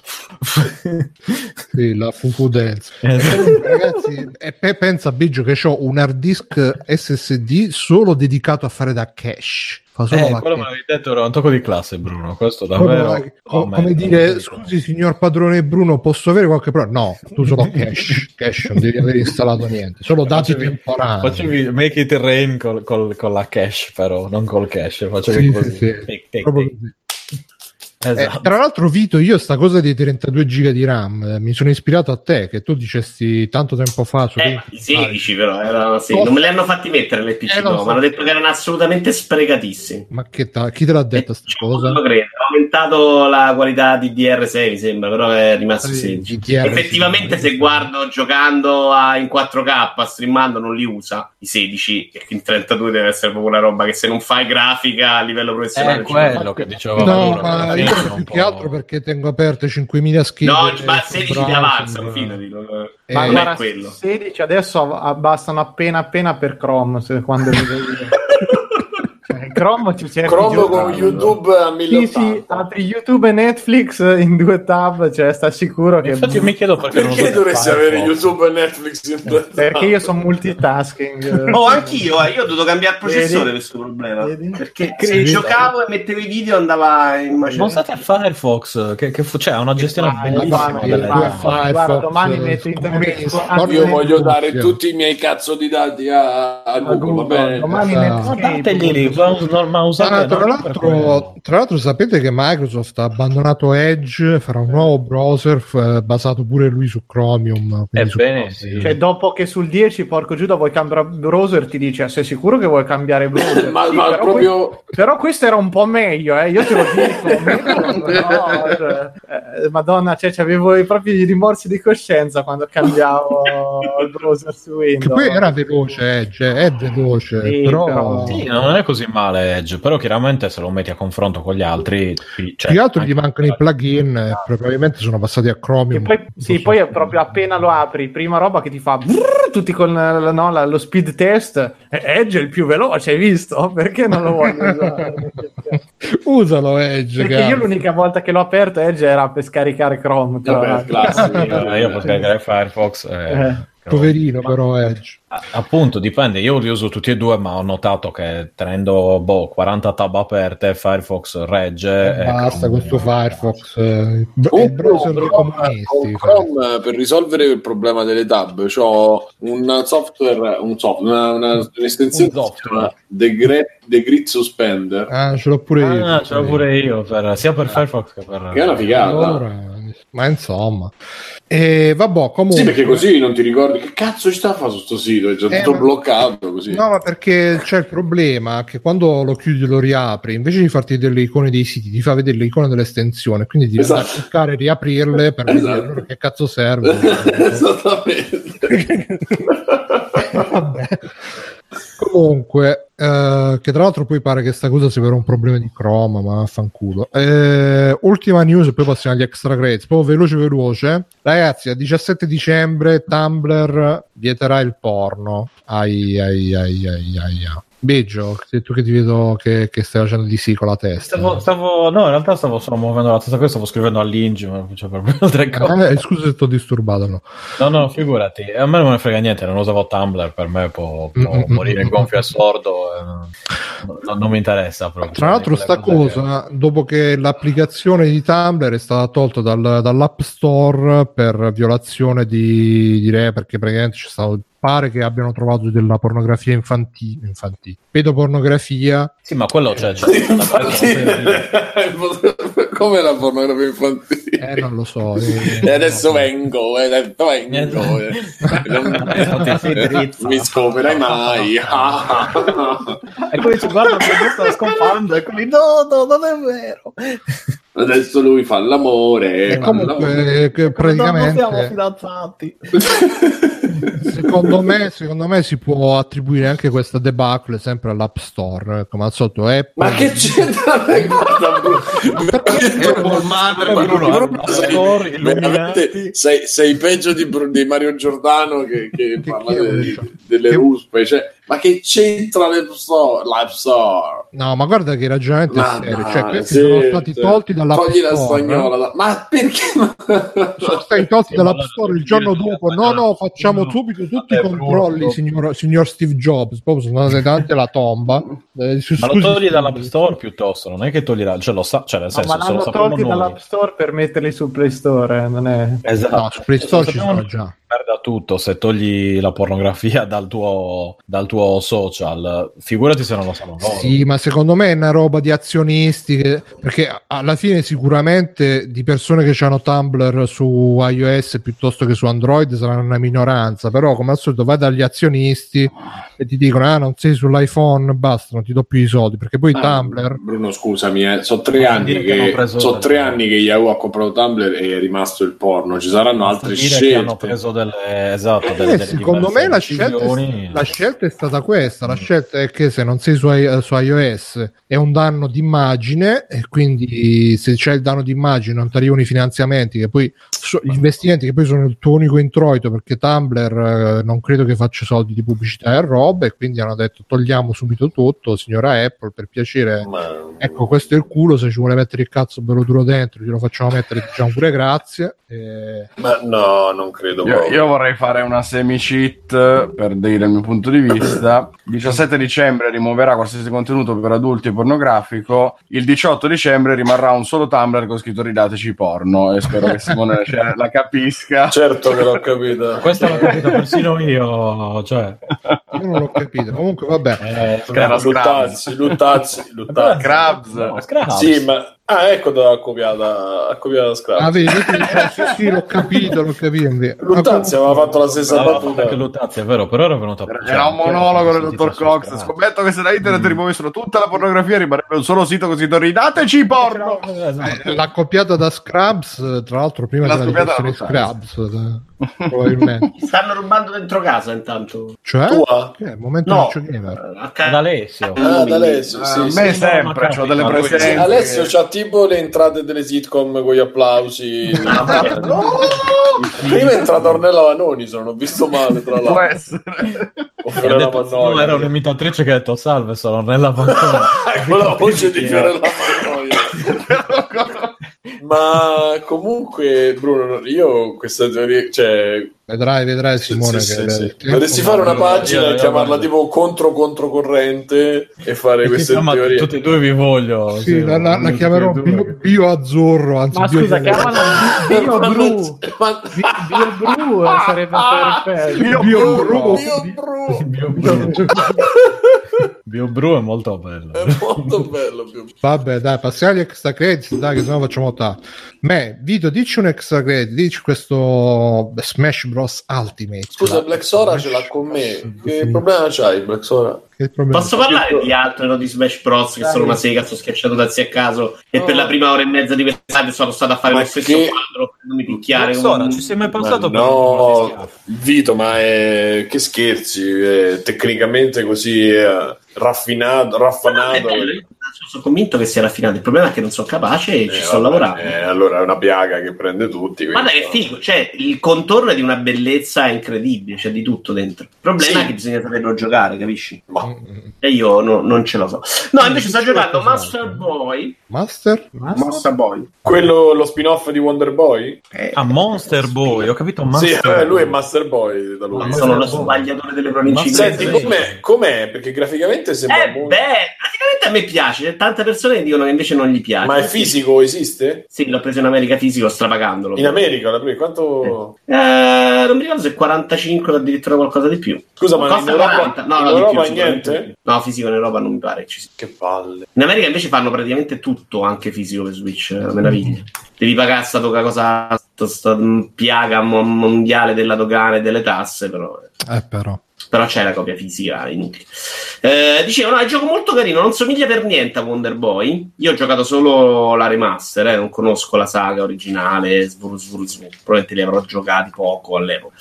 Sì, la fufu dance. Esatto. Ragazzi, e pe- pensa Biggio che ho un hard disk S S D solo dedicato a fare da cache. Fa solo Eh, la quello cache. me l'avevi detto, era un tocco di classe, Bruno. Questo davvero. Come, come, come dire, scusi signor padrone Bruno, posso avere qualche problema? No, tu solo cache, cache, non devi aver installato niente, solo dati facevi, temporanei. Facevi make it rain col, col, con la cache, però non col cache. Facevi Sì, così. sì, sì. Tic, tic, Proprio tic. così. Esatto. Eh, tra l'altro Vito, io sta cosa dei trentadue giga di RAM eh, mi sono ispirato a te, che tu dicesti tanto tempo fa su Eh, i sedici però erano, sì. Non me li hanno fatti mettere nel P C, Eh, no, so. mi hanno detto che erano assolutamente spregatissimi. Ma che ta- chi te l'ha detto sta Eh, cosa? Non lo credo. Ha aumentato la qualità di D D R sei mi sembra, però è rimasto Sì, sedici. D D R sei. Effettivamente se guardo giocando a, in quattro K streamando non li usa i sedici, e il trentadue deve essere proprio una roba che se non fai grafica a livello professionale È quello che diceva No, Bruno, ma alla io fine sono più un che po'- altro perché tengo aperte cinquemila schede. no, eh, ma sul sedici ti browser. avanzano, fidati, non, Eh, Ma non guarda, è quello. sedici adesso abbastano appena appena per Chrome se, quando li vedo io. Cioè, Chrome ci cerchi Chrome giochi. con YouTube a mille Sì, sì, apri YouTube e Netflix in due tab, cioè sta sicuro che... Infatti io mi chiedo perché, Perché non uso dovresti Firefox. avere YouTube e Netflix in due Perché io sono multitasking. Oh, anch'io, eh. Io ho dovuto cambiare processore Vedi? per questo problema. Vedi? Perché Credi? se giocavo e mettevo i video andava in Non macello. state a Firefox, che, che fu- cioè, ha una gestione Guarda, bellissima guarda, delle guarda, date. guarda, Firefox, domani metto internet comunista. Explorer. Io voglio dare Sì. tutti i miei cazzo di dati a, a Google, va Google, bene? domani Esatto. Ma dategli, ma, ma usate, Ah, tra, non per quello. l'altro, tra l'altro sapete che Microsoft ha abbandonato Edge, farà un nuovo browser f- basato pure lui su Chromium. quindi su Ebbene, Chromium. sì. Cioè, dopo che sul dieci, porco Giuda, vuoi cambiare browser, ti dice: sei sicuro che vuoi cambiare browser? Ma, Sì, ma però, proprio... que- però questo era un po' meglio, eh. Io te lo dico. no, cioè, eh, Madonna, cioè, avevo proprio i rimorsi di coscienza quando cambiavo il browser su Che Windows. poi era veloce Edge, è veloce, Sì, però... però- Sì, non è così male Edge, però chiaramente se lo metti a confronto con gli altri, sì, cioè, più che altro gli anche- mancano i plugin e probabilmente sono passati a Chromium. E poi, sì, poi è proprio appena lo apri, prima roba che ti fa brrr, tutti con eh, no, la- lo speed test. eh, Edge è il più veloce, hai visto? Perché non lo voglio usare? Usalo Edge, Perché cazzo. io l'unica volta che l'ho aperto Edge era per scaricare Chrome. tra Vabbè, l'altro. classico. Eh, io posso scaricare Firefox eh, Eh. Poverino, però Edge. A- appunto, dipende, io li uso tutti e due, ma ho notato che tenendo boh, quaranta tab aperte, Firefox regge e Basta Chrome- questo Firefox, eh, il Oh, il browser dei Chrome, comunisti. con Chrome, per risolvere il problema delle tab, c'ho un software, un software, una, una, un'estensione Un software. The Great, The Grid Suspender, Ah, ce l'ho pure io. Ah, ce l'ho pure io, per- sia per Firefox che per... che è una figata. Allora, ma insomma, e vabbè, comunque. Sì, perché così non ti ricordi che cazzo ci sta a fare su sto sito, è già Eh, tutto ma- bloccato così. No, ma perché c'è il problema che quando lo chiudi e lo riapri, invece di farti delle icone dei siti, ti fa vedere le icone dell'estensione, quindi devi Esatto. andare a cliccare e riaprirle per Esatto. vedere allora che cazzo serve. Esattamente. Vabbè. Comunque, eh, che tra l'altro poi pare che sta cosa sia per un problema di Chrome, ma vaffanculo. Eh, ultima news e poi passiamo agli extra credits. Proprio veloce veloce. Ragazzi, a diciassette dicembre Tumblr vieterà il porno. Ai ai ai ai ai. ai. Beggio, se tu che ti vedo che, che stai facendo di sì con la testa. Stavo, stavo, no, in realtà stavo solo muovendo la testa, questo stavo scrivendo all'Ingi, ma c'è proprio altre cose. Eh, scusa se ti ho disturbato, no? No, no, figurati, a me non me ne frega niente, non usavo Tumblr, per me può, può Mm-mm. morire gonfio e sordo, eh, no, no, non mi interessa proprio. Tra l'altro sta Quelle cose cosa, dopo che l'applicazione di Tumblr è stata tolta dal, dall'App Store per violazione di, di re, perché praticamente c'è stato, pare che abbiano trovato della pornografia infantile, infantile, pedopornografia. che- Sì, ma quello c'è, c'è, Come la pornografia infantile? Eh, non lo so. eh, E adesso vengo, e adesso vengo. eh. Non- Sei drizza. mi scoperai mai. E poi ci guarda che sta scompando e quelli no, no, non è vero. Adesso lui fa l'amore. E fa l'amore. comunque, che praticamente, Non siamo fidanzati. secondo me, secondo me si può attribuire anche questa debacle sempre all'App Store, eh, come al solito Apple. Ma che c'entra? Guarda, Bruno. Bruno, Store, Veramente illuminati. sei, sei peggio di, Bru- di Mario Giordano che, che Che parla chi è de- questo? delle Che- ruspe. Cioè, ma che c'entra l'App Store? L'App Store? No, ma guarda che il ragionamento Ma è serio, dai, cioè questi sì, sono stati sì. tolti dall'App Togli la Store. spagnola. da- Ma perché? Sono stati tolti Sì, dall'App ma Store allora il giorno devi dire dopo. che No, no, facciamo Bruno, subito tutti i vabbè, Bruno, controlli, Bruno. signor, signor Steve Jobs. Proprio sono andati davanti alla tomba. Eh, su- Ma lo scusi, togli Steve. dall'app store piuttosto, non è che toglierà, cioè lo sa, cioè nel No, senso ma se lo l'hanno sappiamo tolti noi. dall'App Store per metterli sul Play Store, eh, non è... Esatto. No, su Play Store Se ci lo sono sappiamo già. Perda tutto se togli la pornografia dal tuo, dal tuo social, figurati se non lo sanno loro. Sì, ma secondo me è una roba di azionisti che- perché alla fine sicuramente di persone che hanno Tumblr su iOS piuttosto che su Android saranno una minoranza, però come al solito vai dagli azionisti e ti dicono ah non sei sull'iPhone, basta, non ti do più i soldi, perché poi Ah, Tumblr Bruno, scusami, eh, sono tre Ma anni dire che hanno che, preso so del- tre anni che Yahoo ha comprato Tumblr e è rimasto il porno. Ci saranno altre Dire scelte. che hanno preso delle esatto, delle, Eh, delle secondo diverse me la scelta, decisioni. è, la scelta è stata questa, la scelta è che se non sei su, i- su iOS è un danno d'immagine e quindi se c'è il danno d'immagine non ti arrivano i finanziamenti che poi so- gli investimenti che poi sono il tuo unico introito, perché Tumblr eh, non credo che faccia soldi di pubblicità e roba, e quindi hanno detto togliamo subito tutto, signora Apple, per piacere, Ma... ecco questo è il culo, se ci vuole mettere il cazzo bello duro dentro glielo facciamo mettere, diciamo pure grazie. E... Ma no, non credo. Io, io vorrei fare una semi-cheat per dire il mio punto di vista. Il diciassette dicembre rimuoverà qualsiasi contenuto per adulti e pornografico, il diciotto dicembre rimarrà un solo Tumblr con scritto ridateci porno, e spero che Simone cioè, la capisca. Certo che l'ho capita. Questa l'ho capita persino io, cioè. Io non l'ho capito, comunque vabbè. Eh, Era Luttazzi, Luttazzi, Luttazzi. Crabs. No, Scraps. Sì, ma... Ah, ecco dove ha copiata, ha copiata Scraps. Ah, vedi, sì, sì, l'ho capito, l'ho capito. Luttazzi aveva fatto la stessa Aveva battuta. fatto anche Luttazzi, è vero, però era venuto Era, era un monologo del dottor Cox. Scommetto che se da internet Mm. rimuovessero tutta la pornografia rimarrebbe un solo sito così ridateci porno. Eh, l'ha copiata da Scrubs, tra l'altro prima L'ha della copiata versione da Scrubs, eh, probabilmente. Stanno rubando dentro casa intanto. Cioè? Tua? Che è il momento No, del gamer. a Ad ca- Alessio. Ah, ad Alessio, sì, a sì. me sì. sempre no, c'ho delle no, no, presenze. Sì, Alessio c'ha tipo le entrate delle sitcom con gli applausi. No! Prima è entrata Ornella Vanoni, se non ho visto male, tra Può l'altro. essere. O Ha Fiorella detto, Mannoia. no, era un'imitatrice che ha detto salve, sono nella panzona. Con la voce di Fiorella Mannoia. Ma comunque, Bruno, io questa teoria, cioè, Vedrai, vedrai Simone sì, che sì, il sì. tempo Dovresti fare una va- pagina io- e io- chiamarla io- tipo contro controcorrente e fare queste Insomma, teorie. tutti e due vi voglio. Sì, la, la- la tutti e chiamerò due. bio, bio azzurro, anzi Ma bio scusa, giallo. chiamalo Bio Bru. Ma- Bio Bru sarebbe perfetto. Bio Bio Bru. Bio Bru. Bio Bru. Bio Bru è molto bello. È molto bello. Bio Bru. Vabbè, dai, passiamo agli extra credits, dai, che sennò facciamo ta. Me, Vito, dici un extra credit, dici questo Smash Bros Ultimate. Scusa, La- Black Sora ce l'ha con me. Che problema c'hai, Black Sora? Che problema? Posso parlare di altro, no, di Smash Bros, che Dai. sono una sega, sto schiacciato da zia a caso e No. per la prima ora e mezza di quest'anno sono stato a fare Ma lo stesso che- quadro, non mi picchiare come Sora, un- ci sei mai Ma passato per no, Vito, ma è... che scherzi, è tecnicamente così eh, raffinato, No, no, è raffanato. bello, io sono convinto che sia raffinato, il problema è che non sono capace e ci Eh, sto vabbè, lavorando. eh, allora è una piaga che prende tutti. Guarda quindi- che figo, cioè il contorno è di una bellezza incredibile, c'è di tutto dentro. Il problema Sì. è che bisogna saperlo giocare, capisci? Ma- Mm, E io no- non ce lo so. No, invece sto Sì, giocando sì, Master sì. Boy. Master? Master Boy. Quello, lo spin-off di Wonder Boy? Eh, Ah, Monster Boy, ho capito Sì, Master eh, lui è Boy. Master Boy da lui. ma sono lo sbagliatore delle pronunce Master Senti, inglesi. com'è, com'è? Perché graficamente sembra Eh molto... beh, praticamente a me piace, c'è tante persone che dicono che invece non gli piace. Ma è fisico, esiste? Sì, l'ho preso in America fisico, stravagandolo. In America, la prima, quanto... Eh, non mi ricordo se quarantacinque o addirittura qualcosa di più. Scusa, ma in Costa Europa, quaranta. No, in no, di Europa più, sicuramente niente? di più. No, fisico in Europa non mi pare che ci sia. Che palle. In America invece fanno praticamente tutto, anche fisico per Switch, è una meraviglia. Devi pagare sta toga- cosa, sta, sta piaga mo- mondiale della dogana e delle tasse, però, Eh, però. però c'è la copia fisica, inutile. Eh, dicevo, no, è un gioco molto carino, non somiglia per niente a Wonder Boy. Io ho giocato solo la remaster, eh, non conosco la saga originale, svur, svur, svur. Probabilmente li avrò giocati poco all'epoca.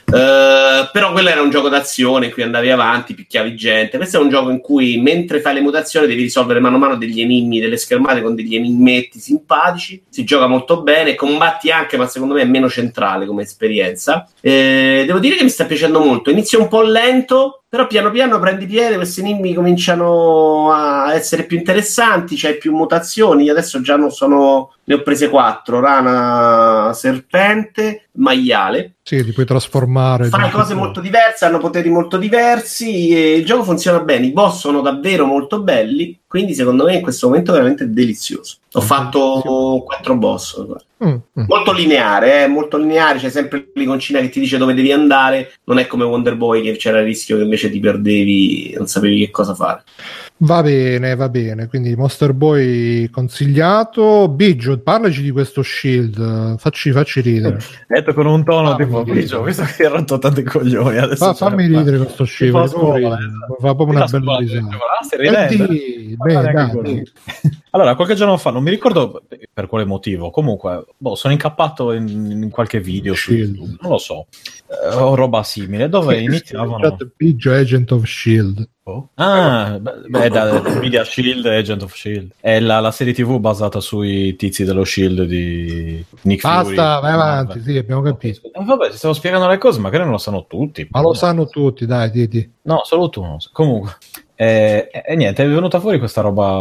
Eh, però quello era un gioco d'azione in cui andavi avanti, picchiavi gente. Questo è un gioco in cui mentre fai le mutazioni devi risolvere mano a mano degli enigmi, delle schermate con degli enigmetti simpatici. Si gioca molto bene, combatti anche, ma secondo me è meno centrale come esperienza. Eh, devo dire che mi sta piacendo molto. Inizio un po' lento, però piano piano prendi piede, questi enigmi cominciano a essere più interessanti, c'hai più mutazioni. Io adesso già non sono, ne ho prese quattro: rana, serpente, maiale. Sì, ti puoi trasformare. Fai cose molto diverse, hanno poteri molto diversi e il gioco funziona bene. I boss sono davvero molto belli, quindi secondo me in questo momento è veramente delizioso. Ho fatto quattro boss. Mm, mm. Molto lineare, eh? molto lineare, c'è sempre l'iconcina che ti dice dove devi andare, non è come Wonder Boy che c'era il rischio che invece ti perdevi, non sapevi che cosa fare. Va bene, va bene. Quindi Monster Boy consigliato. Biggio, parlaci di questo Shield. Facci, facci ridere. Detto con un tono Ah, tipo, fammi Biggio, visto che hai rotto tanti coglioni adesso Fa, ce la fammi fa. ridere questo Shield. Fa Fa proprio scuola, ridere. eh. Fa proprio Ti una fa bella scuola, risata. ah, stai Eh, ridendo? sì, Ma bene, neanche dai, quello. dai. Allora, qualche giorno fa, non mi ricordo per quale motivo, comunque, boh, sono incappato in, in qualche video su Shield. YouTube, non lo so, eh, o roba simile, dove iniziavano... Biggio Agent of Shield. Oh. Ah, beh, da, da Media Shield, Agent of Shield. È la, la serie tivù basata sui tizi dello Shield di Nick Fury. Basta, vai avanti, sì, abbiamo capito. Eh, vabbè, ti stavo spiegando le cose, magari non lo sanno tutti. Ma lo sanno tutti, dai, Titi. No, solo tu non so. Comunque, e eh, eh, niente, è venuta fuori questa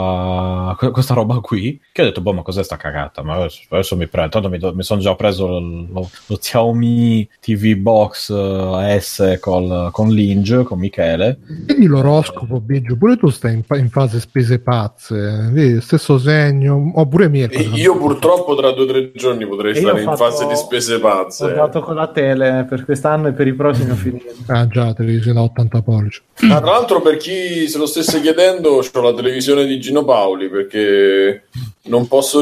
roba questa roba qui, che ho detto, boh, ma cos'è sta cagata? Ma adesso, adesso mi prendo, tanto mi, mi sono già preso lo, lo, lo Xiaomi T V Box uh, S col, con Linge, con Michele. Quindi l'oroscopo, Biggio, pure tu stai in, in fase spese pazze, vedi, stesso segno, oppure Mirko. Io purtroppo tra due o tre giorni potrei E io stare ho in fatto- fase di spese pazze. Ho dato con la tele per quest'anno e per i prossimi ho finito. Ah già, televisione da ottanta pollici. Tra l'altro, per chi se lo stesse chiedendo, ho la televisione di Gino Paoli perché non posso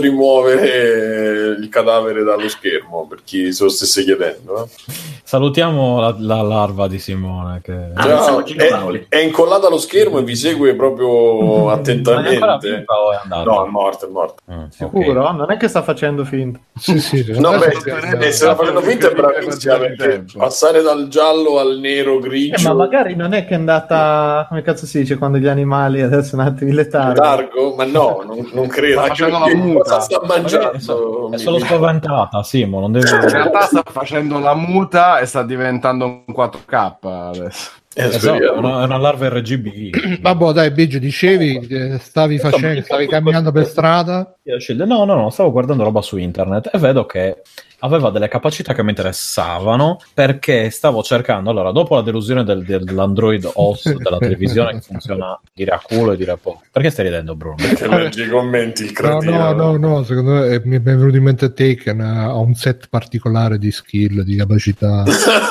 rimuovere il cadavere dallo schermo, per chi se lo stesse chiedendo. Eh. Salutiamo la, la larva di Simone che... Ah, Già, pensavo Gino è, Paoli. è incollata allo schermo e vi segue proprio Ma è ancora attentamente. viva o è andata? No, è morta, è morta. Mm, ok. Sicuro? Non è che sta facendo finta. Sì, sì, No, beh, adesso- e se la facendo finta è bravissima, perché passare dal giallo al nero grigio, Eh, ma magari non è che è andata, come cazzo si dice, quando gli animali adesso un attimo in letargo. largo, ma no, non, non credo. Sta Anche facendo perché la muta. cosa sta Magari mangiando? è solo, è Mi- solo spaventata, Simo, non deve... In realtà sta facendo la muta e sta diventando un quattro K adesso. Eh, Esatto, è speriamo. una, è una larva R G B. Vabbè, dai, Biggio, dicevi, eh, stavi facendo, stavi camminando per strada. No, no, no, stavo guardando roba su internet e vedo che aveva delle capacità che mi interessavano, perché stavo cercando, allora, dopo la delusione del, dell'Android O S della televisione che funziona dire a culo e dire a poco. Perché stai ridendo, Bruno? Che leggi i commenti, il No, cretino. no, no, no, secondo me eh, mi è venuto in mente Taken, eh, ha un set particolare di skill, di capacità.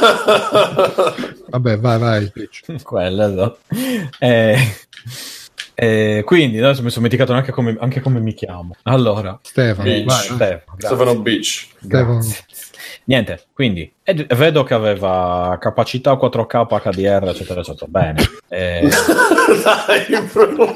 Vabbè, vai, vai, Twitch. Quella, esatto. Eh, eh, quindi adesso mi sono dimenticato anche come, anche come mi chiamo. Allora, Stefano, Beach. vai, Stefano, grazie. Stefano Beach. Stefano. Grazie. Niente, quindi ed- vedo che aveva capacità quattro K H D R, eccetera, eccetera. Bene. Eh, Dai, Bruno.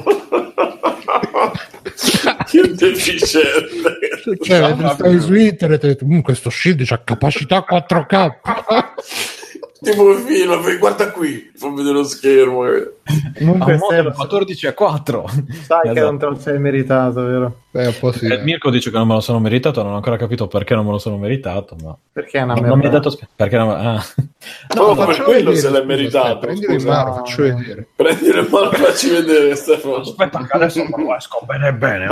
Che deficiente. Cioè, stai su internet e hai detto, "Mm, questo shield c'ha capacità quattro K." Tipo il film, guarda qui, fammi vedere lo schermo. Comunque a modo Stefano, quattordici a quattro. sai che Esatto. non te lo sei meritato, vero? Beh, un po' sì. Eh, Mirko dice che non me lo sono meritato, non ho ancora capito perché non me lo sono meritato, ma Perché è una non, merda. non mi ha detto spe- perché non... ah. No, per faccio quello vedere, se l'è scusa, meritato. aspetta, prendilo in scusa. mano, faccio vedere. Prendilo in mano e facci vedere, Stefano. Aspetta che adesso me lo esco bene bene.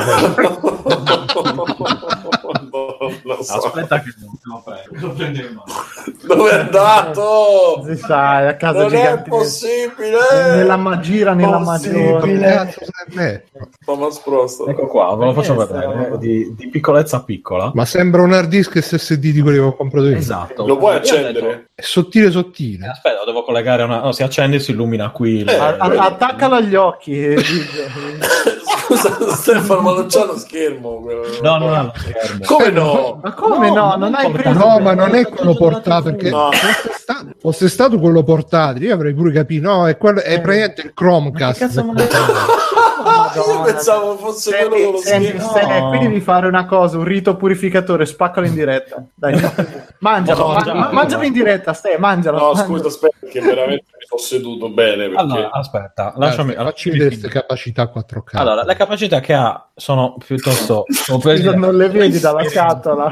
Non so. Aspetta che non lo prendo. Lo prendo in mano. Dove è andato? Si sa, è a casa Non è gigante. possibile. Nella magira, nella Possibile. magione. Cazzo se ne è? Thomas Prost. Ecco qua, ve lo faccio Questa vedere, roba. eh, di, di piccolezza piccola. Ma sembra un hard disk S S D di quelli che ho comprato io. Esatto. Lo puoi Io ho accendere? detto, È sottile eh, sottile. aspetta, lo devo collegare a una... No, si accende e si illumina qui. il- Eh, A- a- attaccalo agli occhi. eh, dice. Scusa, Stefano, ma non c'ha lo schermo. quello- No, non ha lo schermo. Come no? Ma come no? No, non non hai porta- preso? No, ma non è quello portato perché No. fosse, sta- fosse stato quello portatile, io avrei pure capito. No, è, quello, è praticamente il Chromecast. Ma che cazzo me ne- Ah, io Madonna. pensavo fosse quello con Senti, lo senti, schermo. senti, No. qui devi fare una cosa, un rito purificatore, spaccalo in diretta. Dai, mangialo, No, ma- già, ma- no. mangialo in diretta, stai, mangialo. No, mangialo. scusa, aspetta, che veramente mi sono seduto bene. Perché... Allora, aspetta, lasciami... Allora, facci lasciami vedere finire. queste capacità quattro K. Allora, le capacità che ha sono piuttosto... come per Scusa, dire- non le vedi dalla scatola.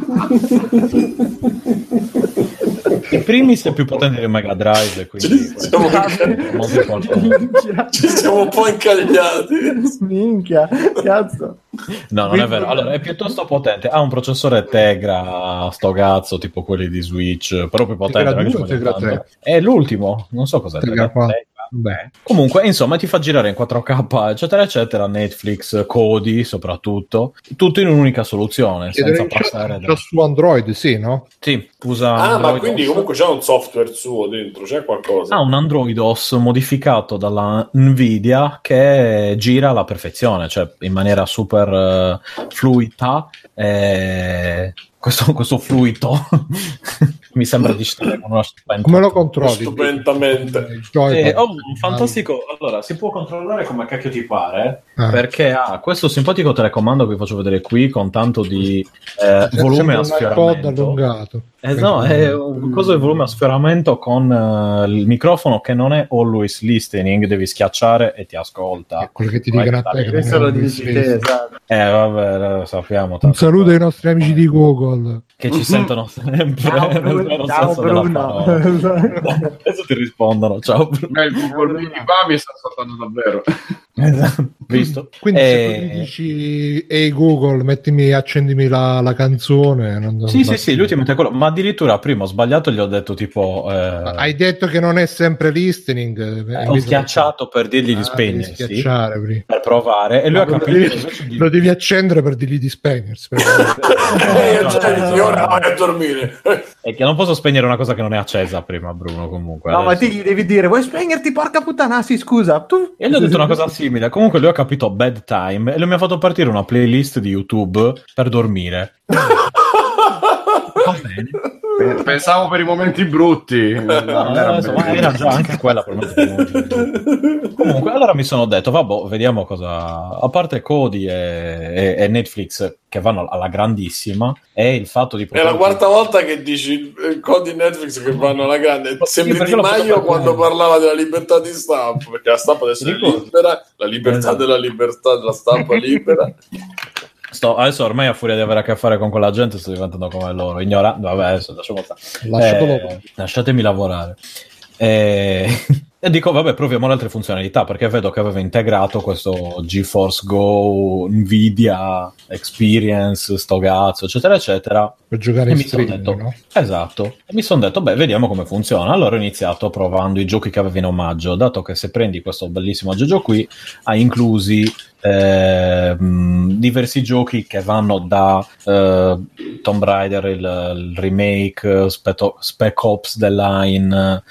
In primis è più potente del Mega Drive, quindi... Ci siamo, molto qualcosa. Minchia, ci siamo un po' incagliati. minchia, cazzo. No, non è vero. Allora, è piuttosto potente. Ha un processore Tegra, sto cazzo, tipo quelli di Switch, però più potente. Tegra non è che due o ci voglia Tegra tanto. tre? È l'ultimo, non so cos'è. Tegra Tegra quattro. tre. Beh, Comunque, insomma, ti fa girare in quattro K, eccetera, eccetera, Netflix, Kodi, soprattutto, tutto in un'unica soluzione, chiedono senza in chat, passare già da... su Android, sì, no? Sì, usa Ah, Android ma quindi O S. comunque c'è un software suo dentro, c'è qualcosa. Ha un Android O S modificato dalla Nvidia che gira alla perfezione, cioè in maniera super eh, fluida. eh, questo, questo fluido mi sembra di stare con una stupenda. Come lo controlli? Stupendamente. Eh, oh, un fantastico. Allora, si può controllare come cacchio ti pare, Ah. perché ha questo simpatico telecomando che vi faccio vedere qui con tanto di eh, È volume a sempre un iPod sfioramento. allungato. Eh, no, è un coso di volume a sfioramento con eh, il microfono che non è always listening, devi schiacciare e ti ascolta. È quello che ti Vai, dicono a te. che Questo non lo è dici te, visto. esatto. Eh, vabbè, lo sappiamo. Un tanto saluto ai nostri amici di Google. che ci sentono sempre Ciao, nel Bruno. vero Ciao, senso della Bruno. parola. Adesso ti rispondono. Ciao, Bruno. Beh, il Google Mini qua mi sta ascoltando davvero. Visto? Quindi se Eh, tu gli dici ehi Google, mettimi, accendimi la, la canzone. Non, Sì, sì, sì, lui ti mette quello, ma addirittura prima ho sbagliato e gli ho detto tipo... eh, Hai detto che non è sempre listening. eh, ho invece- schiacciato per dirgli di Ah, devi spegnersi, schiacciare prima. per provare, e lui ha Lo capito... devi, invece di- lo devi accendere per dirgli di spegnersi. Eh, accendi, ora vai a dormire. È che non posso spegnere una cosa che non è accesa prima, Bruno, comunque. No, ma adesso. ti gli devi dire, vuoi spegnerti, porca puttana? Ah, sì, scusa. Tu... E gli ho detto una cosa simile. Comunque lui ha capito bedtime e lui mi ha fatto partire una playlist di YouTube per dormire. Va bene. Pensavo per i momenti brutti. No, Non era adesso, ma bello. era già anche quella per me. Comunque, allora mi sono detto, vabbè, vediamo cosa. A parte Kodi e, e- e Netflix che vanno alla grandissima, e il fatto di È poter. la quarta volta che dici eh, codi Netflix che vanno alla grande. Sembri perché Di l'ho fatto Maio per quando quello. parlava della libertà di stampa, perché la stampa deve essere Ti ricordi? libera, la libertà Esatto. della libertà della stampa libera. Sto, adesso ormai a furia di avere a che fare con quella gente sto diventando come loro, ignorante. Vabbè, adesso lasciamo stare. Lasciatelo. Eh, lasciatemi lavorare. Eh, e dico, vabbè, proviamo le altre funzionalità, perché vedo che aveva integrato questo GeForce Go, Nvidia Experience, sto cazzo, eccetera, eccetera. Per giocare E in mi sono streaming, detto, no? esatto, e mi sono detto, beh, vediamo come funziona. Allora ho iniziato provando i giochi che avevo in omaggio, dato che se prendi questo bellissimo aggeggio qui, ha inclusi eh, mh, diversi giochi che vanno da eh, Tomb Raider, il, il remake, Spec, Spec Ops The Line,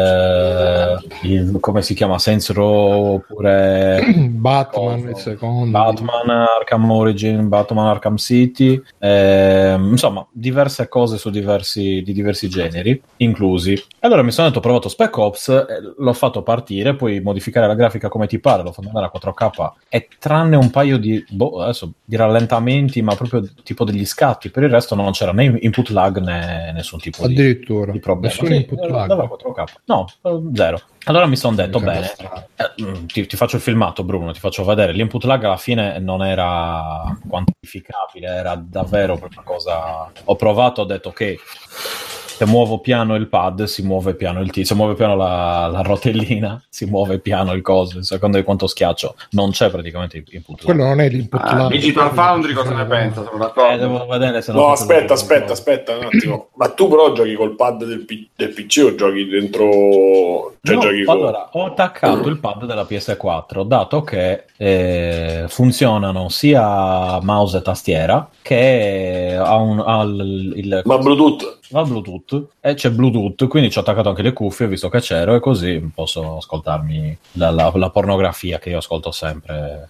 eh, il- come si chiama, Saints Row, oppure Batman, Cosa? il secondo. Batman Arkham Origin, Batman Arkham City, ehm, insomma diverse cose su diversi, di diversi generi inclusi. Allora mi sono detto, ho provato Spec Ops, eh, l'ho fatto partire, puoi modificare la grafica come ti pare, l'ho fatto andare a quattro K e tranne un paio di, boh, adesso, di rallentamenti, ma proprio tipo degli scatti, per il resto non c'era né input lag né nessun tipo di, Addirittura. di problema. Nessun Sì, input eh, lag. andava a quattro K. No, eh, zero. Allora mi sono detto, Mi sembra bene, strano. eh, mm, ti, ti faccio il filmato, Bruno, ti faccio vedere. L'input lag alla fine non era quantificabile, era davvero una cosa. Ho provato, ho detto che se muovo piano il pad si muove piano il T, se muove piano la, la rotellina si muove piano il coso, a seconda di quanto schiaccio non c'è praticamente input lag. Quello non è l'input Ah, lag. Digital Foundry cosa ne pensa? Sono Eh, d'accordo. devo vedere se No, non- aspetta, aspetta, aspetta un attimo. Ma tu però giochi col pad del, P- del P C o giochi dentro... Cioè No, giochi con... allora, ho attaccato il pad della P S quattro, dato che eh, funzionano sia mouse e tastiera che ha, un, ha il, il Ma Bluetooth? va Bluetooth e c'è Bluetooth, quindi ci ho attaccato anche le cuffie visto che c'ero, e così posso ascoltarmi la, la- la pornografia che io ascolto sempre.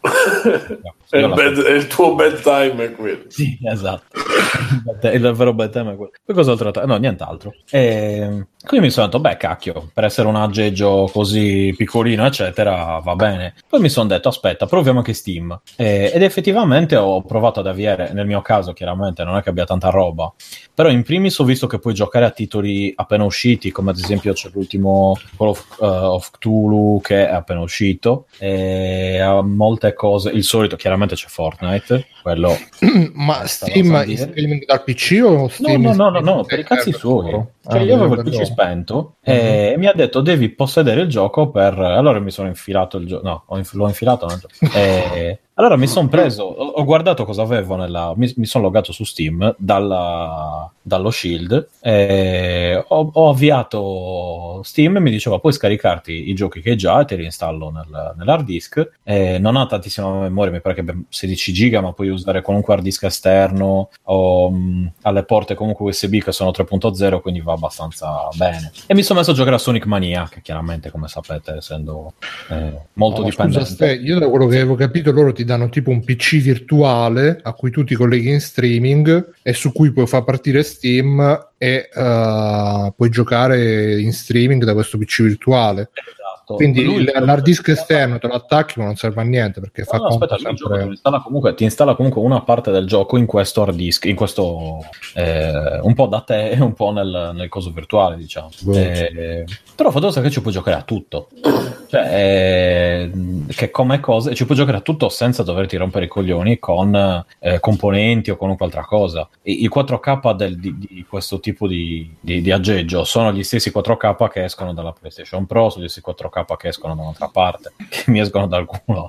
È Io il, la- bed- è il tuo bedtime è quello. Sì, esatto. Il vero bel tema è quello. Poi cos'altro? No, nient'altro. E quindi mi sono detto, beh, cacchio, per essere un aggeggio così piccolino, eccetera, va bene. Poi mi sono detto, aspetta, proviamo anche Steam. E- ed effettivamente ho provato ad avviare, nel mio caso, chiaramente, non è che abbia tanta roba, però in primis ho visto che puoi giocare a titoli appena usciti, come ad esempio c'è l'ultimo Call of, uh, of Cthulhu che è appena uscito, e ha molte cose, il solito, chiaramente c'è Fortnite, quello. Ma Basta, Steam lo so in dire. streaming dal P C o No, Steam no, in no, no, streaming no, per i dal cazzi suoi. server? Cioè, Ah, io avevo il vabbè, P C no. spento e mi ha detto devi possedere il gioco per... Allora mi sono infilato il gioco... No, ho inf- l'ho infilato. No? E... Allora mi sono preso... Ho ho guardato cosa avevo nella... Mi, mi sono loggato su Steam dalla, dallo Shield e ho, ho avviato Steam e mi diceva puoi scaricarti i giochi che hai già e te li installo nel, nell'hard disk. E non ha tantissima memoria, mi pare che abbia sedici giga, ma puoi usare qualunque hard disk esterno o mh, alle porte comunque U S B che sono tre punto zero, quindi va abbastanza bene. E mi sono messo a giocare a Sonic Mania, che chiaramente, come sapete, essendo eh, molto No, dipendente. scusa, Ste, io da quello che avevo capito loro ti ti danno tipo un P C virtuale a cui tu ti colleghi in streaming e su cui puoi far partire Steam e uh, puoi giocare in streaming da questo P C virtuale. Esatto. Quindi Lui- l'hard disk esterno te lo attacchi ma non serve a niente perché No, fa no, conto aspetta, il gioco sempre... ti installa, comunque, ti installa comunque una parte del gioco in questo hard disk, in questo eh, un po' da te e un po' nel, nel coso virtuale, diciamo. Boh. Eh, però Fotosa che ci puoi giocare a tutto, cioè eh, che come cose ci puoi giocare a tutto senza doverti rompere i coglioni con eh, componenti o qualunque altra cosa. I, i quattro K del, di, di questo tipo di, di, di aggeggio sono gli stessi quattro K che escono dalla PlayStation Pro, sono gli stessi quattro K che escono da un'altra parte, che mi escono dal culo.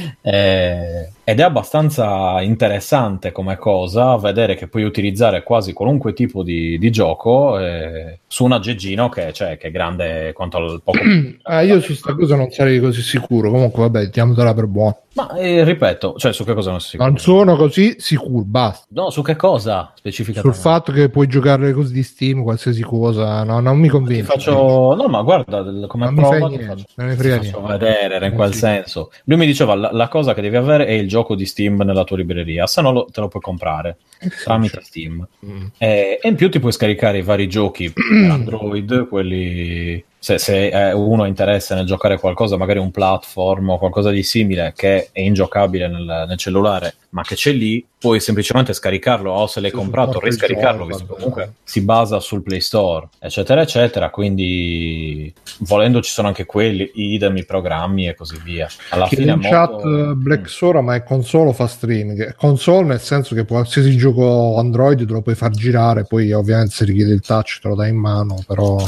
Eh, ed è abbastanza interessante come cosa vedere che puoi utilizzare quasi qualunque tipo di, di gioco eh, su un aggeggino che, cioè, che è grande quanto al poco. Ah, io su sta cosa non sarei così sicuro. Comunque, vabbè, diamotela per buono. Ma eh, ripeto, cioè su che cosa non si sicuro? Non sono così sicuro, basta. No, su che cosa Sul specificatamente? fatto che puoi giocare così di Steam, qualsiasi cosa, no, non mi Ti convince. faccio, no, ma guarda, del- come Non mi prova fai ti niente, faccio, non mi ti frega faccio niente. vedere, era in Eh, quel sì. senso. Lui mi diceva la, la cosa che devi avere è il gioco di Steam nella tua libreria, se no lo- te lo puoi comprare tramite Steam. Mm. E, e in più ti puoi scaricare i vari giochi per Android, quelli se, se eh, uno ha interesse nel giocare qualcosa, magari un platform o qualcosa di simile che è ingiocabile nel, nel cellulare, ma che c'è lì, puoi semplicemente scaricarlo o se l'hai Sì, comprato supporta il riscaricarlo, joypad, visto che comunque si basa sul Play Store, eccetera, eccetera. Quindi volendo ci sono anche quelli, idem, i programmi e così via. Alla Chiede fine in è chat molto... eh, Black Sora, ma è console o fa streaming? È console nel senso che qualsiasi gioco Android te lo puoi far girare, poi ovviamente se richiede il touch te lo dai in mano, però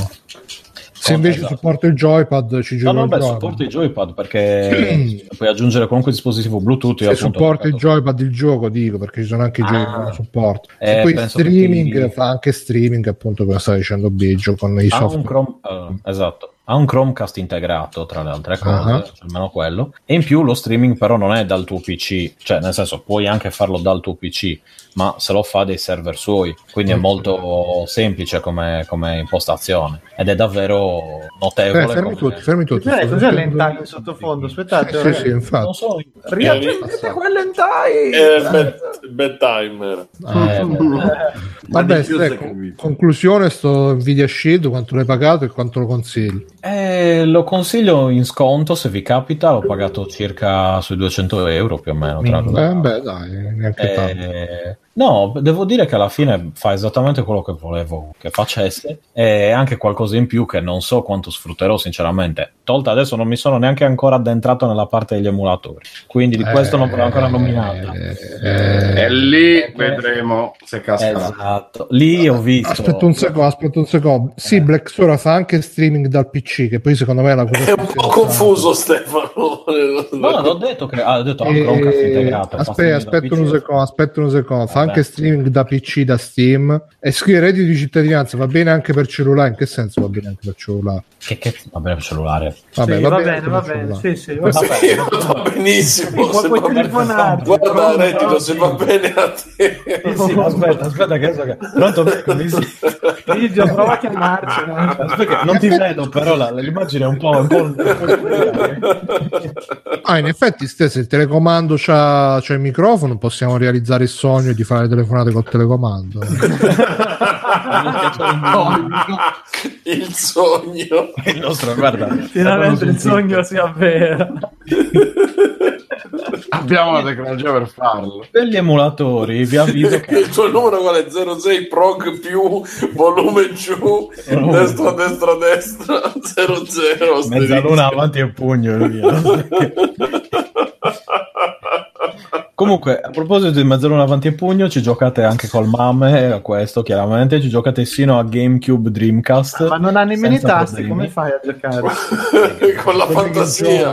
se invece esatto. supporta il joypad ci No, gioca no, il beh, joypad. supporta i joypad perché puoi aggiungere qualunque dispositivo Bluetooth. Io Se appunto supporta il ho giocato- joypad il gioco, dico, perché ci sono anche i giochi che Ah. non lo supportano. E Eh, poi penso che streaming ti- fa anche streaming, appunto, come stava dicendo Biggio, con i ha un software. Chrome, eh, esatto, ha un Chromecast integrato tra le altre cose, Ah. cioè almeno quello, e in più lo streaming però non è dal tuo P C, cioè nel senso puoi anche farlo dal tuo P C, ma se lo fa dei server suoi, quindi è Mm. molto semplice come, come impostazione ed è davvero notevole. Eh, fermi come- tutti, fermi tutti. Cos'è, sto cos'è sentendo- l'hentai in sottofondo? Aspettate, Sì, sì, ragazzi. sì, infatti. Non so, Riaccendete quell'hentai! Eh, bed, bedtime era. eh, Vabbè, di più stai, se con- capito. conclusione, sto Nvidia Shield, quanto l'hai pagato e quanto lo consigli? Eh, lo consiglio in sconto se vi capita, l'ho pagato circa sui duecento euro più o meno. Tra Eh, beh, dai, neanche tanto. Eh, no, devo dire che alla fine fa esattamente quello che volevo che facesse e anche qualcosa in più che non so quanto sfrutterò sinceramente. Tolta adesso non mi sono neanche ancora addentrato nella parte degli emulatori, quindi di questo non l'ho ancora nominata. Eh, E lì Eh, vedremo se casca. Esatto, lì ho visto. Aspetta un secondo, aspetta un secondo. Sì, Black Sora fa anche streaming dal P C, che poi secondo me è la cosa È più un po' sensata. confuso Stefano. No, ho detto che ha detto ha un Eh, Chromecast integrato. fa aspetta, streaming aspetta dal un P C. secondo, aspetta un secondo. Fa Vabbè. anche streaming da P C, da Steam. E scrive reddito di cittadinanza, va bene anche per cellulare? In che senso va bene anche per cellulare? Che, che va bene per cellulare. Vabbè, Sì, va, va bene, bene, anche va per bene. cellulare. Sì, sì, va Sì, bene. va benissimo. Puoi, se puoi va bene- telefonare. Guarda, reddito, se va bene a te. Sì, sì, aspetta, aspetta che adesso che... Pronto? Mi si- Biggio, prova a chiamarci. no? Aspetta, non ti vedo, però la- l'immagine è un po'... Un po', un po' Ah, in effetti, Ste, se il telecomando c'ha, c'ha il microfono, possiamo realizzare il sogno di fare le telefonate col telecomando. Il sogno. il nostro, guarda, Finalmente il sogno si avvera. Abbiamo la tecnologia per farlo. per gli emulatori vi avviso che Il tuo numero qual è? zero sei prog più volume giù, destra, destra, destra, zero zero. mezzaluna avanti e pugno e via. Comunque, a proposito di mezzaluna avanti e pugno, ci giocate anche col MAME a questo, chiaramente, ci giocate sino a GameCube Dreamcast. Ma non ha nemmeno i senza tasti, problemi. come fai a giocare? Con la fantasia.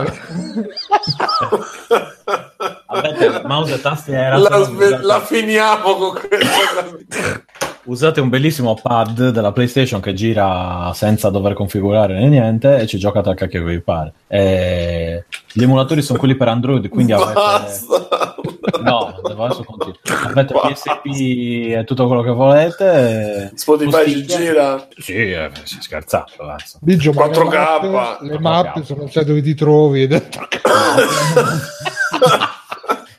Avete mouse e tastiera, La, se no sve- usate- la finiamo con questa. usate un bellissimo pad della PlayStation che gira senza dover configurare né niente e ci giocate a cacchio che vi pare. E... gli emulatori sono quelli per Android, quindi avete... Basta. No, adesso continuo. Avete P S P e tutto quello che volete. Spotify ci Posticchia- gira. Sì, eh, si scherzato, adesso. Biggio, ma quattro K. le mappe, le quattro K. mappe, se non sai dove ti trovi. dentro-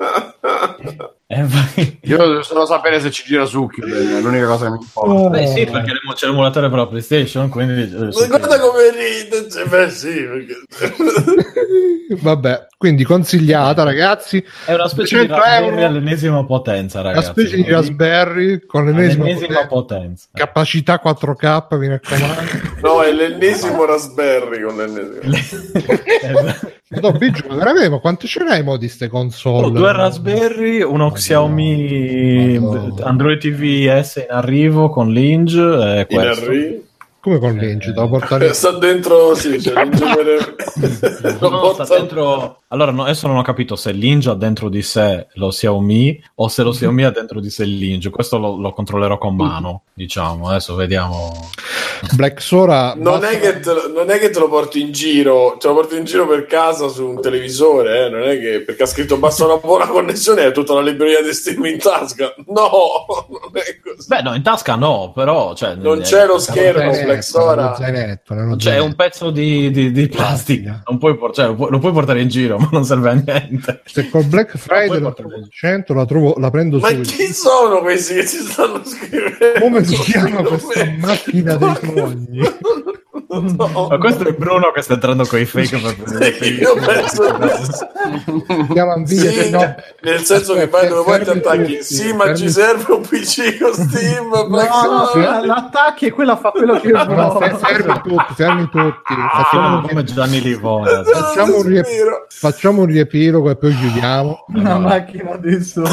Io devo solo sapere se ci gira Succhio, è l'unica cosa che mi importa. Beh sì, perché c'è l'emulatore per la PlayStation, quindi... Ma guarda come ride, cioè, beh sì, perché... Vabbè, quindi consigliata, ragazzi. È una specie di Raspberry all'ennesima potenza, ragazzi. Una specie di Raspberry con l'ennesima, l'ennesima potenza. Capacità quattro K, mi raccomando. No, è l'ennesimo Raspberry con l'ennesimo. No, Biggio, veramente, quanto ce n'hai mo di ste console? Oh, due Raspberry, uno Madonna. Xiaomi Madonna. Android T V S in arrivo con Linge e in questo. arrivo? Come con Linge? Da portare... sta dentro, sì, cioè, Linge no, no, sta dentro... Allora, no, adesso non ho capito se Linge ha dentro di sé lo Xiaomi o se lo Xiaomi ha dentro di sé il Linge. Questo lo, lo controllerò con mano, diciamo. Adesso vediamo. Black Sora non, basta... è che te lo, non è che te lo porti in giro, te lo porti in giro per casa su un televisore, eh? Non è che perché ha scritto basta una buona connessione e tutta la libreria di Steam in tasca. No, non è così. Beh, no, in tasca no, però cioè, non c'è lo schermo, Black Sora. C'è un pezzo di, di, di plastica, non puoi, por- cioè, lo, puoi, lo puoi portare in giro, ma non serve a niente. Se col Black Friday la trovo cento, la, trovo, la prendo ma subito. Ma chi sono questi che ci stanno scrivendo? Come si chiama questa macchina dei sogni? No. Ma questo è Bruno che sta entrando con i fake per prendere sì, io penso chiamano via, sì, no. Nel senso che poi dove poi ti attacchi sì ma ci serve un P C con Steam. No, no, l'attacchi e quella fa quello che io no, fermi tutti, fermi tutti. Facciamo come Gianni Livona. Facciamo un, riep- facciamo un riepilogo e poi chiudiamo. Una no. macchina dei sogni.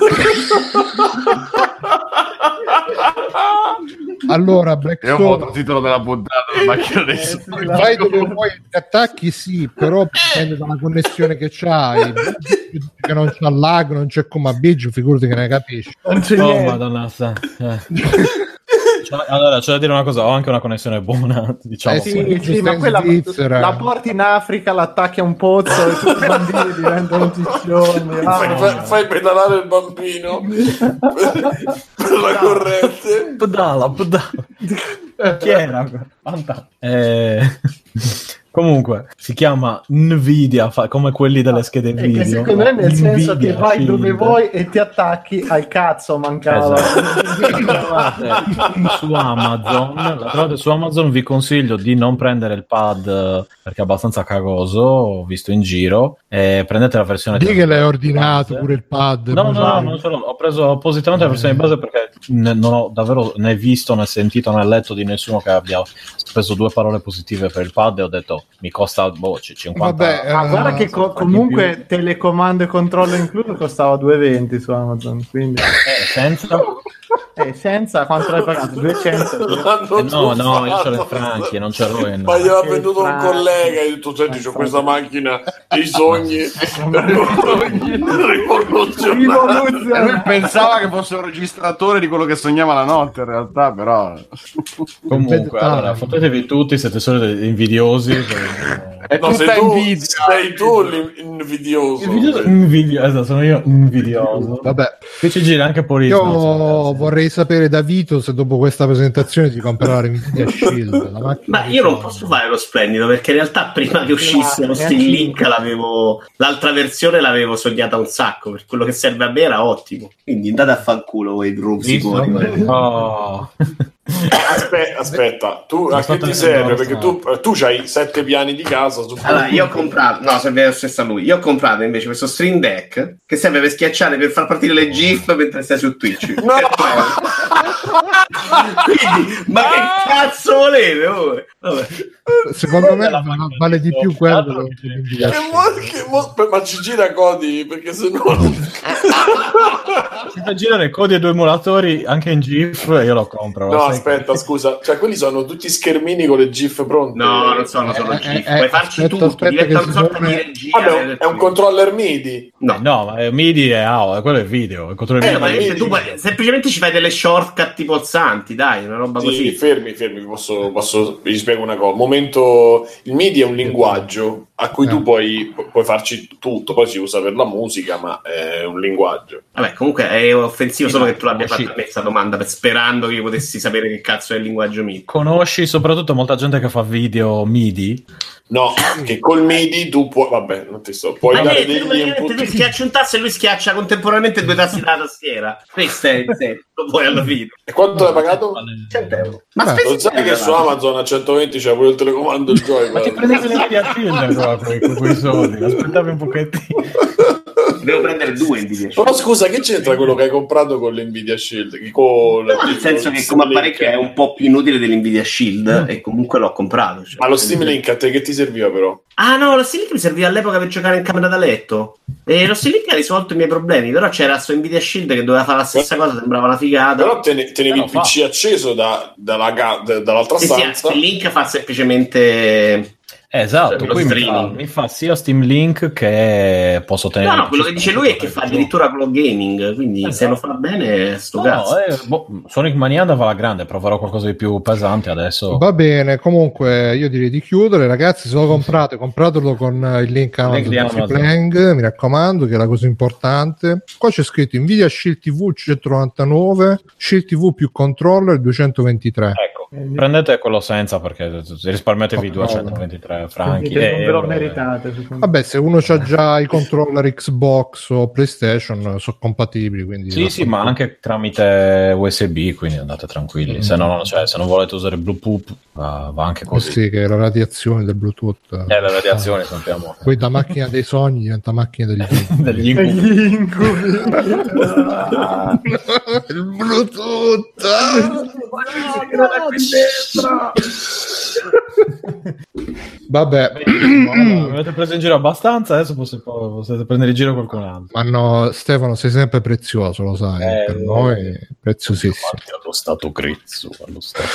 Allora, Black Io ho il titolo della puntata, la macchina dei eh, sogni. Vai dove vuoi, ti attacchi sì, però dipende dalla connessione che c'hai. Che non c'ha lag, non c'è come a Biggio, figurati che ne capisci. Non c'è oh, niente. Madonna, sa. Eh. Allora, c'è da dire una cosa, ho anche una connessione buona, diciamo. Eh sì, sì, ma quella la porti in Africa, l'attacchi a un pozzo e tutti i bambini diventano ciccioni. Ah, fai, fai, fai pedalare il bambino per, per la corrente. Pedala, pedala. Chi era? Eh... Comunque, si chiama Nvidia, fa, come quelli delle schede video. E secondo me nel Nvidia, senso che vai Shield. Dove vuoi e ti attacchi al cazzo, mancava. Esatto. Su Amazon, la trovate su Amazon, vi consiglio di non prendere il pad perché è abbastanza cagoso, ho visto in giro, e prendete la versione... Di che l'hai ordinato pure il pad? No, no, no, non ce l'ho, ho preso appositamente eh. la versione di base perché ne, non ho davvero né visto, né sentito, né letto di nessuno che abbia speso due parole positive per il pad e ho detto mi costa boh, cinquanta. Vabbè, ma uh, guarda che co- comunque telecomando e controllo incluso costava due e venti su Amazon, quindi eh, senza eh, senza quanto l'hai pagato? duecento eh, no no io ce l'ho in franchi non ce l'ho in ma gliel'ha venduto un collega e ho detto senti c'ho questa macchina dei sogni rivoluzionaria. Pensava che fosse un registratore di quello che sognava la notte in realtà, però comunque allora fottetevi tutti, siete solo degli invidiosi. È no, sei, tu, sei tu l'invidioso. Invidioso, esatto, sono io invidioso. Vabbè, qui ci gira anche Polizio. Io vorrei sapere da Vito se dopo questa presentazione si comprerà la Nvidia Shield. La ma io non posso fare lo splendido perché in realtà prima che uscisse lo Steam Link l'avevo, l'altra versione l'avevo sognata un sacco, per quello che serve a me era ottimo. Quindi andate a fanculo voi gruppi. Oh. Aspetta, aspetta, tu a che ti serve? Perché tu, tu c'hai sette piani di casa. Su allora, io ho comprato, no, serve lo stesso a lui. Io ho comprato invece questo Stream Deck che serve per schiacciare per far partire le GIF mentre stai su Twitch. No! Quindi, ma che cazzo volete voi? Vabbè. Secondo me vale di più quello che che mo- che mo- ma ci gira Cody perché se no ci fa girare codi e due emulatori anche in GIF e io lo compro. No, aspetta, che... scusa, cioè quelli sono tutti schermini con le GIF pronte. No, non sono solo GIF, eh, puoi farci aspetta, tutto, aspetta diventa una sorta siccome... di regia. Vabbè, è un controller MIDI. No, no, ma è MIDI e A O, quello è video, il controller eh, MIDI. Ma tu puoi, semplicemente ci fai delle shortcut tipo pozzanti, dai, una roba sì, così. fermi, fermi, posso, posso vi spiego una cosa. Momento, il MIDI è un linguaggio a cui eh. tu puoi, puoi farci tutto, poi si usa per la musica, ma è un linguaggio. Vabbè, comunque è offensivo solo che tu l'abbia fatta a me questa domanda, per, sperando che io potessi sapere che cazzo è il linguaggio MIDI. Conosci soprattutto molta gente che fa video MIDI? No, che col MIDI tu puoi, vabbè, non ti sto, puoi Ma dare niente, degli tu, input. tu schiacci un tasto e lui schiaccia contemporaneamente due tasti dalla tastiera. Questo è il senso, poi alla fine. E quanto l'hai pagato? cento euro. Ma Beh, Non sai che su Amazon a centoventi c'è pure il telecomando il Joy. Ma ti prendevi le Nvidia Shield con quei, quei soldi, aspettavi un pochettino. Devo prendere due Nvidia Shield. Però scusa, che c'entra quello che hai comprato con l'Nvidia Shield? Con No, nel senso che come apparecchio è un po' più inutile dell'Nvidia Shield e comunque l'ho comprato. Cioè. Ma lo Steam Link a te che ti serviva però? Ah no, lo Steam Link mi serviva all'epoca per giocare in camera da letto e lo Steam Link ha risolto i miei problemi, però c'era sto Nvidia Shield che doveva fare la stessa cosa, sembrava una figata. Però tene, tenevi il P C fa. acceso da, dalla, da, dall'altra sì, stanza. Sì, il Link fa semplicemente... Esatto, cioè, qui mi fa, mi fa sia Steam Link che posso tenere. No, no, quello che dice lui è che fa addirittura quello gaming, quindi esatto. Se lo fa bene, sto no, cazzo. Eh, boh, Sonic Mania andava alla grande, proverò qualcosa di più pesante adesso. Va bene, comunque io direi di chiudere, ragazzi. Se lo comprate, compratelo con il link Amazon Playing, mi raccomando, che è la cosa importante. Qua c'è scritto Nvidia Shield T V centonovantanove, Shield T V più controller duecentoventitré. Ecco. Prendete quello senza perché risparmiatevi duecentoventitré franchi e ve lo meritate. Vabbè, se uno c'ha già i controller Xbox o PlayStation sono compatibili, quindi sì sì, ma anche tramite U S B, quindi andate tranquilli. Mm. Se, non, cioè, se non volete usare Bluetooth va, va anche così. Eh sì, che è la radiazione del Bluetooth. Eh, la radiazione ah. sappiamo. Poi da macchina dei sogni diventa macchina degli incubi. degli incubi. Il Bluetooth. Vabbè, mi avete preso in giro abbastanza, adesso potete, potete prendere in giro qualcun altro. Ma no, Stefano, sei sempre prezioso, lo sai, eh, per noi è preziosissimo. Allo stato grezzo, allo stato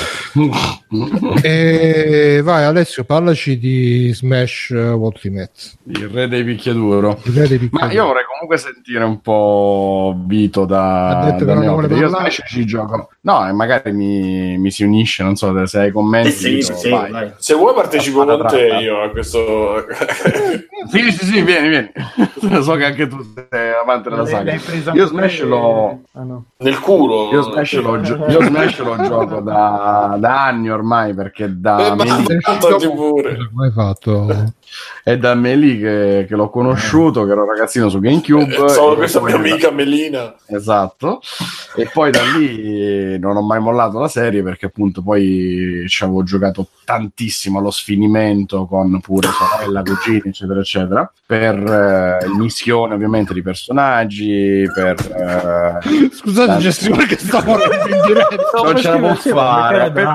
E vai Alessio, parlaci di Smash Ultimate, il re dei picchiaduro. Il re dei picchiaduro. Ma io vorrei comunque sentire un po' Vito da, ha detto da che non vuole io Smash ci gioco, no, e magari mi, mi si unisce, non so se hai commenti. Sì, sì, sì, vai. Vai. Se vuoi partecipo con te io a questo. Sì, sì, sì, vieni, vieni. So che anche tu sei amante della saga. Io Smash l'ho ah, no. nel culo. Io Smash lo, gio- io Smash lo gioco da, da anni ormai, perché da eh, Melee pure. Come hai fatto? È da Melee che, che l'ho conosciuto, che ero ragazzino su GameCube. Eh, solo questa mia amica Melina. Esatto. E poi da lì non ho mai mollato la serie, perché appunto poi ci avevo giocato tantissimo allo sfinimento con pure sorella, cugini, eccetera, eccetera, per eh, il mischione ovviamente di personaggi, per eh, scusate la... gestione che sta morendo in diretta, non ce la può fare, per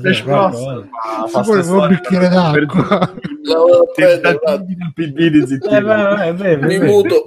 un bicchiere d'acqua, il P D di zittire, mi muto.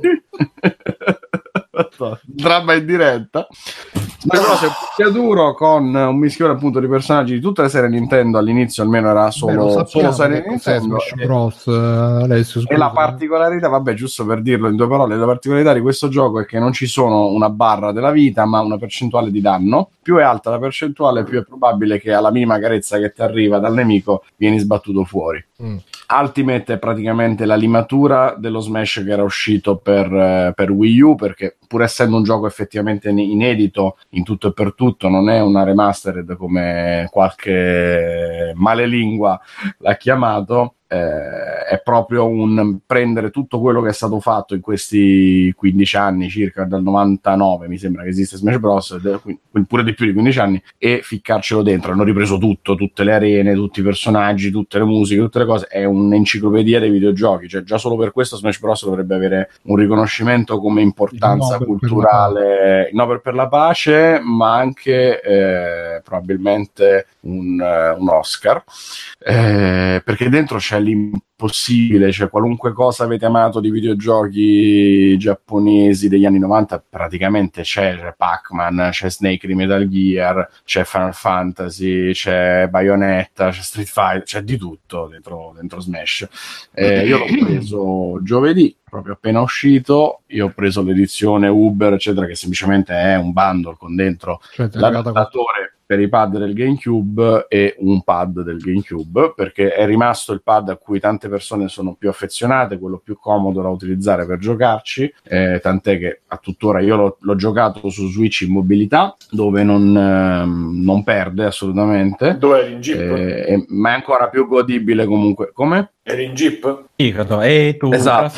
Dramma in diretta. Ma però c'è un picchiaduro con un mischione appunto di personaggi di tutte le serie Nintendo. All'inizio almeno era solo, Beh, solo serie Nintendo. Smash Bros. Adesso, e la particolarità, vabbè, giusto per dirlo in due parole, la particolarità di questo gioco è che non ci sono una barra della vita, ma una percentuale di danno. Più è alta la percentuale, più è probabile che alla minima carezza che ti arriva dal nemico vieni sbattuto fuori. Mm. Ultimate è praticamente la limatura dello Smash che era uscito per, eh, per Wii U, perché pur essendo un gioco effettivamente inedito in tutto e per tutto, non è una remastered come qualche malelingua l'ha chiamato. Eh, è proprio un prendere tutto quello che è stato fatto in questi quindici anni circa, dal novantanove mi sembra che esiste Smash Bros, pure di più di quindici anni, e ficcarcelo dentro. Hanno ripreso tutto, tutte le arene, tutti i personaggi, tutte le musiche, tutte le cose. È un'enciclopedia dei videogiochi, cioè già solo per questo Smash Bros dovrebbe avere un riconoscimento come importanza Nobel culturale, il Nobel per la pace, ma anche eh, probabilmente un, uh, un Oscar, eh, perché dentro c'è l'impossibile, cioè qualunque cosa avete amato di videogiochi giapponesi degli anni novanta praticamente c'è, c'è Pac-Man, c'è Snake di Metal Gear, c'è Final Fantasy, c'è Bayonetta, c'è Street Fighter, c'è di tutto dentro, dentro Smash. Eh, io l'ho preso giovedì, proprio appena uscito. Io ho preso l'edizione Uber, eccetera, che semplicemente è un bundle con dentro cioè, l'adattatore per i pad del GameCube e un pad del GameCube, perché è rimasto il pad a cui tante persone sono più affezionate, quello più comodo da utilizzare per giocarci, eh, tant'è che a tuttora io l'ho, l'ho giocato su Switch in mobilità, dove non, ehm, non perde assolutamente, dove eri in Jeep? Eh, ma è ancora più godibile comunque. Come? Eri in Jeep? Sì, canto, e tu Esatto.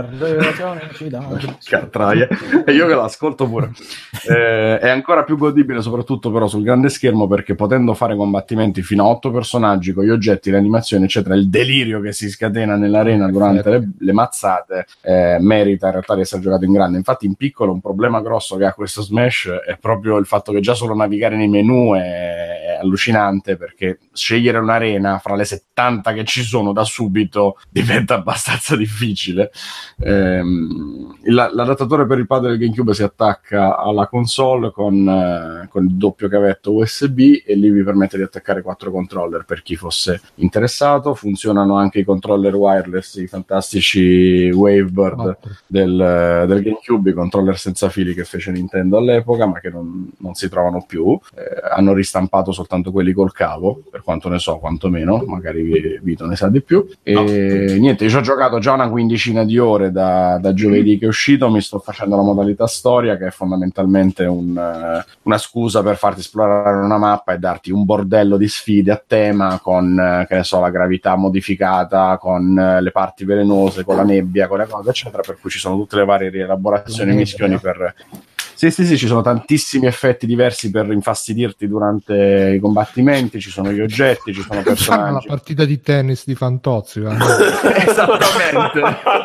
Catraia. E io che l'ascolto pure. Eh, è ancora più godibile, soprattutto però sul grande schermo, perché potendo fare combattimenti fino a otto personaggi con gli oggetti, le animazioni, eccetera, il delirio che si scatena nell'arena durante le, le mazzate eh, merita in realtà di essere giocato in grande. Infatti, in piccolo, un problema grosso che ha questo Smash è proprio il fatto che già solo navigare nei menu è, è allucinante, perché scegliere un'arena fra le settanta che ci sono da subito diventa abbastanza difficile. Ehm, il, l'adattatore per il pad del GameCube si attacca alla console con, eh, con il doppio cavetto U S B e lì vi permette di attaccare quattro controller per chi fosse interessato. Funzionano anche i controller wireless, i fantastici Wavebird Oh. del, del GameCube, i controller senza fili che fece Nintendo all'epoca ma che non, non si trovano più. Eh, hanno ristampato soltanto quelli col cavo, per quanto ne so, quantomeno, magari Vito ne sa di più. E No. niente, io ci ho giocato già una quindicina di ore da, da giovedì che è uscito. Mi sto facendo la modalità storia, che è fondamentalmente un, uh, una scusa per farti esplorare una mappa e darti un bordello di sfide a tema con, uh, che ne so, la gravità modificata, con uh, le parti velenose, con la nebbia, con le cose eccetera, per cui ci sono tutte le varie rielaborazioni e missioni per... Sì, sì, sì, ci sono tantissimi effetti diversi per infastidirti durante i combattimenti, ci sono gli oggetti, ci sono Fanno la personaggi. partita di tennis di Fantozzi. guarda. Esattamente.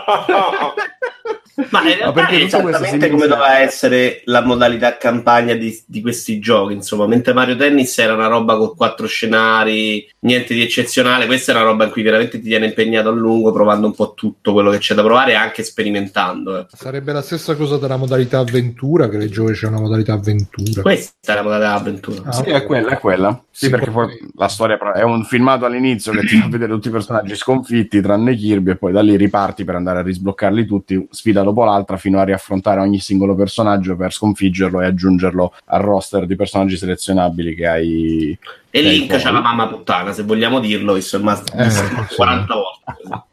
Ma in realtà perché è tutto questo si esattamente come inizia- doveva essere la modalità campagna di, di questi giochi, insomma, mentre Mario Tennis era una roba con quattro scenari, niente di eccezionale, questa è una roba in cui veramente ti tiene impegnato a lungo, provando un po' tutto quello che c'è da provare e anche sperimentando. eh. Sarebbe la stessa cosa della modalità avventura, che leggevo che c'è una modalità avventura. Questa è la modalità avventura. Ah, Sì, ok. è quella, è quella. Sì, Sì, perché poi poi- la storia è un filmato all'inizio che ti fa vedere tutti i personaggi sconfitti, tranne Kirby, e poi da lì riparti per andare a risbloccarli tutti, sfida dopo l'altra, fino a riaffrontare ogni singolo personaggio per sconfiggerlo e aggiungerlo al roster di personaggi selezionabili che hai. E che hai Link poi. c'ha la mamma puttana, se vogliamo dirlo, visto il master Eh, quaranta volte.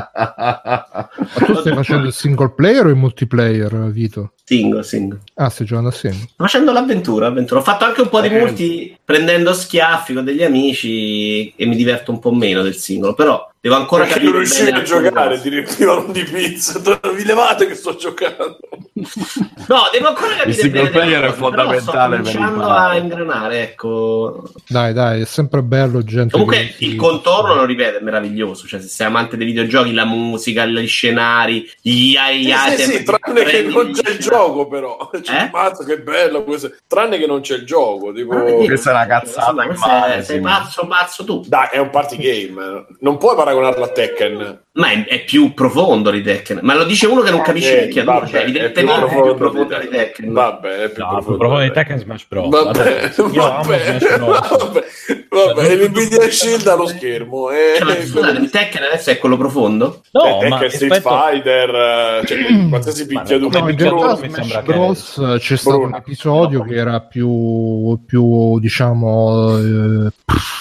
Ma tu stai facendo il single player o il multiplayer, Vito? Single, single. Ah, stai giocando assieme. Sto facendo l'avventura, avventura. Ho fatto anche un po' di Eh. multi prendendo schiaffi con degli amici e mi diverto un po' meno del singolo, però devo ancora Perché capire non riuscivi bene a alcune giocare, cose. ti riempivano di pizza. Vi levate che sto giocando. No, devo ancora capire Il single bene player delle è cose, però fondamentale per sto cominciando imparare. a ingranare, ecco. Dai, dai, è sempre bello, gente. Comunque che- il contorno, lo ripeto, è meraviglioso. Cioè, se sei amante dei videogiochi, la musica, gli scenari, gli ai Sì, item, sì, sì, tranne che prendi non gli c'è il scenari. gioco, però. Cioè, Eh? mazzo, che bello questo. Tranne che non c'è il gioco. Tipo... Ah, vedi? Questa è una cazzata Sì, in sei, male, sei sì. pazzo, pazzo tu. Dai, è un party game. Non puoi paragonarlo a Tekken. Ma è, è più profondo di Tekken. Ma lo dice uno che non capisce Eh, il picchiaduro. vabbè, Cioè, è più evidentemente è più profondo profondo di di Tekken. Vabbè, è più No, profondo. più profondo di Tekken Smash Bros. Vabbè, Adesso, io amo vabbè, Smash Bros. vabbè, vabbè, e l'Nvidia Shield allo schermo. E... Cioè, ma scusate, il Tekken adesso è quello profondo? No, Tekken, ma Street rispetto- Fighter, eh, cioè, qualsiasi picchiaduro. come No, in picchiaduro realtà mi Smash sembra che- Bros eh, c'è stato Bruno. un episodio che era più, più diciamo eh, pff,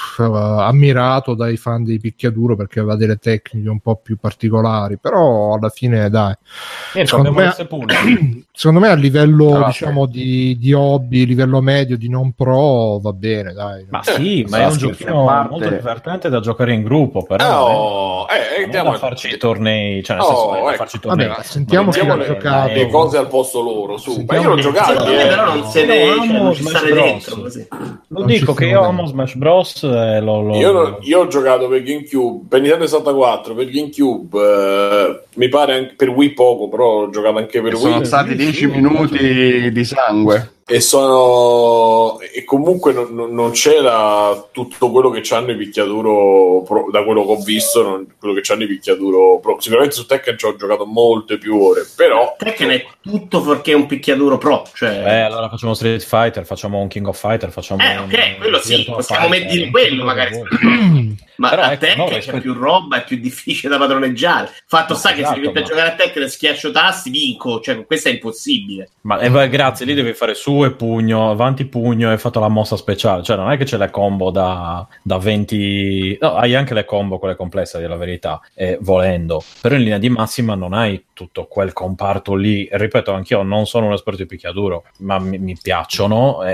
ammirato dai fan dei picchiaduro perché aveva delle tecniche un po' più particolari, però alla fine dai, Niente, secondo abbiamo me, le sepulcre. secondo me a livello Ah, diciamo di, di hobby, livello medio di non pro va bene, dai. Ma sì, ma è un scherzi giochino a parte. molto divertente da giocare in gruppo, però Oh, eh, eh, non andiamo da a farci i tornei, cioè nel Oh, senso da ecco. farci i tornei. Vabbè, ma sentiamo chi chi mettiamo ha le, giocato. le cose al posto loro, su. Ma Sentiamo io l'ho che- giocato, Secondo me eh. però non se ne No, cioè, amo non ci Smash stare Bros. dentro così. Lo Non dico ci che io stiamo amo Smash Bros. E lo, lo- Io, lo- io ho giocato per GameCube, per Nintendo sessantaquattro, per GameCube, eh, mi pare anche per Wii poco, però ho giocato anche per Sono Wii. stati sì, dieci sì, minuti di sangue. E sono e comunque non, non- non c'era tutto quello che c'hanno i picchiaduro pro, da quello che ho visto, non- quello che c'hanno i picchiaduro pro. Sicuramente su Tekken ci ho giocato molte più ore, però Tekken è tutto fuorché un picchiaduro pro. Cioè... Eh, allora facciamo Street Fighter, facciamo un King of Fighter, facciamo Eh, un- ok, quello sì, Virtua possiamo Fighter, mettere un quello, po' magari. quello che vuoi. Ma Però a ecco, Tekken no, c'è rispetto- più roba, è più difficile da padroneggiare. Fatto No, sta che se esatto, mi metti a ma- giocare a Tekken e schiaccio tasti, vinco. Cioè, questo è impossibile. Ma eh, vai, grazie, lì devi fare su e pugno, avanti pugno e fatto la mossa speciale. Cioè, non è che c'è le combo da, da venti. No, hai anche le combo, quelle complesse, a dire la verità, eh, volendo. Però in linea di massima non hai tutto quel comparto lì. E ripeto, anch'io non sono un esperto di picchiaduro, ma mi, mi piacciono e, e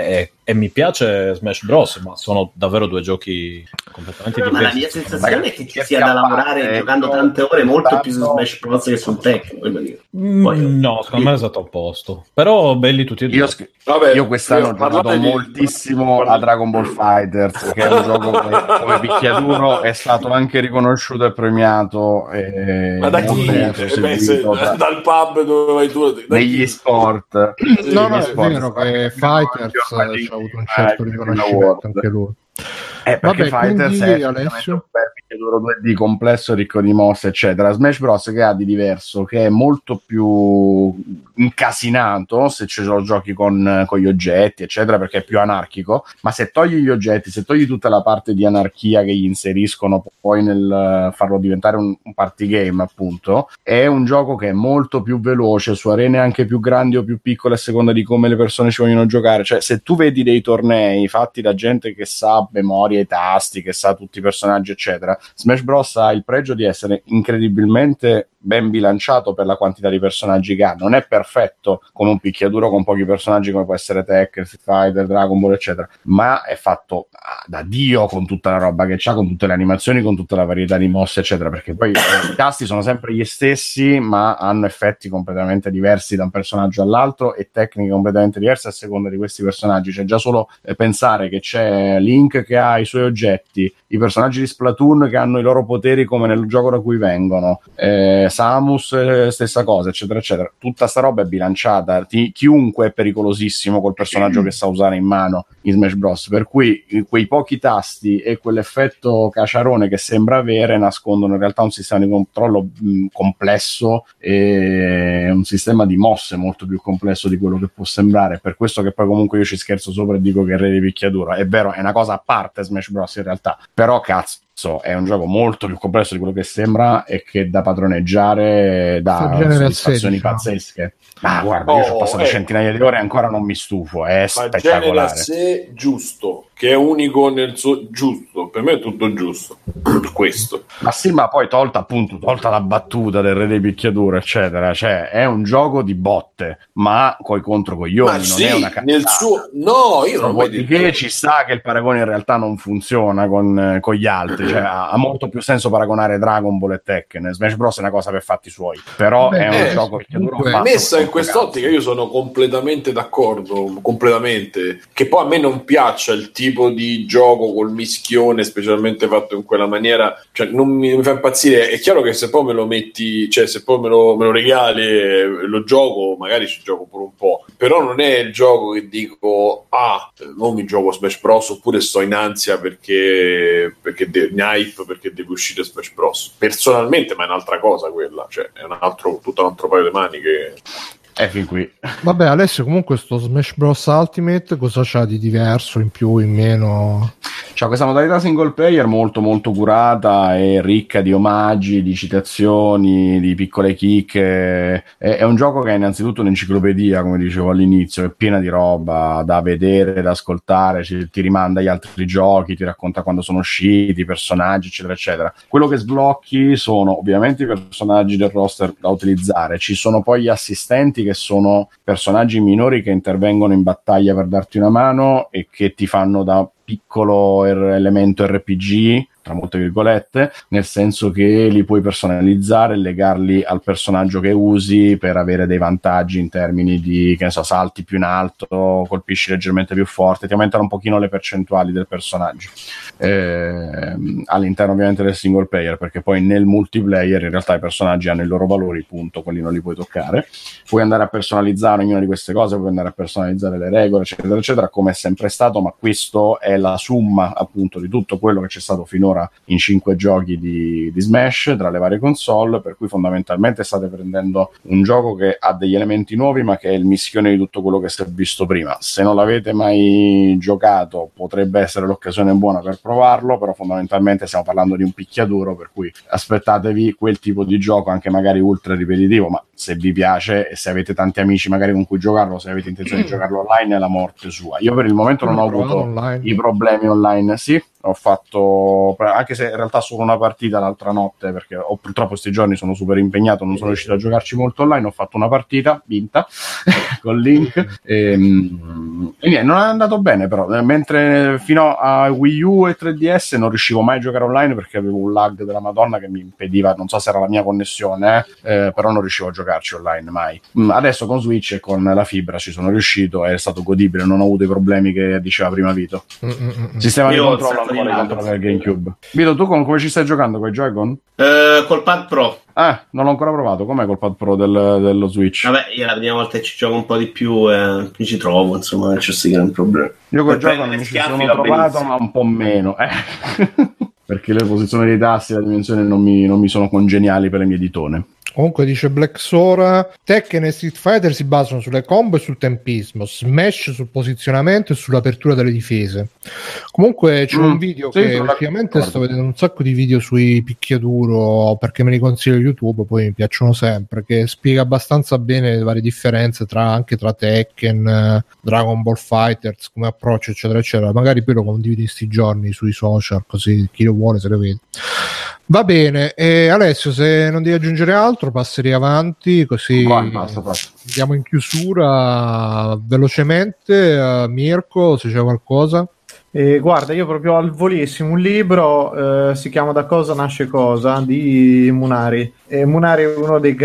e mi piace Smash Bros, ma sono davvero due giochi completamente ma diversi. la mia sensazione è che ci sia da lavorare giocando tante ore molto più su Smash Bros che sul Tekken. Mm, no, secondo me è stato opposto, però belli tutti e due. Io, Vabbè, io quest'anno ho giocato di... moltissimo a Dragon Ball Fighters, che è un gioco che come picchiaduro è stato anche riconosciuto e premiato, e ma da chi? Beh, se, da... dal pub dove vai tu negli sport. No, no, è vero che Fighters ha avuto un certo riconoscimento anche lui. Eh, perché Vabbè, Fighters è Alessio? un bel picchiaduro due D complesso, ricco di mosse, eccetera. Smash Bros. Che ha di diverso, che è molto più incasinato se ce lo giochi con, con gli oggetti, eccetera, perché è più anarchico. Ma se togli gli oggetti, se togli tutta la parte di anarchia che gli inseriscono poi nel farlo diventare un, un party game, appunto, è un gioco che è molto più veloce, su arene anche più grandi o più piccole a seconda di come le persone ci vogliono giocare. Cioè, se tu vedi dei tornei fatti da gente che sa memoria i tasti, che sa tutti i personaggi, eccetera, Smash Bros ha il pregio di essere incredibilmente ben bilanciato per la quantità di personaggi che ha. Non è perfetto come un picchiaduro con pochi personaggi come può essere Tekken, Street Fighter, Dragon Ball, eccetera, ma è fatto da Dio con tutta la roba che c'ha, con tutte le animazioni, con tutta la varietà di mosse, eccetera, perché poi eh, i tasti sono sempre gli stessi ma hanno effetti completamente diversi da un personaggio all'altro e tecniche completamente diverse a seconda di questi personaggi. Cioè già solo eh, pensare che c'è Link che ha i suoi oggetti, i personaggi di Splatoon che hanno i loro poteri come nel gioco da cui vengono, eh, Samus eh, stessa cosa, eccetera eccetera. Tutta sta roba è bilanciata. Ti, chiunque è pericolosissimo col personaggio che sa usare in mano in Smash Bros, per cui quei pochi tasti e quell'effetto caciarone che sembra avere nascondono in realtà un sistema di controllo mh, complesso e un sistema di mosse molto più complesso di quello che può sembrare. Per questo che poi comunque io ci scherzo sopra e dico che è re di picchiaduro. È vero, è una cosa a parte Smash Bros in realtà, però cazzo è un gioco molto più complesso di quello che sembra e che da padroneggiare dà soddisfazioni pazzesche. Ma guarda, io oh, ci ho passato eh. centinaia di ore e ancora non mi stufo, è Ma spettacolare. genere a sé giusto, che è unico nel suo giusto, per me è tutto giusto questo. Ma sì, ma poi tolta appunto tolta la battuta del re dei picchiaduro eccetera, cioè è un gioco di botte ma coi controcoglioni, ma non sì, è una cazzata. nel suo no, io non voglio che ci sa che il paragone in realtà non funziona con, con gli altri, cioè ha, ha molto più senso paragonare Dragon Ball e Tekken. Smash Bros è una cosa per fatti suoi, però Beh, è un eh, gioco picchiaduro messa in quest'ottica io sono completamente d'accordo, completamente, che poi a me non piaccia il tipo di gioco col mischione specialmente fatto in quella maniera, cioè non mi, mi fa impazzire. È chiaro che se poi me lo metti, cioè se poi me lo, me lo regali lo gioco, magari ci gioco pure un po', però non è il gioco che dico ah non mi gioco Smash Bros oppure sto in ansia perché perché de- hype perché deve uscire Smash Bros. Personalmente, ma è un'altra cosa quella, cioè è un altro, tutto un altro paio di maniche. È fin qui. Vabbè, Alessio, comunque sto Smash Bros Ultimate cosa c'ha di diverso, in più, in meno? C'ha questa modalità single player molto molto curata e ricca di omaggi, di citazioni, di piccole chicche. È, è un gioco che è innanzitutto un'enciclopedia, come dicevo all'inizio, è piena di roba da vedere, da ascoltare, ci, ti rimanda agli altri giochi, ti racconta quando sono usciti, i personaggi, eccetera eccetera. Quello che sblocchi sono ovviamente i personaggi del roster da utilizzare, ci sono poi gli assistenti che sono personaggi minori che intervengono in battaglia per darti una mano e che ti fanno da piccolo er- elemento R P G, tra molte virgolette, nel senso che li puoi personalizzare e legarli al personaggio che usi per avere dei vantaggi in termini di, che ne so, salti più in alto, colpisci leggermente più forte, ti aumentano un pochino le percentuali del personaggio, eh, all'interno ovviamente del single player, perché poi nel multiplayer in realtà i personaggi hanno i loro valori, punto, quelli non li puoi toccare. Puoi andare a personalizzare ognuna di queste cose, puoi andare a personalizzare le regole, eccetera eccetera, come è sempre stato, ma questo è la summa appunto di tutto quello che c'è stato finora in cinque giochi di, di Smash tra le varie console, per cui fondamentalmente state prendendo un gioco che ha degli elementi nuovi ma che è il mischione di tutto quello che si è visto prima. Se non l'avete mai giocato potrebbe essere l'occasione buona per provarlo, però fondamentalmente stiamo parlando di un picchiaduro, per cui aspettatevi quel tipo di gioco, anche magari ultra ripetitivo, ma se vi piace e se avete tanti amici magari con cui giocarlo, se avete intenzione di giocarlo online, è la morte sua. Io per il momento non, non ho avuto online. I problemi online, sì, ho fatto, anche se in realtà solo una partita l'altra notte, perché ho, purtroppo questi giorni sono super impegnato, non sono riuscito a giocarci molto online, ho fatto una partita vinta con Link e, e niente, non è andato bene però, mentre fino a Wii U e tre D S non riuscivo mai a giocare online perché avevo un lag della Madonna che mi impediva, non so se era la mia connessione, eh, eh, però non riuscivo a giocarci online mai. Adesso con Switch e con la fibra ci sono riuscito, è stato godibile, non ho avuto i problemi che diceva prima Vito. Mm-mm. Sistema di Io controllo ancora di controllo del GameCube. Vito, tu con, come ci stai giocando con i Joy-Con? Uh, col Pad Pro. Ah, non l'ho ancora provato. Com'è col Pad Pro del, dello Switch? Vabbè, io la prima volta che ci gioco un po' di più eh, mi ci trovo, insomma, non c'è questi gran problemi. Io col Per Joy-Con prendere mi ci schiaffi sono va trovato, benissimo. ma un po' meno. Eh. Perché le posizioni dei tasti e la dimensione non mi, non mi sono congeniali per le mie ditone. Comunque dice Black Sora, Tekken e Street Fighter si basano sulle combo e sul tempismo, Smash sul posizionamento e sull'apertura delle difese. Comunque c'è mm, un video sì, che ultimamente d'accordo. Sto vedendo un sacco di video sui picchiaduro perché me li consiglio YouTube, poi mi piacciono sempre, che spiega abbastanza bene le varie differenze tra anche tra Tekken, Dragon Ball Fighters, come approccio eccetera eccetera. Magari poi lo condivido in sti giorni sui social, così chi lo vuole se lo vede. Va bene, e Alessio, se non devi aggiungere altro passerei avanti così Vai, basta, basta. Andiamo in chiusura velocemente. uh, Mirko, se c'è qualcosa. Eh, guarda, io proprio al volissimo un libro, eh, si chiama Da cosa nasce cosa, di Munari. E Munari è uno dei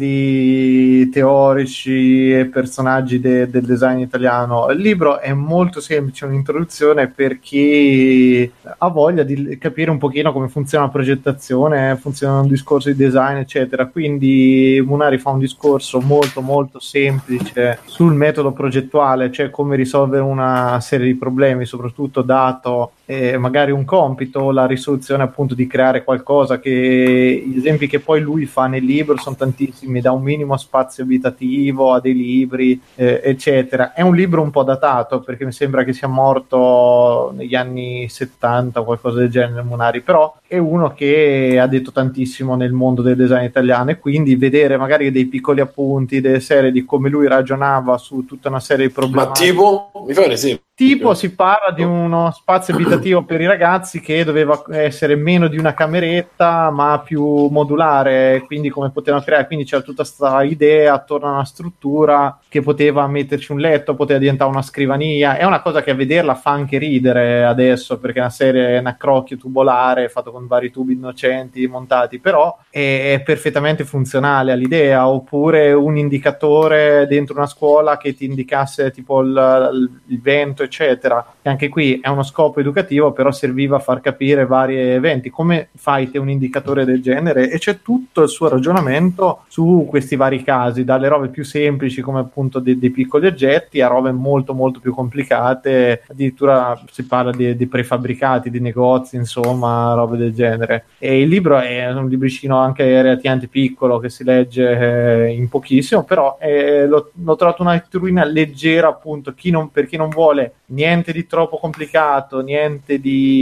grandi teorici e personaggi de- del design italiano. Il libro è molto semplice, un'introduzione per chi ha voglia di capire un pochino come funziona la progettazione, funziona un discorso di design, eccetera. Quindi Munari fa un discorso molto molto semplice sul metodo progettuale, cioè come risolvere una serie di problemi, soprattutto dato eh, magari un compito, la risoluzione appunto di creare qualcosa. Che gli esempi che poi lui fa nel libro sono tantissimi, da un minimo spazio abitativo a dei libri eh, eccetera. È un libro un po' datato perché mi sembra che sia morto negli anni settanta o qualcosa del genere Munari, però è uno che ha detto tantissimo nel mondo del design italiano, e quindi vedere magari dei piccoli appunti, delle serie di come lui ragionava su tutta una serie di problemi. Ma tipo, mi fai un esempio? Tipo si parla di uno spazio abitativo per i ragazzi che doveva essere meno di una cameretta ma più modulare, quindi come potevano creare, quindi c'era tutta questa idea attorno a una struttura che poteva metterci un letto, poteva diventare una scrivania. È una cosa che a vederla fa anche ridere adesso perché è una serie, è un accrocchio tubolare fatto con vari tubi innocenti montati, però è, è perfettamente funzionale all'idea. Oppure un indicatore dentro una scuola che ti indicasse tipo il, il vento eccetera, e anche qui è uno scopo educativo, però serviva a far capire vari eventi. Come fai te un indicatore del genere? E c'è tutto il suo ragionamento su questi vari casi, dalle robe più semplici come appunto dei, dei piccoli oggetti a robe molto molto più complicate, addirittura si parla di, di prefabbricati, di negozi, insomma robe del genere. E il libro è un libricino anche relativamente piccolo che si legge eh, in pochissimo, però eh, l'ho, l'ho trovato una letturina leggera, appunto, chi non, per chi non vuole niente di troppo complicato, niente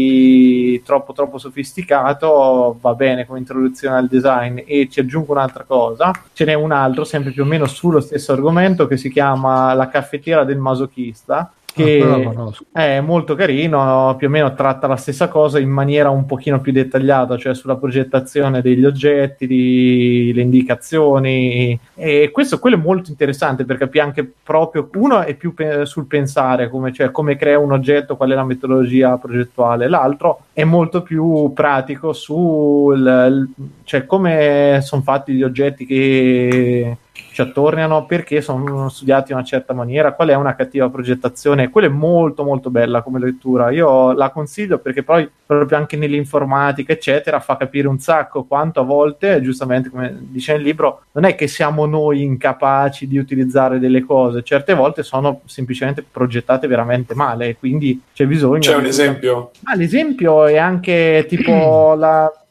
di troppo troppo sofisticato, va bene come introduzione al design. E ci aggiungo un'altra cosa, ce n'è un altro sempre più o meno sullo stesso argomento che si chiama La caffettiera del masochista, che è molto carino, più o meno tratta la stessa cosa in maniera un pochino più dettagliata, cioè sulla progettazione degli oggetti, di, le indicazioni, e questo quello è molto interessante per capire anche proprio, uno è più pe- sul pensare, come, cioè come crea un oggetto, qual è la metodologia progettuale, l'altro è molto più pratico sul, cioè come sono fatti gli oggetti che ci attorniano, perché sono studiati in una certa maniera, qual è una cattiva progettazione. Quella è molto molto bella come lettura, io la consiglio perché poi proprio anche nell'informatica eccetera fa capire un sacco quanto a volte, giustamente come dice nel libro, non è che siamo noi incapaci di utilizzare delle cose, certe volte sono semplicemente progettate veramente male, quindi c'è bisogno. C'è un di... esempio? Ah, l'esempio è anche tipo la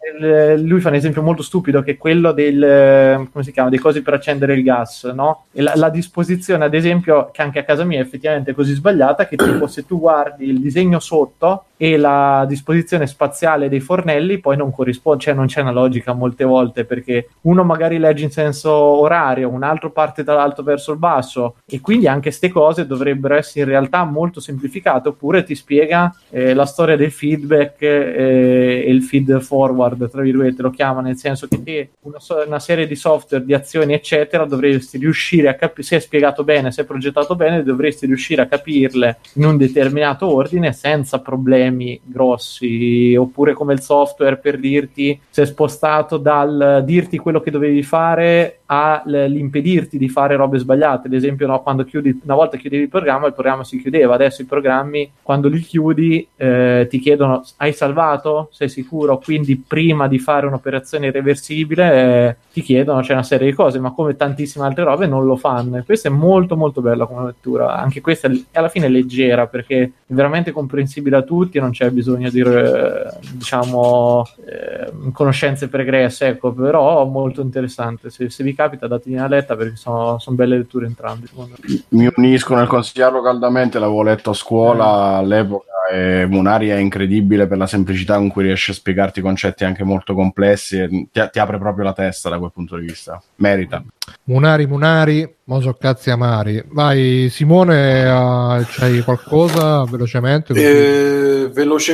il, lui fa un esempio molto stupido che è quello del, come si chiama, dei cosi per accendere il gas, no? E la, la disposizione, ad esempio, che anche a casa mia è effettivamente così sbagliata, che tipo se tu guardi il disegno sotto e la disposizione spaziale dei fornelli poi non corrisponde, cioè non c'è una logica molte volte, perché uno magari legge in senso orario, un altro parte dall'alto verso il basso, e quindi anche ste cose dovrebbero essere in realtà molto semplificate. Oppure ti spiega eh, la storia del feedback eh, e il feed forward, tra virgolette lo chiama, nel senso che te una, so- una serie di software, di azioni eccetera dovresti riuscire a capire, se è spiegato bene, se è progettato bene, dovresti riuscire a capirle in un determinato ordine senza problemi grossi. Oppure come il software per dirti se è spostato dal dirti quello che dovevi fare all'impedirti di fare robe sbagliate. Ad esempio, no, quando chiudi, una volta chiudevi il programma, il programma si chiudeva. Adesso i programmi, quando li chiudi, eh, ti chiedono: hai salvato? Sei sicuro? Quindi prima di fare un'operazione irreversibile eh, ti chiedono, c'è una serie di cose, ma come tantissime altre robe non lo fanno. E questa è molto molto bella come lettura. Anche questa è alla fine leggera, perché è veramente comprensibile a tutti, non c'è bisogno di eh, diciamo eh, conoscenze pregresse, ecco, però molto interessante. Se, se vi capita dategli una letta, perché sono, sono belle letture entrambe, secondo me. Mi unisco nel consigliarlo caldamente, l'avevo letto a scuola all'epoca e Munari è incredibile per la semplicità con cui riesce a spiegarti concetti anche molto complessi e ti, ti apre proprio la testa da quel punto di vista. Merita. Munari, Munari, moso cazzi amari. Vai Simone, uh, c'hai qualcosa velocemente? Eh,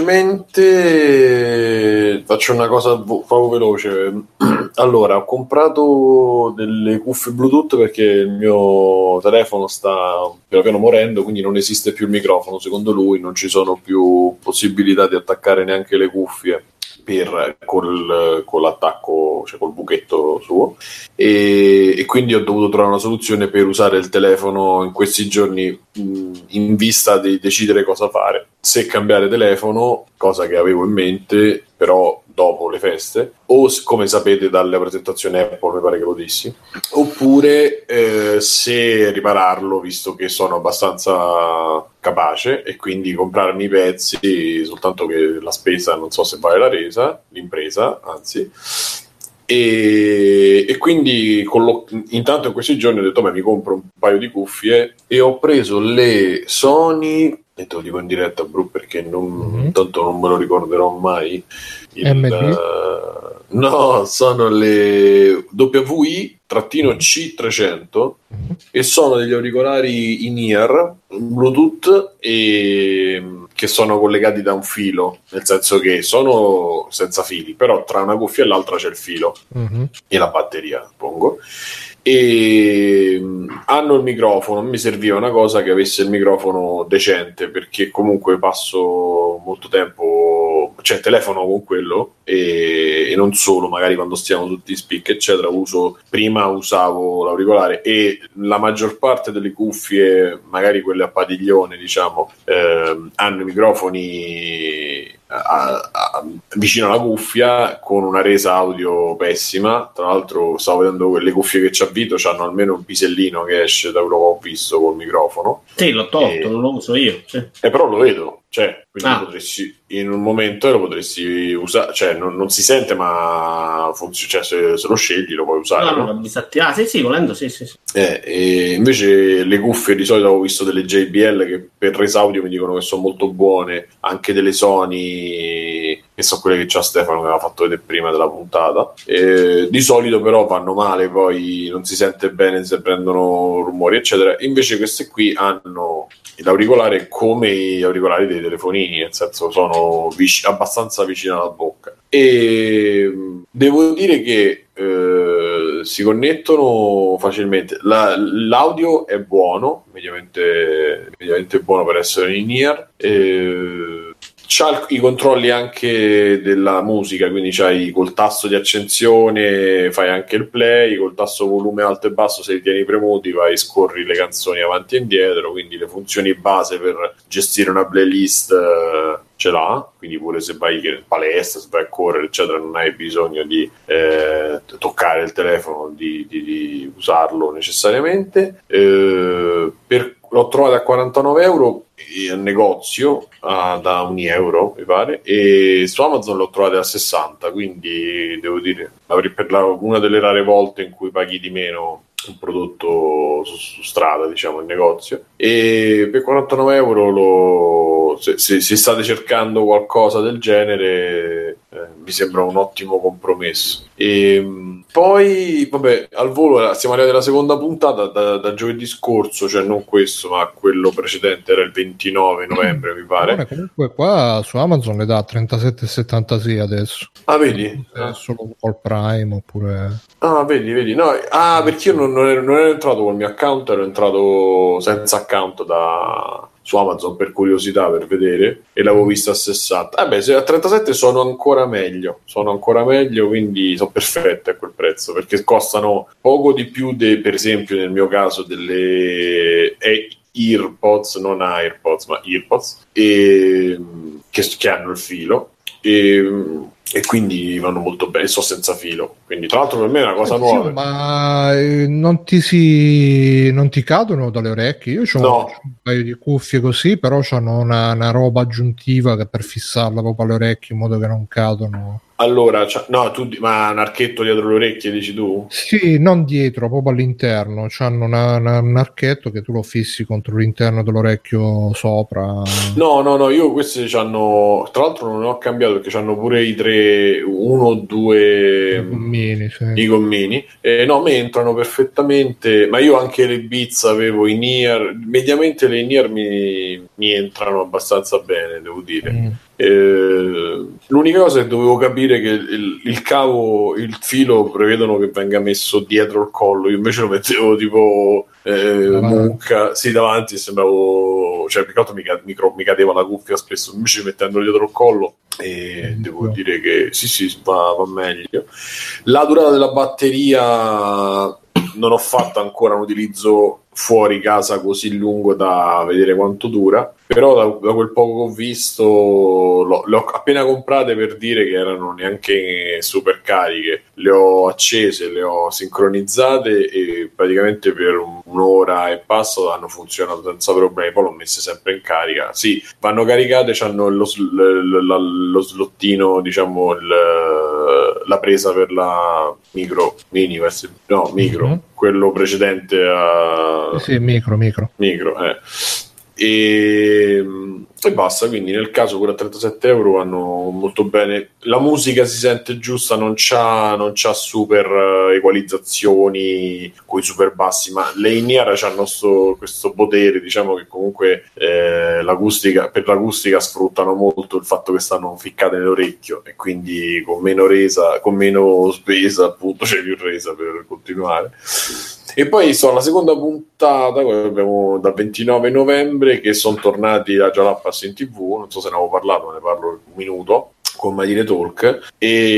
velocemente faccio una cosa vo- proprio veloce. Allora, ho comprato delle cuffie Bluetooth perché il mio telefono sta piano piano morendo, quindi non esiste più il microfono, secondo lui non ci sono più possibilità di attaccare neanche le cuffie per, col, con l'attacco, cioè col buchetto suo, e, e quindi ho dovuto trovare una soluzione per usare il telefono in questi giorni mh, in vista di decidere cosa fare, se cambiare telefono, cosa che avevo in mente però dopo le feste, o come sapete dalle presentazioni Apple mi pare che lo dissi, oppure eh, se ripararlo, visto che sono abbastanza capace, e quindi comprarmi i pezzi, soltanto che la spesa non so se vale la resa, l'impresa anzi, e, e quindi con lo, intanto in questi giorni ho detto beh, mi compro un paio di cuffie e ho preso le Sony, e te lo dico in diretta Bru perché non, mm-hmm. tanto non me lo ricorderò mai, il, M D? uh, no, sono le W I C trecento mm-hmm. e sono degli auricolari in-ear Bluetooth e che sono collegati da un filo, nel senso che sono senza fili, però tra una cuffia e l'altra c'è il filo mm-hmm. e la batteria, suppongo. E hanno il microfono, mi serviva una cosa che avesse il microfono decente, perché comunque passo molto tempo, cioè telefono con quello e, e non solo, magari quando stiamo tutti in speak eccetera, uso, prima usavo l'auricolare e la maggior parte delle cuffie, magari quelle a padiglione diciamo, eh, hanno i microfoni A, a, vicino alla cuffia con una resa audio pessima. Tra l'altro stavo vedendo quelle cuffie che c'ha Vito, c'hanno almeno un pisellino che esce da quello che ho visto col microfono. Sì, l'ho tolto, e... non lo uso io, sì. Eh, però lo vedo, cioè quindi ah. potresti in un momento lo potresti usare, cioè non, non si sente ma funziona, cioè se, se lo scegli lo puoi usare, no, no? no, disatti- ah sì sì, volendo sì sì, sì. Eh, e invece le cuffie di solito avevo visto delle J B L che per resa audio mi dicono che sono molto buone, anche delle Sony che sono quelle che c'ha Stefano che aveva fatto vedere prima della puntata, e di solito però vanno male, poi non si sente bene se prendono rumori eccetera. Invece queste qui hanno l'auricolare come gli auricolari dei telefonini, nel senso sono vic- abbastanza vicino alla bocca, e devo dire che eh, si connettono facilmente. La, l'audio è buono, mediamente, mediamente buono per essere in ear. Eh, c'ha i controlli anche della musica, quindi c'hai col tasto di accensione fai anche il play, col tasto volume alto e basso se li tieni premuti vai e scorri le canzoni avanti e indietro, quindi le funzioni base per gestire una playlist eh, ce l'ha, quindi pure se vai in palestra, se vai a correre eccetera non hai bisogno di eh, toccare il telefono, di, di, di usarlo necessariamente. Eh, per l'ho trovato a quarantanove euro, al negozio a, da un euro mi pare, e su Amazon l'ho trovate a sessanta, quindi devo dire per la, una delle rare volte in cui paghi di meno un prodotto su, su strada, diciamo, in negozio. E per quarantanove euro lo, se, se, se state cercando qualcosa del genere, eh, mi sembra un ottimo compromesso. E poi vabbè, al volo siamo arrivati alla seconda puntata da, da giovedì scorso, cioè non questo ma quello precedente, era il ventinove novembre mi pare. Allora, comunque qua su Amazon le dà trentasette virgola settantasei adesso. Ah, vedi? È solo col Prime oppure... Ah, vedi, vedi. No, ah, perché io non, non, ero, non ero entrato col mio account, ero entrato senza account da... su Amazon per curiosità, per vedere, e l'avevo vista a sessanta. Eh beh, se a trentasette sono ancora meglio, sono ancora meglio, quindi sono perfette a quel prezzo, perché costano poco di più, de, per esempio nel mio caso, delle AirPods, non AirPods, ma AirPods, e, che, che hanno il filo, e... e quindi vanno molto bene, so senza filo, quindi tra l'altro per me è una cosa eh, nuova. Sì, ma non ti si non ti cadono dalle orecchie? Io ho no. un paio di cuffie così, però hanno una, una roba aggiuntiva che per fissarla proprio alle orecchie in modo che non cadono. Allora, no, tu, ma un archetto dietro le orecchie, dici tu? Sì, non dietro, proprio all'interno. C'hanno una, una, un archetto che tu lo fissi contro l'interno dell'orecchio sopra. No, no, no, io questi c'hanno. Tra l'altro non ne ho cambiato perché c'hanno pure i tre, uno o due i gommini, sì. I gommini. Eh, no, mi entrano perfettamente, ma io anche le Beats avevo in ear. Mediamente le in ear mi, mi entrano abbastanza bene, devo dire. Mm. Eh, l'unica cosa è che dovevo capire che il, il cavo, il filo prevedono che venga messo dietro il collo, io invece lo mettevo tipo eh, mucca, sì, davanti, e sembravo, cioè più che altro mi, mi, mi cadeva la cuffia spesso, invece mettendolo dietro il collo, e mm, devo no. dire che sì sì va, va meglio. La durata della batteria non ho fatto ancora un utilizzo fuori casa così lungo da vedere quanto dura, però da, da quel poco che ho visto l'ho, le ho appena comprate, per dire che erano neanche super cariche, le ho accese, le ho sincronizzate e praticamente per un, un'ora e passa hanno funzionato senza problemi. Poi l'ho messe sempre in carica, sì, vanno caricate, c'hanno lo, lo, lo, lo slottino, diciamo il, la presa per la micro mini, no micro, mm-hmm. quello precedente a sì, micro micro micro eh. E, e basta, quindi nel caso pure a trentasette euro vanno molto bene, la musica si sente giusta, non c'ha, non c'ha super uh, equalizzazioni coi super bassi, ma le in-ear hanno sto, questo potere, diciamo che comunque eh, l'acustica, per l'acustica sfruttano molto il fatto che stanno ficcate nell'orecchio, e quindi con meno resa, con meno spesa appunto c'è più resa per continuare. E poi sono la seconda puntata, abbiamo dal ventinove novembre, che sono tornati a Jalapas in tivù, non so se ne avevo parlato, ne parlo un minuto, con Madire Talk,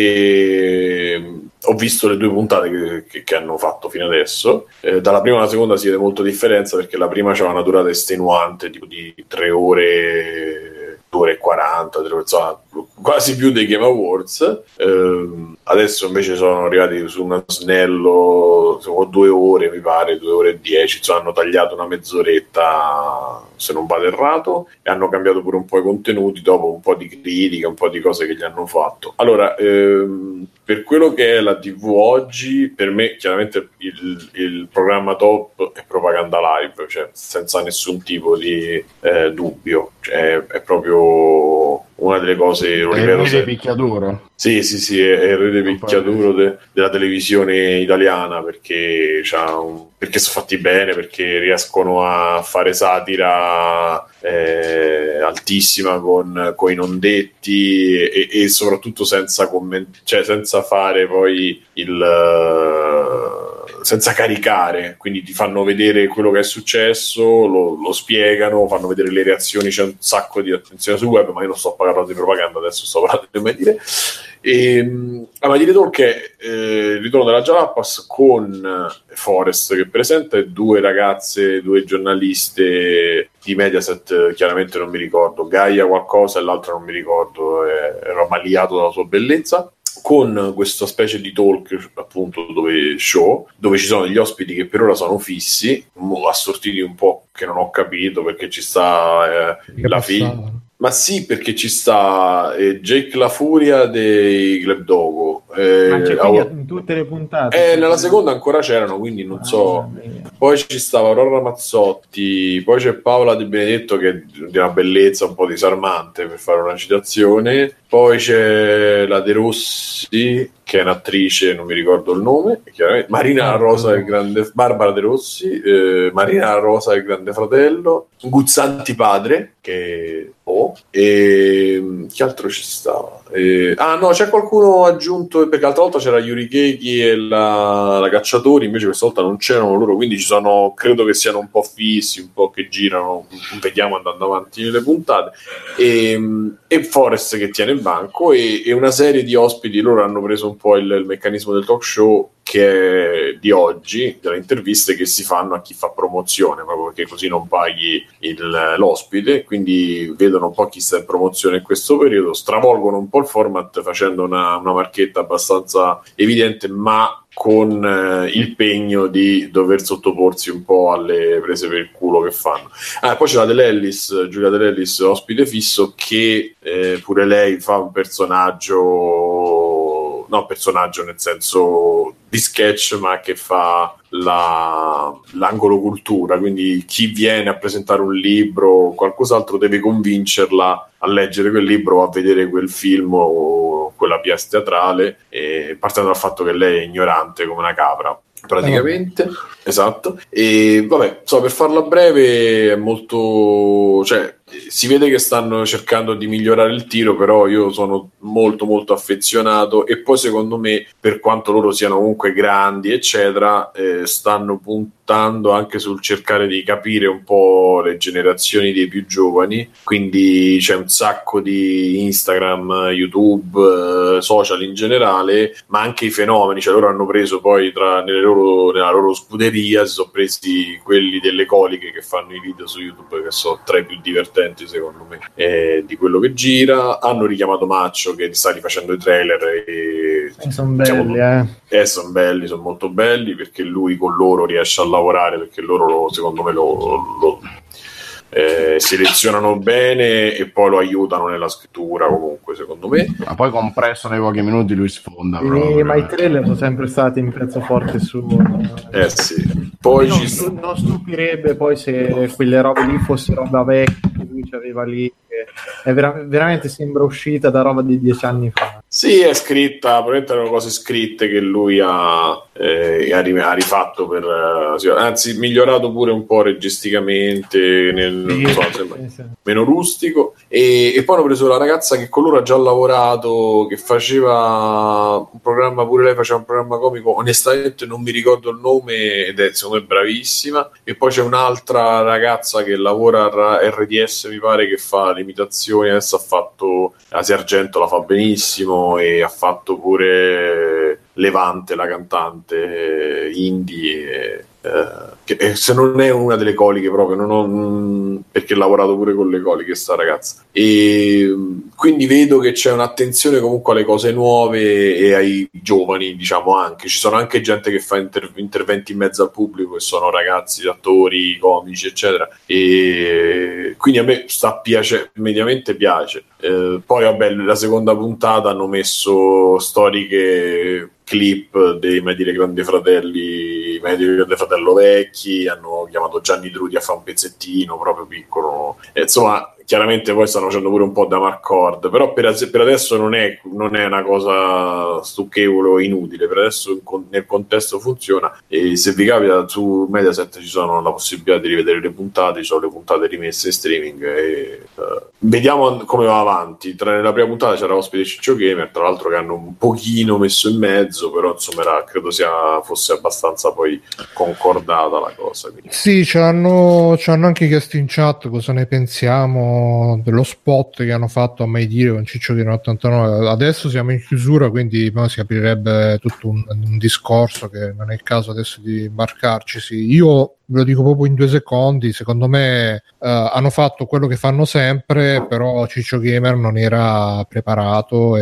e ho visto le due puntate che, che, che hanno fatto fino adesso. Eh, dalla prima alla seconda si vede molto differenza, perché la prima c'era una durata estenuante, tipo di tre ore, due ore e quaranta, insomma, quasi più dei Game Awards. Eh, adesso invece sono arrivati su uno snello, sono due ore mi pare, due ore e dieci, insomma hanno tagliato una mezz'oretta se non vado errato, e hanno cambiato pure un po' i contenuti dopo un po' di critica, un po' di cose che gli hanno fatto. Allora, ehm, per quello che è la tivù oggi, per me chiaramente il, il programma top è Propaganda Live, cioè senza nessun tipo di eh, dubbio, cioè, è proprio una delle cose, lo ripeto, è il re dei picchiaduro. Sì, sì, sì, è il re dei picchiaduro de, della televisione italiana, perché c'ha un, perché sono fatti bene, perché riescono a fare satira eh, altissima con, con i non detti, e, e soprattutto senza comment- cioè senza fare poi il senza caricare, quindi ti fanno vedere quello che è successo, lo, lo spiegano, fanno vedere le reazioni, c'è un sacco di attenzione sul web, ma io non sto parlando di propaganda, adesso sto parlando di Madire. E a Madire Talk è eh, il ritorno della Jalapas con Forest che presenta, e due ragazze, due giornaliste di Mediaset, chiaramente non mi ricordo, Gaia qualcosa e l'altra non mi ricordo, eh, ero ammaliato dalla sua bellezza. con questa specie di talk appunto dove show dove ci sono degli ospiti che per ora sono fissi, assortiti un po' che non ho capito perché ci sta eh, la figlia. Ma sì, perché ci sta eh, Jake La Furia dei Club Dogo. Eh, Ma c'è quindi in tutte le puntate. Eh, nella seconda ancora c'erano, quindi non so. Poi ci stava Aurora Mazzotti, poi c'è Paola De Benedetto che è di una bellezza un po' disarmante, per fare una citazione. Poi c'è la De Rossi, che è un'attrice, non mi ricordo il nome, chiaramente. Marina Rosa del Grande Barbara De Rossi, eh, Marina Rosa del Grande Fratello, Guzzanti padre, che oh, e che altro ci stava? Eh, ah no, c'è qualcuno aggiunto, perché l'altra volta c'era Yuri Keiki e la, la Cacciatori, invece questa volta non c'erano loro, quindi ci sono, credo che siano un po' fissi, un po' che girano, vediamo andando avanti nelle puntate, e, e Forrest che tiene il banco, e, e una serie di ospiti. Loro hanno preso un po' il, il meccanismo del talk show che è di oggi, delle interviste che si fanno a chi fa promozione, proprio perché così non paghi il, l'ospite, quindi vedono un po' chi sta in promozione in questo periodo, stravolgono un po' il format facendo una, una marchetta abbastanza evidente, ma con eh, il pegno di dover sottoporsi un po' alle prese per il culo che fanno. Ah, poi c'è la Dell'Ellis, Giulia Dell'Ellis, ospite fisso, che eh, pure lei fa un personaggio, no personaggio nel senso di sketch, ma che fa la, l'angolo cultura, quindi chi viene a presentare un libro o qualcos'altro deve convincerla a leggere quel libro o a vedere quel film o quella pièce teatrale, e partendo dal fatto che lei è ignorante come una capra praticamente, eh. Esatto. E vabbè, so, per farla breve, è molto, cioè si vede che stanno cercando di migliorare il tiro, però io sono molto molto affezionato, e poi secondo me, per quanto loro siano comunque grandi eccetera, eh, stanno puntando anche sul cercare di capire un po' le generazioni dei più giovani, quindi c'è un sacco di Instagram, YouTube, eh, social in generale, ma anche i fenomeni, cioè loro hanno preso poi tra, nelle loro, nella loro scuderia si sono presi quelli delle coliche che fanno i video su YouTube, che sono tra i più divertenti secondo me eh, di quello che gira. Hanno richiamato Maccio che sta rifacendo i trailer e sono belli, diciamo, eh, eh sono belli, sono molto belli, perché lui con loro riesce a lavorare, perché loro secondo me lo, lo eh, selezionano bene e poi lo aiutano nella scrittura, comunque secondo me. Ma poi compresso nei pochi minuti lui sfonda, eh, ma i trailer sono sempre stati un pezzo forte su, eh sì. Poi non, ci... stu- non stupirebbe poi se quelle robe lì fossero roba vecchia che lui aveva lì, che è vera- veramente sembra uscita da roba di dieci anni fa. Sì, è scritta, probabilmente erano cose scritte che lui ha, eh, ha, ri- ha rifatto per, uh, anzi migliorato pure un po' registicamente, nel, sì, non so, sembra sì, sì. meno rustico, e, e poi hanno preso la ragazza che con loro ha già lavorato, che faceva un programma, pure lei faceva un programma comico, onestamente non mi ricordo il nome, ed è secondo me bravissima, e poi c'è un'altra ragazza che lavora a R D S mi pare, che fa le imitazioni, adesso ha fatto Asia Argento, la fa benissimo, e ha fatto pure Levante, la cantante eh, indie, eh, che eh, se non è una delle coliche proprio, non ho, mh, perché ha lavorato pure con le coliche sta ragazza, e quindi vedo che c'è un'attenzione comunque alle cose nuove e ai giovani, diciamo. Anche ci sono anche gente che fa inter- interventi in mezzo al pubblico, che sono ragazzi, attori, comici eccetera, e quindi a me sta piace, mediamente piace. Eh, poi vabbè, la seconda puntata hanno messo storiche clip dei Media dei Grandi Fratelli, Media dei Grande Fratello vecchi, hanno chiamato Gianni Drudi a fare un pezzettino proprio piccolo, e, insomma chiaramente poi stanno facendo pure un po' da Marcord, però per, per adesso non è, non è una cosa stucchevole o inutile, per adesso nel contesto funziona, e se vi capita su Mediaset ci sono la possibilità di rivedere le puntate, ci sono le puntate rimesse in streaming, e uh, vediamo come va avanti. Tra nella prima puntata c'era ospite Ciccio Gamer, tra l'altro, che hanno un pochino messo in mezzo, però insomma era, credo sia fosse abbastanza poi concordata la cosa, quindi. Sì, ce l'hanno, ce l'hanno anche chiesto in chat cosa ne pensiamo dello spot che hanno fatto a Mai Dire con Ciccio Gamer ottantanove. Adesso siamo in chiusura, quindi poi si aprirebbe tutto un, un discorso che non è il caso adesso di imbarcarci. Sì, io ve lo dico proprio in due secondi, secondo me uh, hanno fatto quello che fanno sempre, però Ciccio Gamer non era preparato e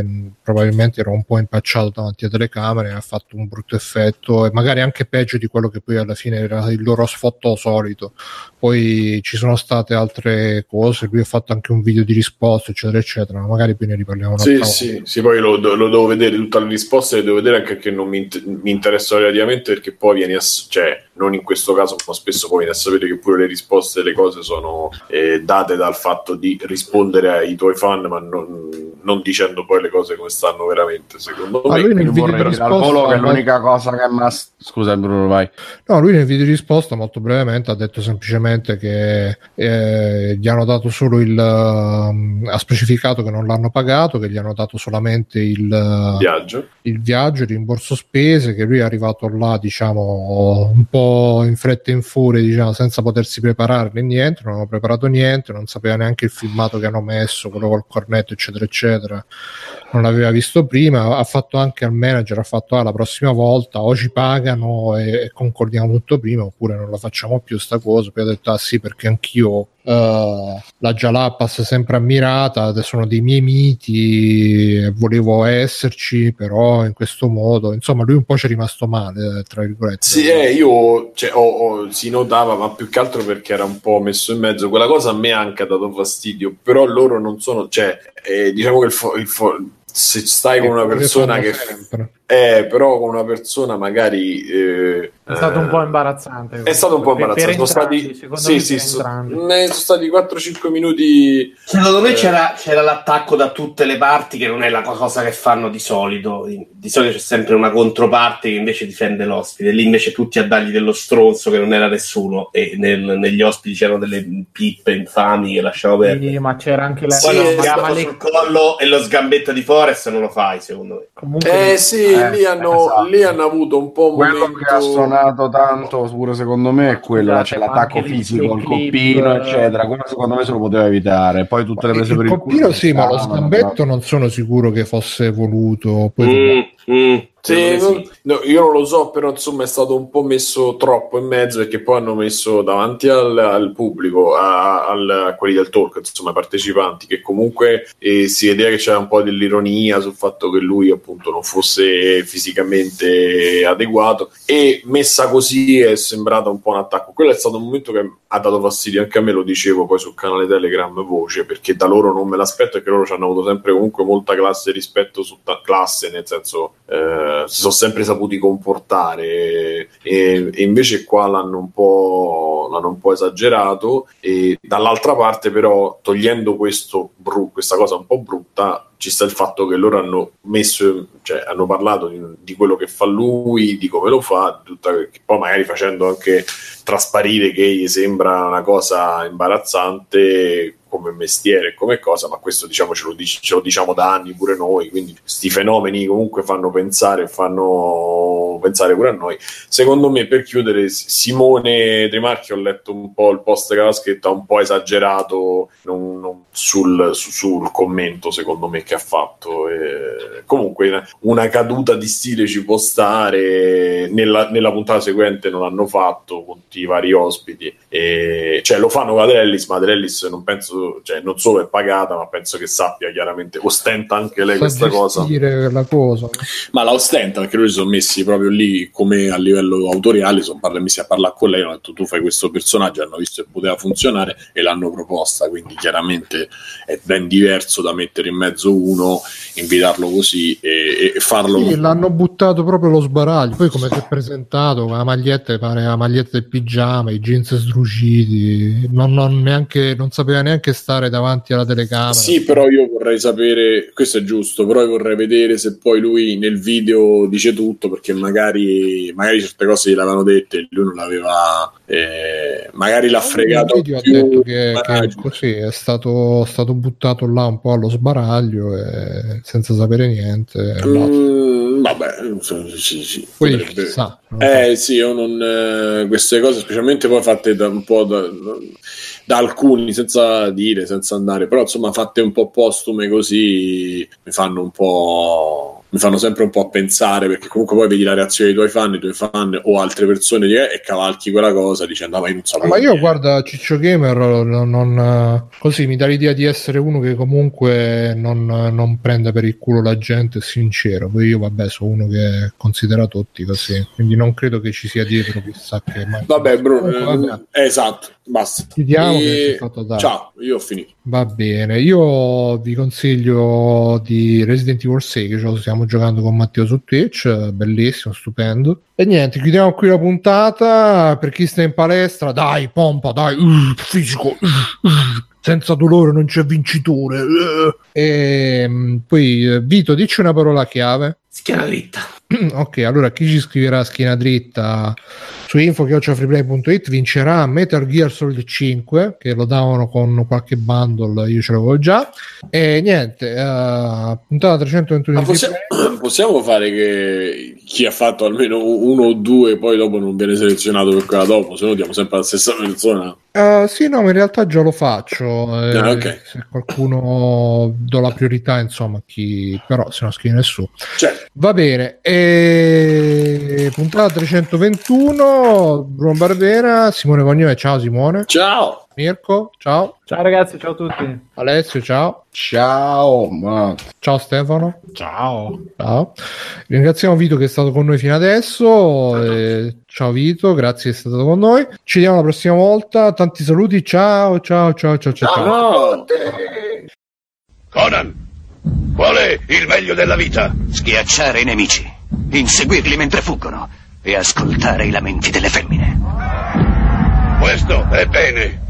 probabilmente era un po' impacciato davanti a telecamere e ha fatto un brutto effetto, e magari anche peggio di quello che poi alla fine era il loro sfotto solito. Poi ci sono state altre cose, lui ha fatto anche un video di risposta eccetera eccetera, ma magari poi ne riparliamo un'altra Sì, volta. sì, sì, poi lo, lo devo vedere, tutte le risposte le devo vedere, anche perché non mi, mi interessano relativamente, perché poi vieni a, cioè non in questo caso, ma spesso poi vieni a sapere che pure le risposte delle cose sono eh, date dal fatto di rispondere ai tuoi fan, ma non, non dicendo poi le cose come stanno veramente, secondo Ma me. lui nel Io video di vorrei dire al risposta volo che è ma- l'unica cosa che mi ha... Scusa Bruno, vai. No, lui nel video di risposta molto brevemente ha detto semplicemente che eh, gli hanno dato solo il um, ha specificato che non l'hanno pagato, che gli hanno dato solamente il uh, Viaggio. il viaggio, il rimborso spese, che lui è arrivato là diciamo un po' in fretta e in furia, diciamo, senza potersi preparare né niente, non hanno preparato niente, non sapeva neanche il filmato che hanno messo, quello col cornetto eccetera eccetera, non l'aveva visto prima. Ha fatto anche al manager, ha fatto ah, la prossima volta o ci pagano e, e concordiamo tutto prima oppure non la facciamo più sta cosa. Poi ha detto ah sì, perché anch'io Uh, la Jalapas sempre ammirata, sono dei miei miti, volevo esserci, però in questo modo, insomma, lui un po' ci è rimasto male, tra virgolette. Sì, eh, io cioè, ho, ho, si notava, ma più che altro perché era un po' messo in mezzo. Quella cosa a me anche ha dato fastidio, però loro non sono, cioè, eh, diciamo che il, fo- il fo- se stai con una persona che sempre. Eh, però con una persona magari eh, è stato un po' eh, imbarazzante. È stato un po' Per- per imbarazzante. Sono entrambi, stati, secondo sì, me sì, per so- entrambi. ne sono stati quattro cinque minuti. Secondo me Eh. c'era, c'era l'attacco da tutte le parti, che non è la cosa che fanno di solito. Di solito c'è sempre una controparte che invece difende l'ospite. Lì invece tutti a dargli dello stronzo che non era nessuno, e nel- negli ospiti c'erano delle pippe infami che lasciavo perdere. Sì, ma c'era anche la Sì, Poi lo è schiaffo ma le- sul collo e lo sgambetto di Forest non lo fai, secondo me. comunque Eh sì, Eh, lì, hanno, esatto. lì hanno avuto un po' un Quello momento. che ha suonato tanto pure secondo me è quello, là, Scusate, c'è ma l'attacco anche le- fisico, le il clip, coppino eh, eccetera, quello secondo me se lo poteva evitare, poi tutte le prese Il per il coppino culo sì, ma lo stavano, sgambetto non sono sicuro che fosse voluto. Poi Mm, mm, Sì, secondo me non- no, io non lo so, però insomma è stato un po' messo troppo in mezzo, perché poi hanno messo davanti al, al pubblico, a, al- a quelli del talk, insomma ai partecipanti, che comunque eh, si vedeva che c'era un po' dell'ironia sul fatto che lui appunto non fosse fisicamente adeguato, e messa così è sembrata un po' un attacco. Quello è stato un momento che ha dato fastidio anche a me, lo dicevo poi sul canale Telegram Voce, perché da loro non me l'aspetto, perché loro ci hanno avuto sempre comunque molta classe rispetto su ta- classe, nel senso eh, si sono sempre saputi comportare, e, e invece qua l'hanno un po' l'hanno un po' esagerato. E dall'altra parte però, togliendo questo bru- questa cosa un po' brutta, ci sta il fatto che loro hanno messo, cioè hanno parlato di, di quello che fa lui, di come lo fa, tutta, che poi magari facendo anche trasparire che gli sembra una cosa imbarazzante come mestiere, come cosa, ma questo diciamo ce lo, dic- ce lo diciamo da anni pure noi, quindi questi fenomeni comunque fanno pensare, fanno pensare pure a noi. Secondo me, per chiudere, Simone Trimarchi, ho letto un po' il post che aveva scritto, ha un po' esagerato non, non, sul, su, sul commento secondo me che ha fatto. E comunque una caduta di stile ci può stare. Nella, nella puntata seguente non l'hanno fatto con tutti i vari ospiti, e, cioè lo fanno con Adrellis, ma Adrellis non penso, cioè non solo è pagata, ma penso che sappia, chiaramente ostenta anche lei sa questa cosa. gestire la cosa. Ma la ostenta perché loro si sono messi proprio lì come a livello autoriale, sono parla- messi a parlare con lei, hanno detto tu fai questo personaggio, hanno visto che poteva funzionare e l'hanno proposta, quindi chiaramente è ben diverso da mettere in mezzo uno, invitarlo così e, e farlo. Sì, l'hanno buttato proprio allo sbaraglio. Poi come si è presentato con la maglietta, pare la maglietta del pigiama, i jeans sdruciti, non, non, neanche, non sapeva neanche stare davanti alla telecamera. Sì, però io vorrei sapere, questo è giusto, però io vorrei vedere se poi lui nel video dice tutto, perché magari, magari certe cose gliel'avevano dette e lui non l'aveva, eh, magari l'ha fregato Il video più. ha detto che, che Magari. così è stato, stato buttato là un po' allo sbaraglio e senza sapere niente. è andato. Mm, vabbè, sì, sì, Poi potrebbe- chissà, non lo so. Eh sì, io non eh, queste cose, specialmente poi fatte da un po' da, da alcuni, senza dire, senza andare, però insomma fatte un po' postume così, mi fanno un po', mi fanno sempre un po' pensare, perché comunque poi vedi la reazione dei tuoi fan, i tuoi fan o altre persone di, eh, e cavalchi quella cosa dicendo ah, ma io non so. Ma io guarda Ciccio Gamer non, non, così mi dà l'idea di essere uno che comunque non, non prende per il culo la gente, è sincero. Poi io vabbè sono uno che considera tutti così, quindi non credo che ci sia dietro chissà che mai... Vabbè Bruno, eh, esatto, basta. Chiudiamo e... che è stato dato. Ciao, io ho finito. Va bene, io vi consiglio di Resident Evil sei, che ce lo stiamo giocando con Matteo su Twitch, bellissimo, stupendo. E niente, chiudiamo qui la puntata. Per chi sta in palestra, dai, pompa, dai, uh, fisico, uh, uh, senza dolore non c'è vincitore. Uh. E poi Vito, dici una parola chiave. Schiena dritta. Ok, allora chi ci scriverà schiena dritta su info chiocciola freeplay punto it vincerà Metal Gear Solid cinque, che lo davano con qualche bundle, io ce l'avevo già. E niente, uh, puntata trecentoventuno. Ma possiamo, possiamo fare che chi ha fatto almeno uno o due poi dopo non viene selezionato per quella dopo, se no diamo sempre la stessa persona. Uh, sì, no, ma in realtà già lo faccio. Eh, ah, okay. Se qualcuno do la priorità, insomma, chi però se no scrive nessuno. Certo. Va bene. E... puntata trecentoventuno. Bruno Barbera, Simone Vagnone. Ciao Simone. Ciao. Mirko, ciao. Ciao ragazzi, ciao a tutti. Alessio, ciao. Ciao. Ma... Ciao Stefano. Ciao. Ciao. Ringraziamo Vito che è stato con noi fino adesso. Eh, ciao Vito, grazie di essere stato con noi. Ci vediamo la prossima volta. Tanti saluti. Ciao, ciao, ciao, ciao, ciao. Ciao. Conan, qual è il meglio della vita? Schiacciare i nemici, inseguirli mentre fuggono e ascoltare i lamenti delle femmine. Questo è bene.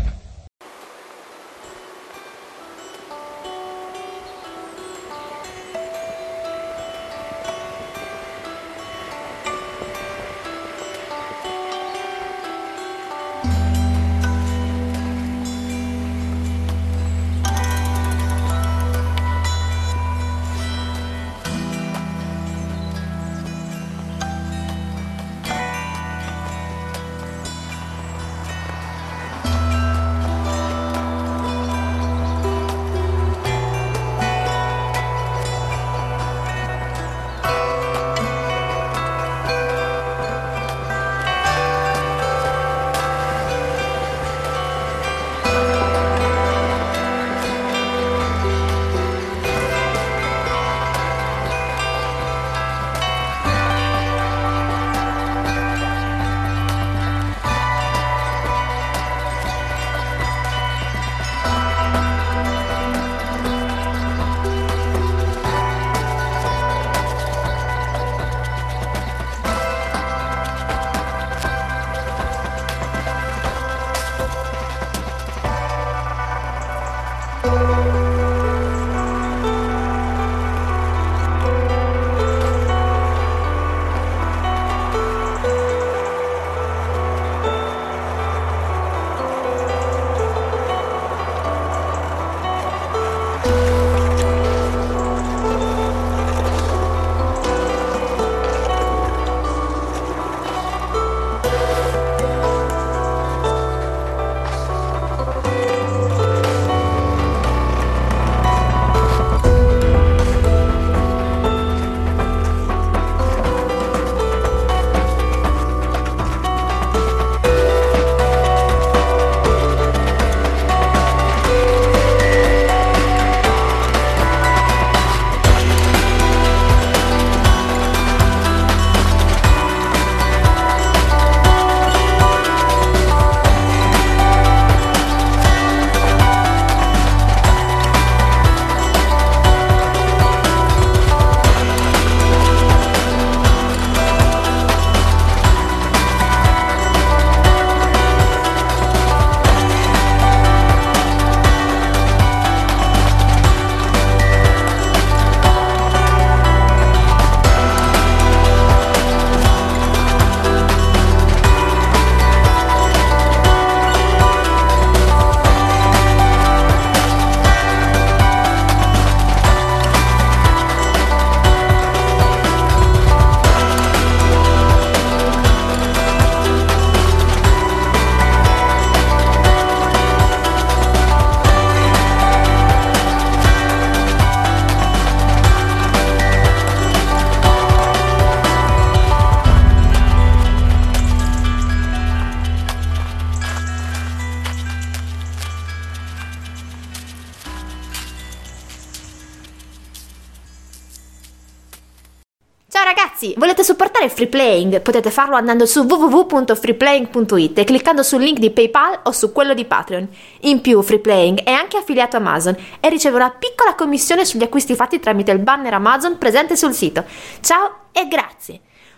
Ragazzi, volete supportare Free Playing? Potete farlo andando su w w w punto free playing punto i t e cliccando sul link di PayPal o su quello di Patreon. In più, Free Playing è anche affiliato a Amazon e riceve una piccola commissione sugli acquisti fatti tramite il banner Amazon presente sul sito. Ciao e grazie!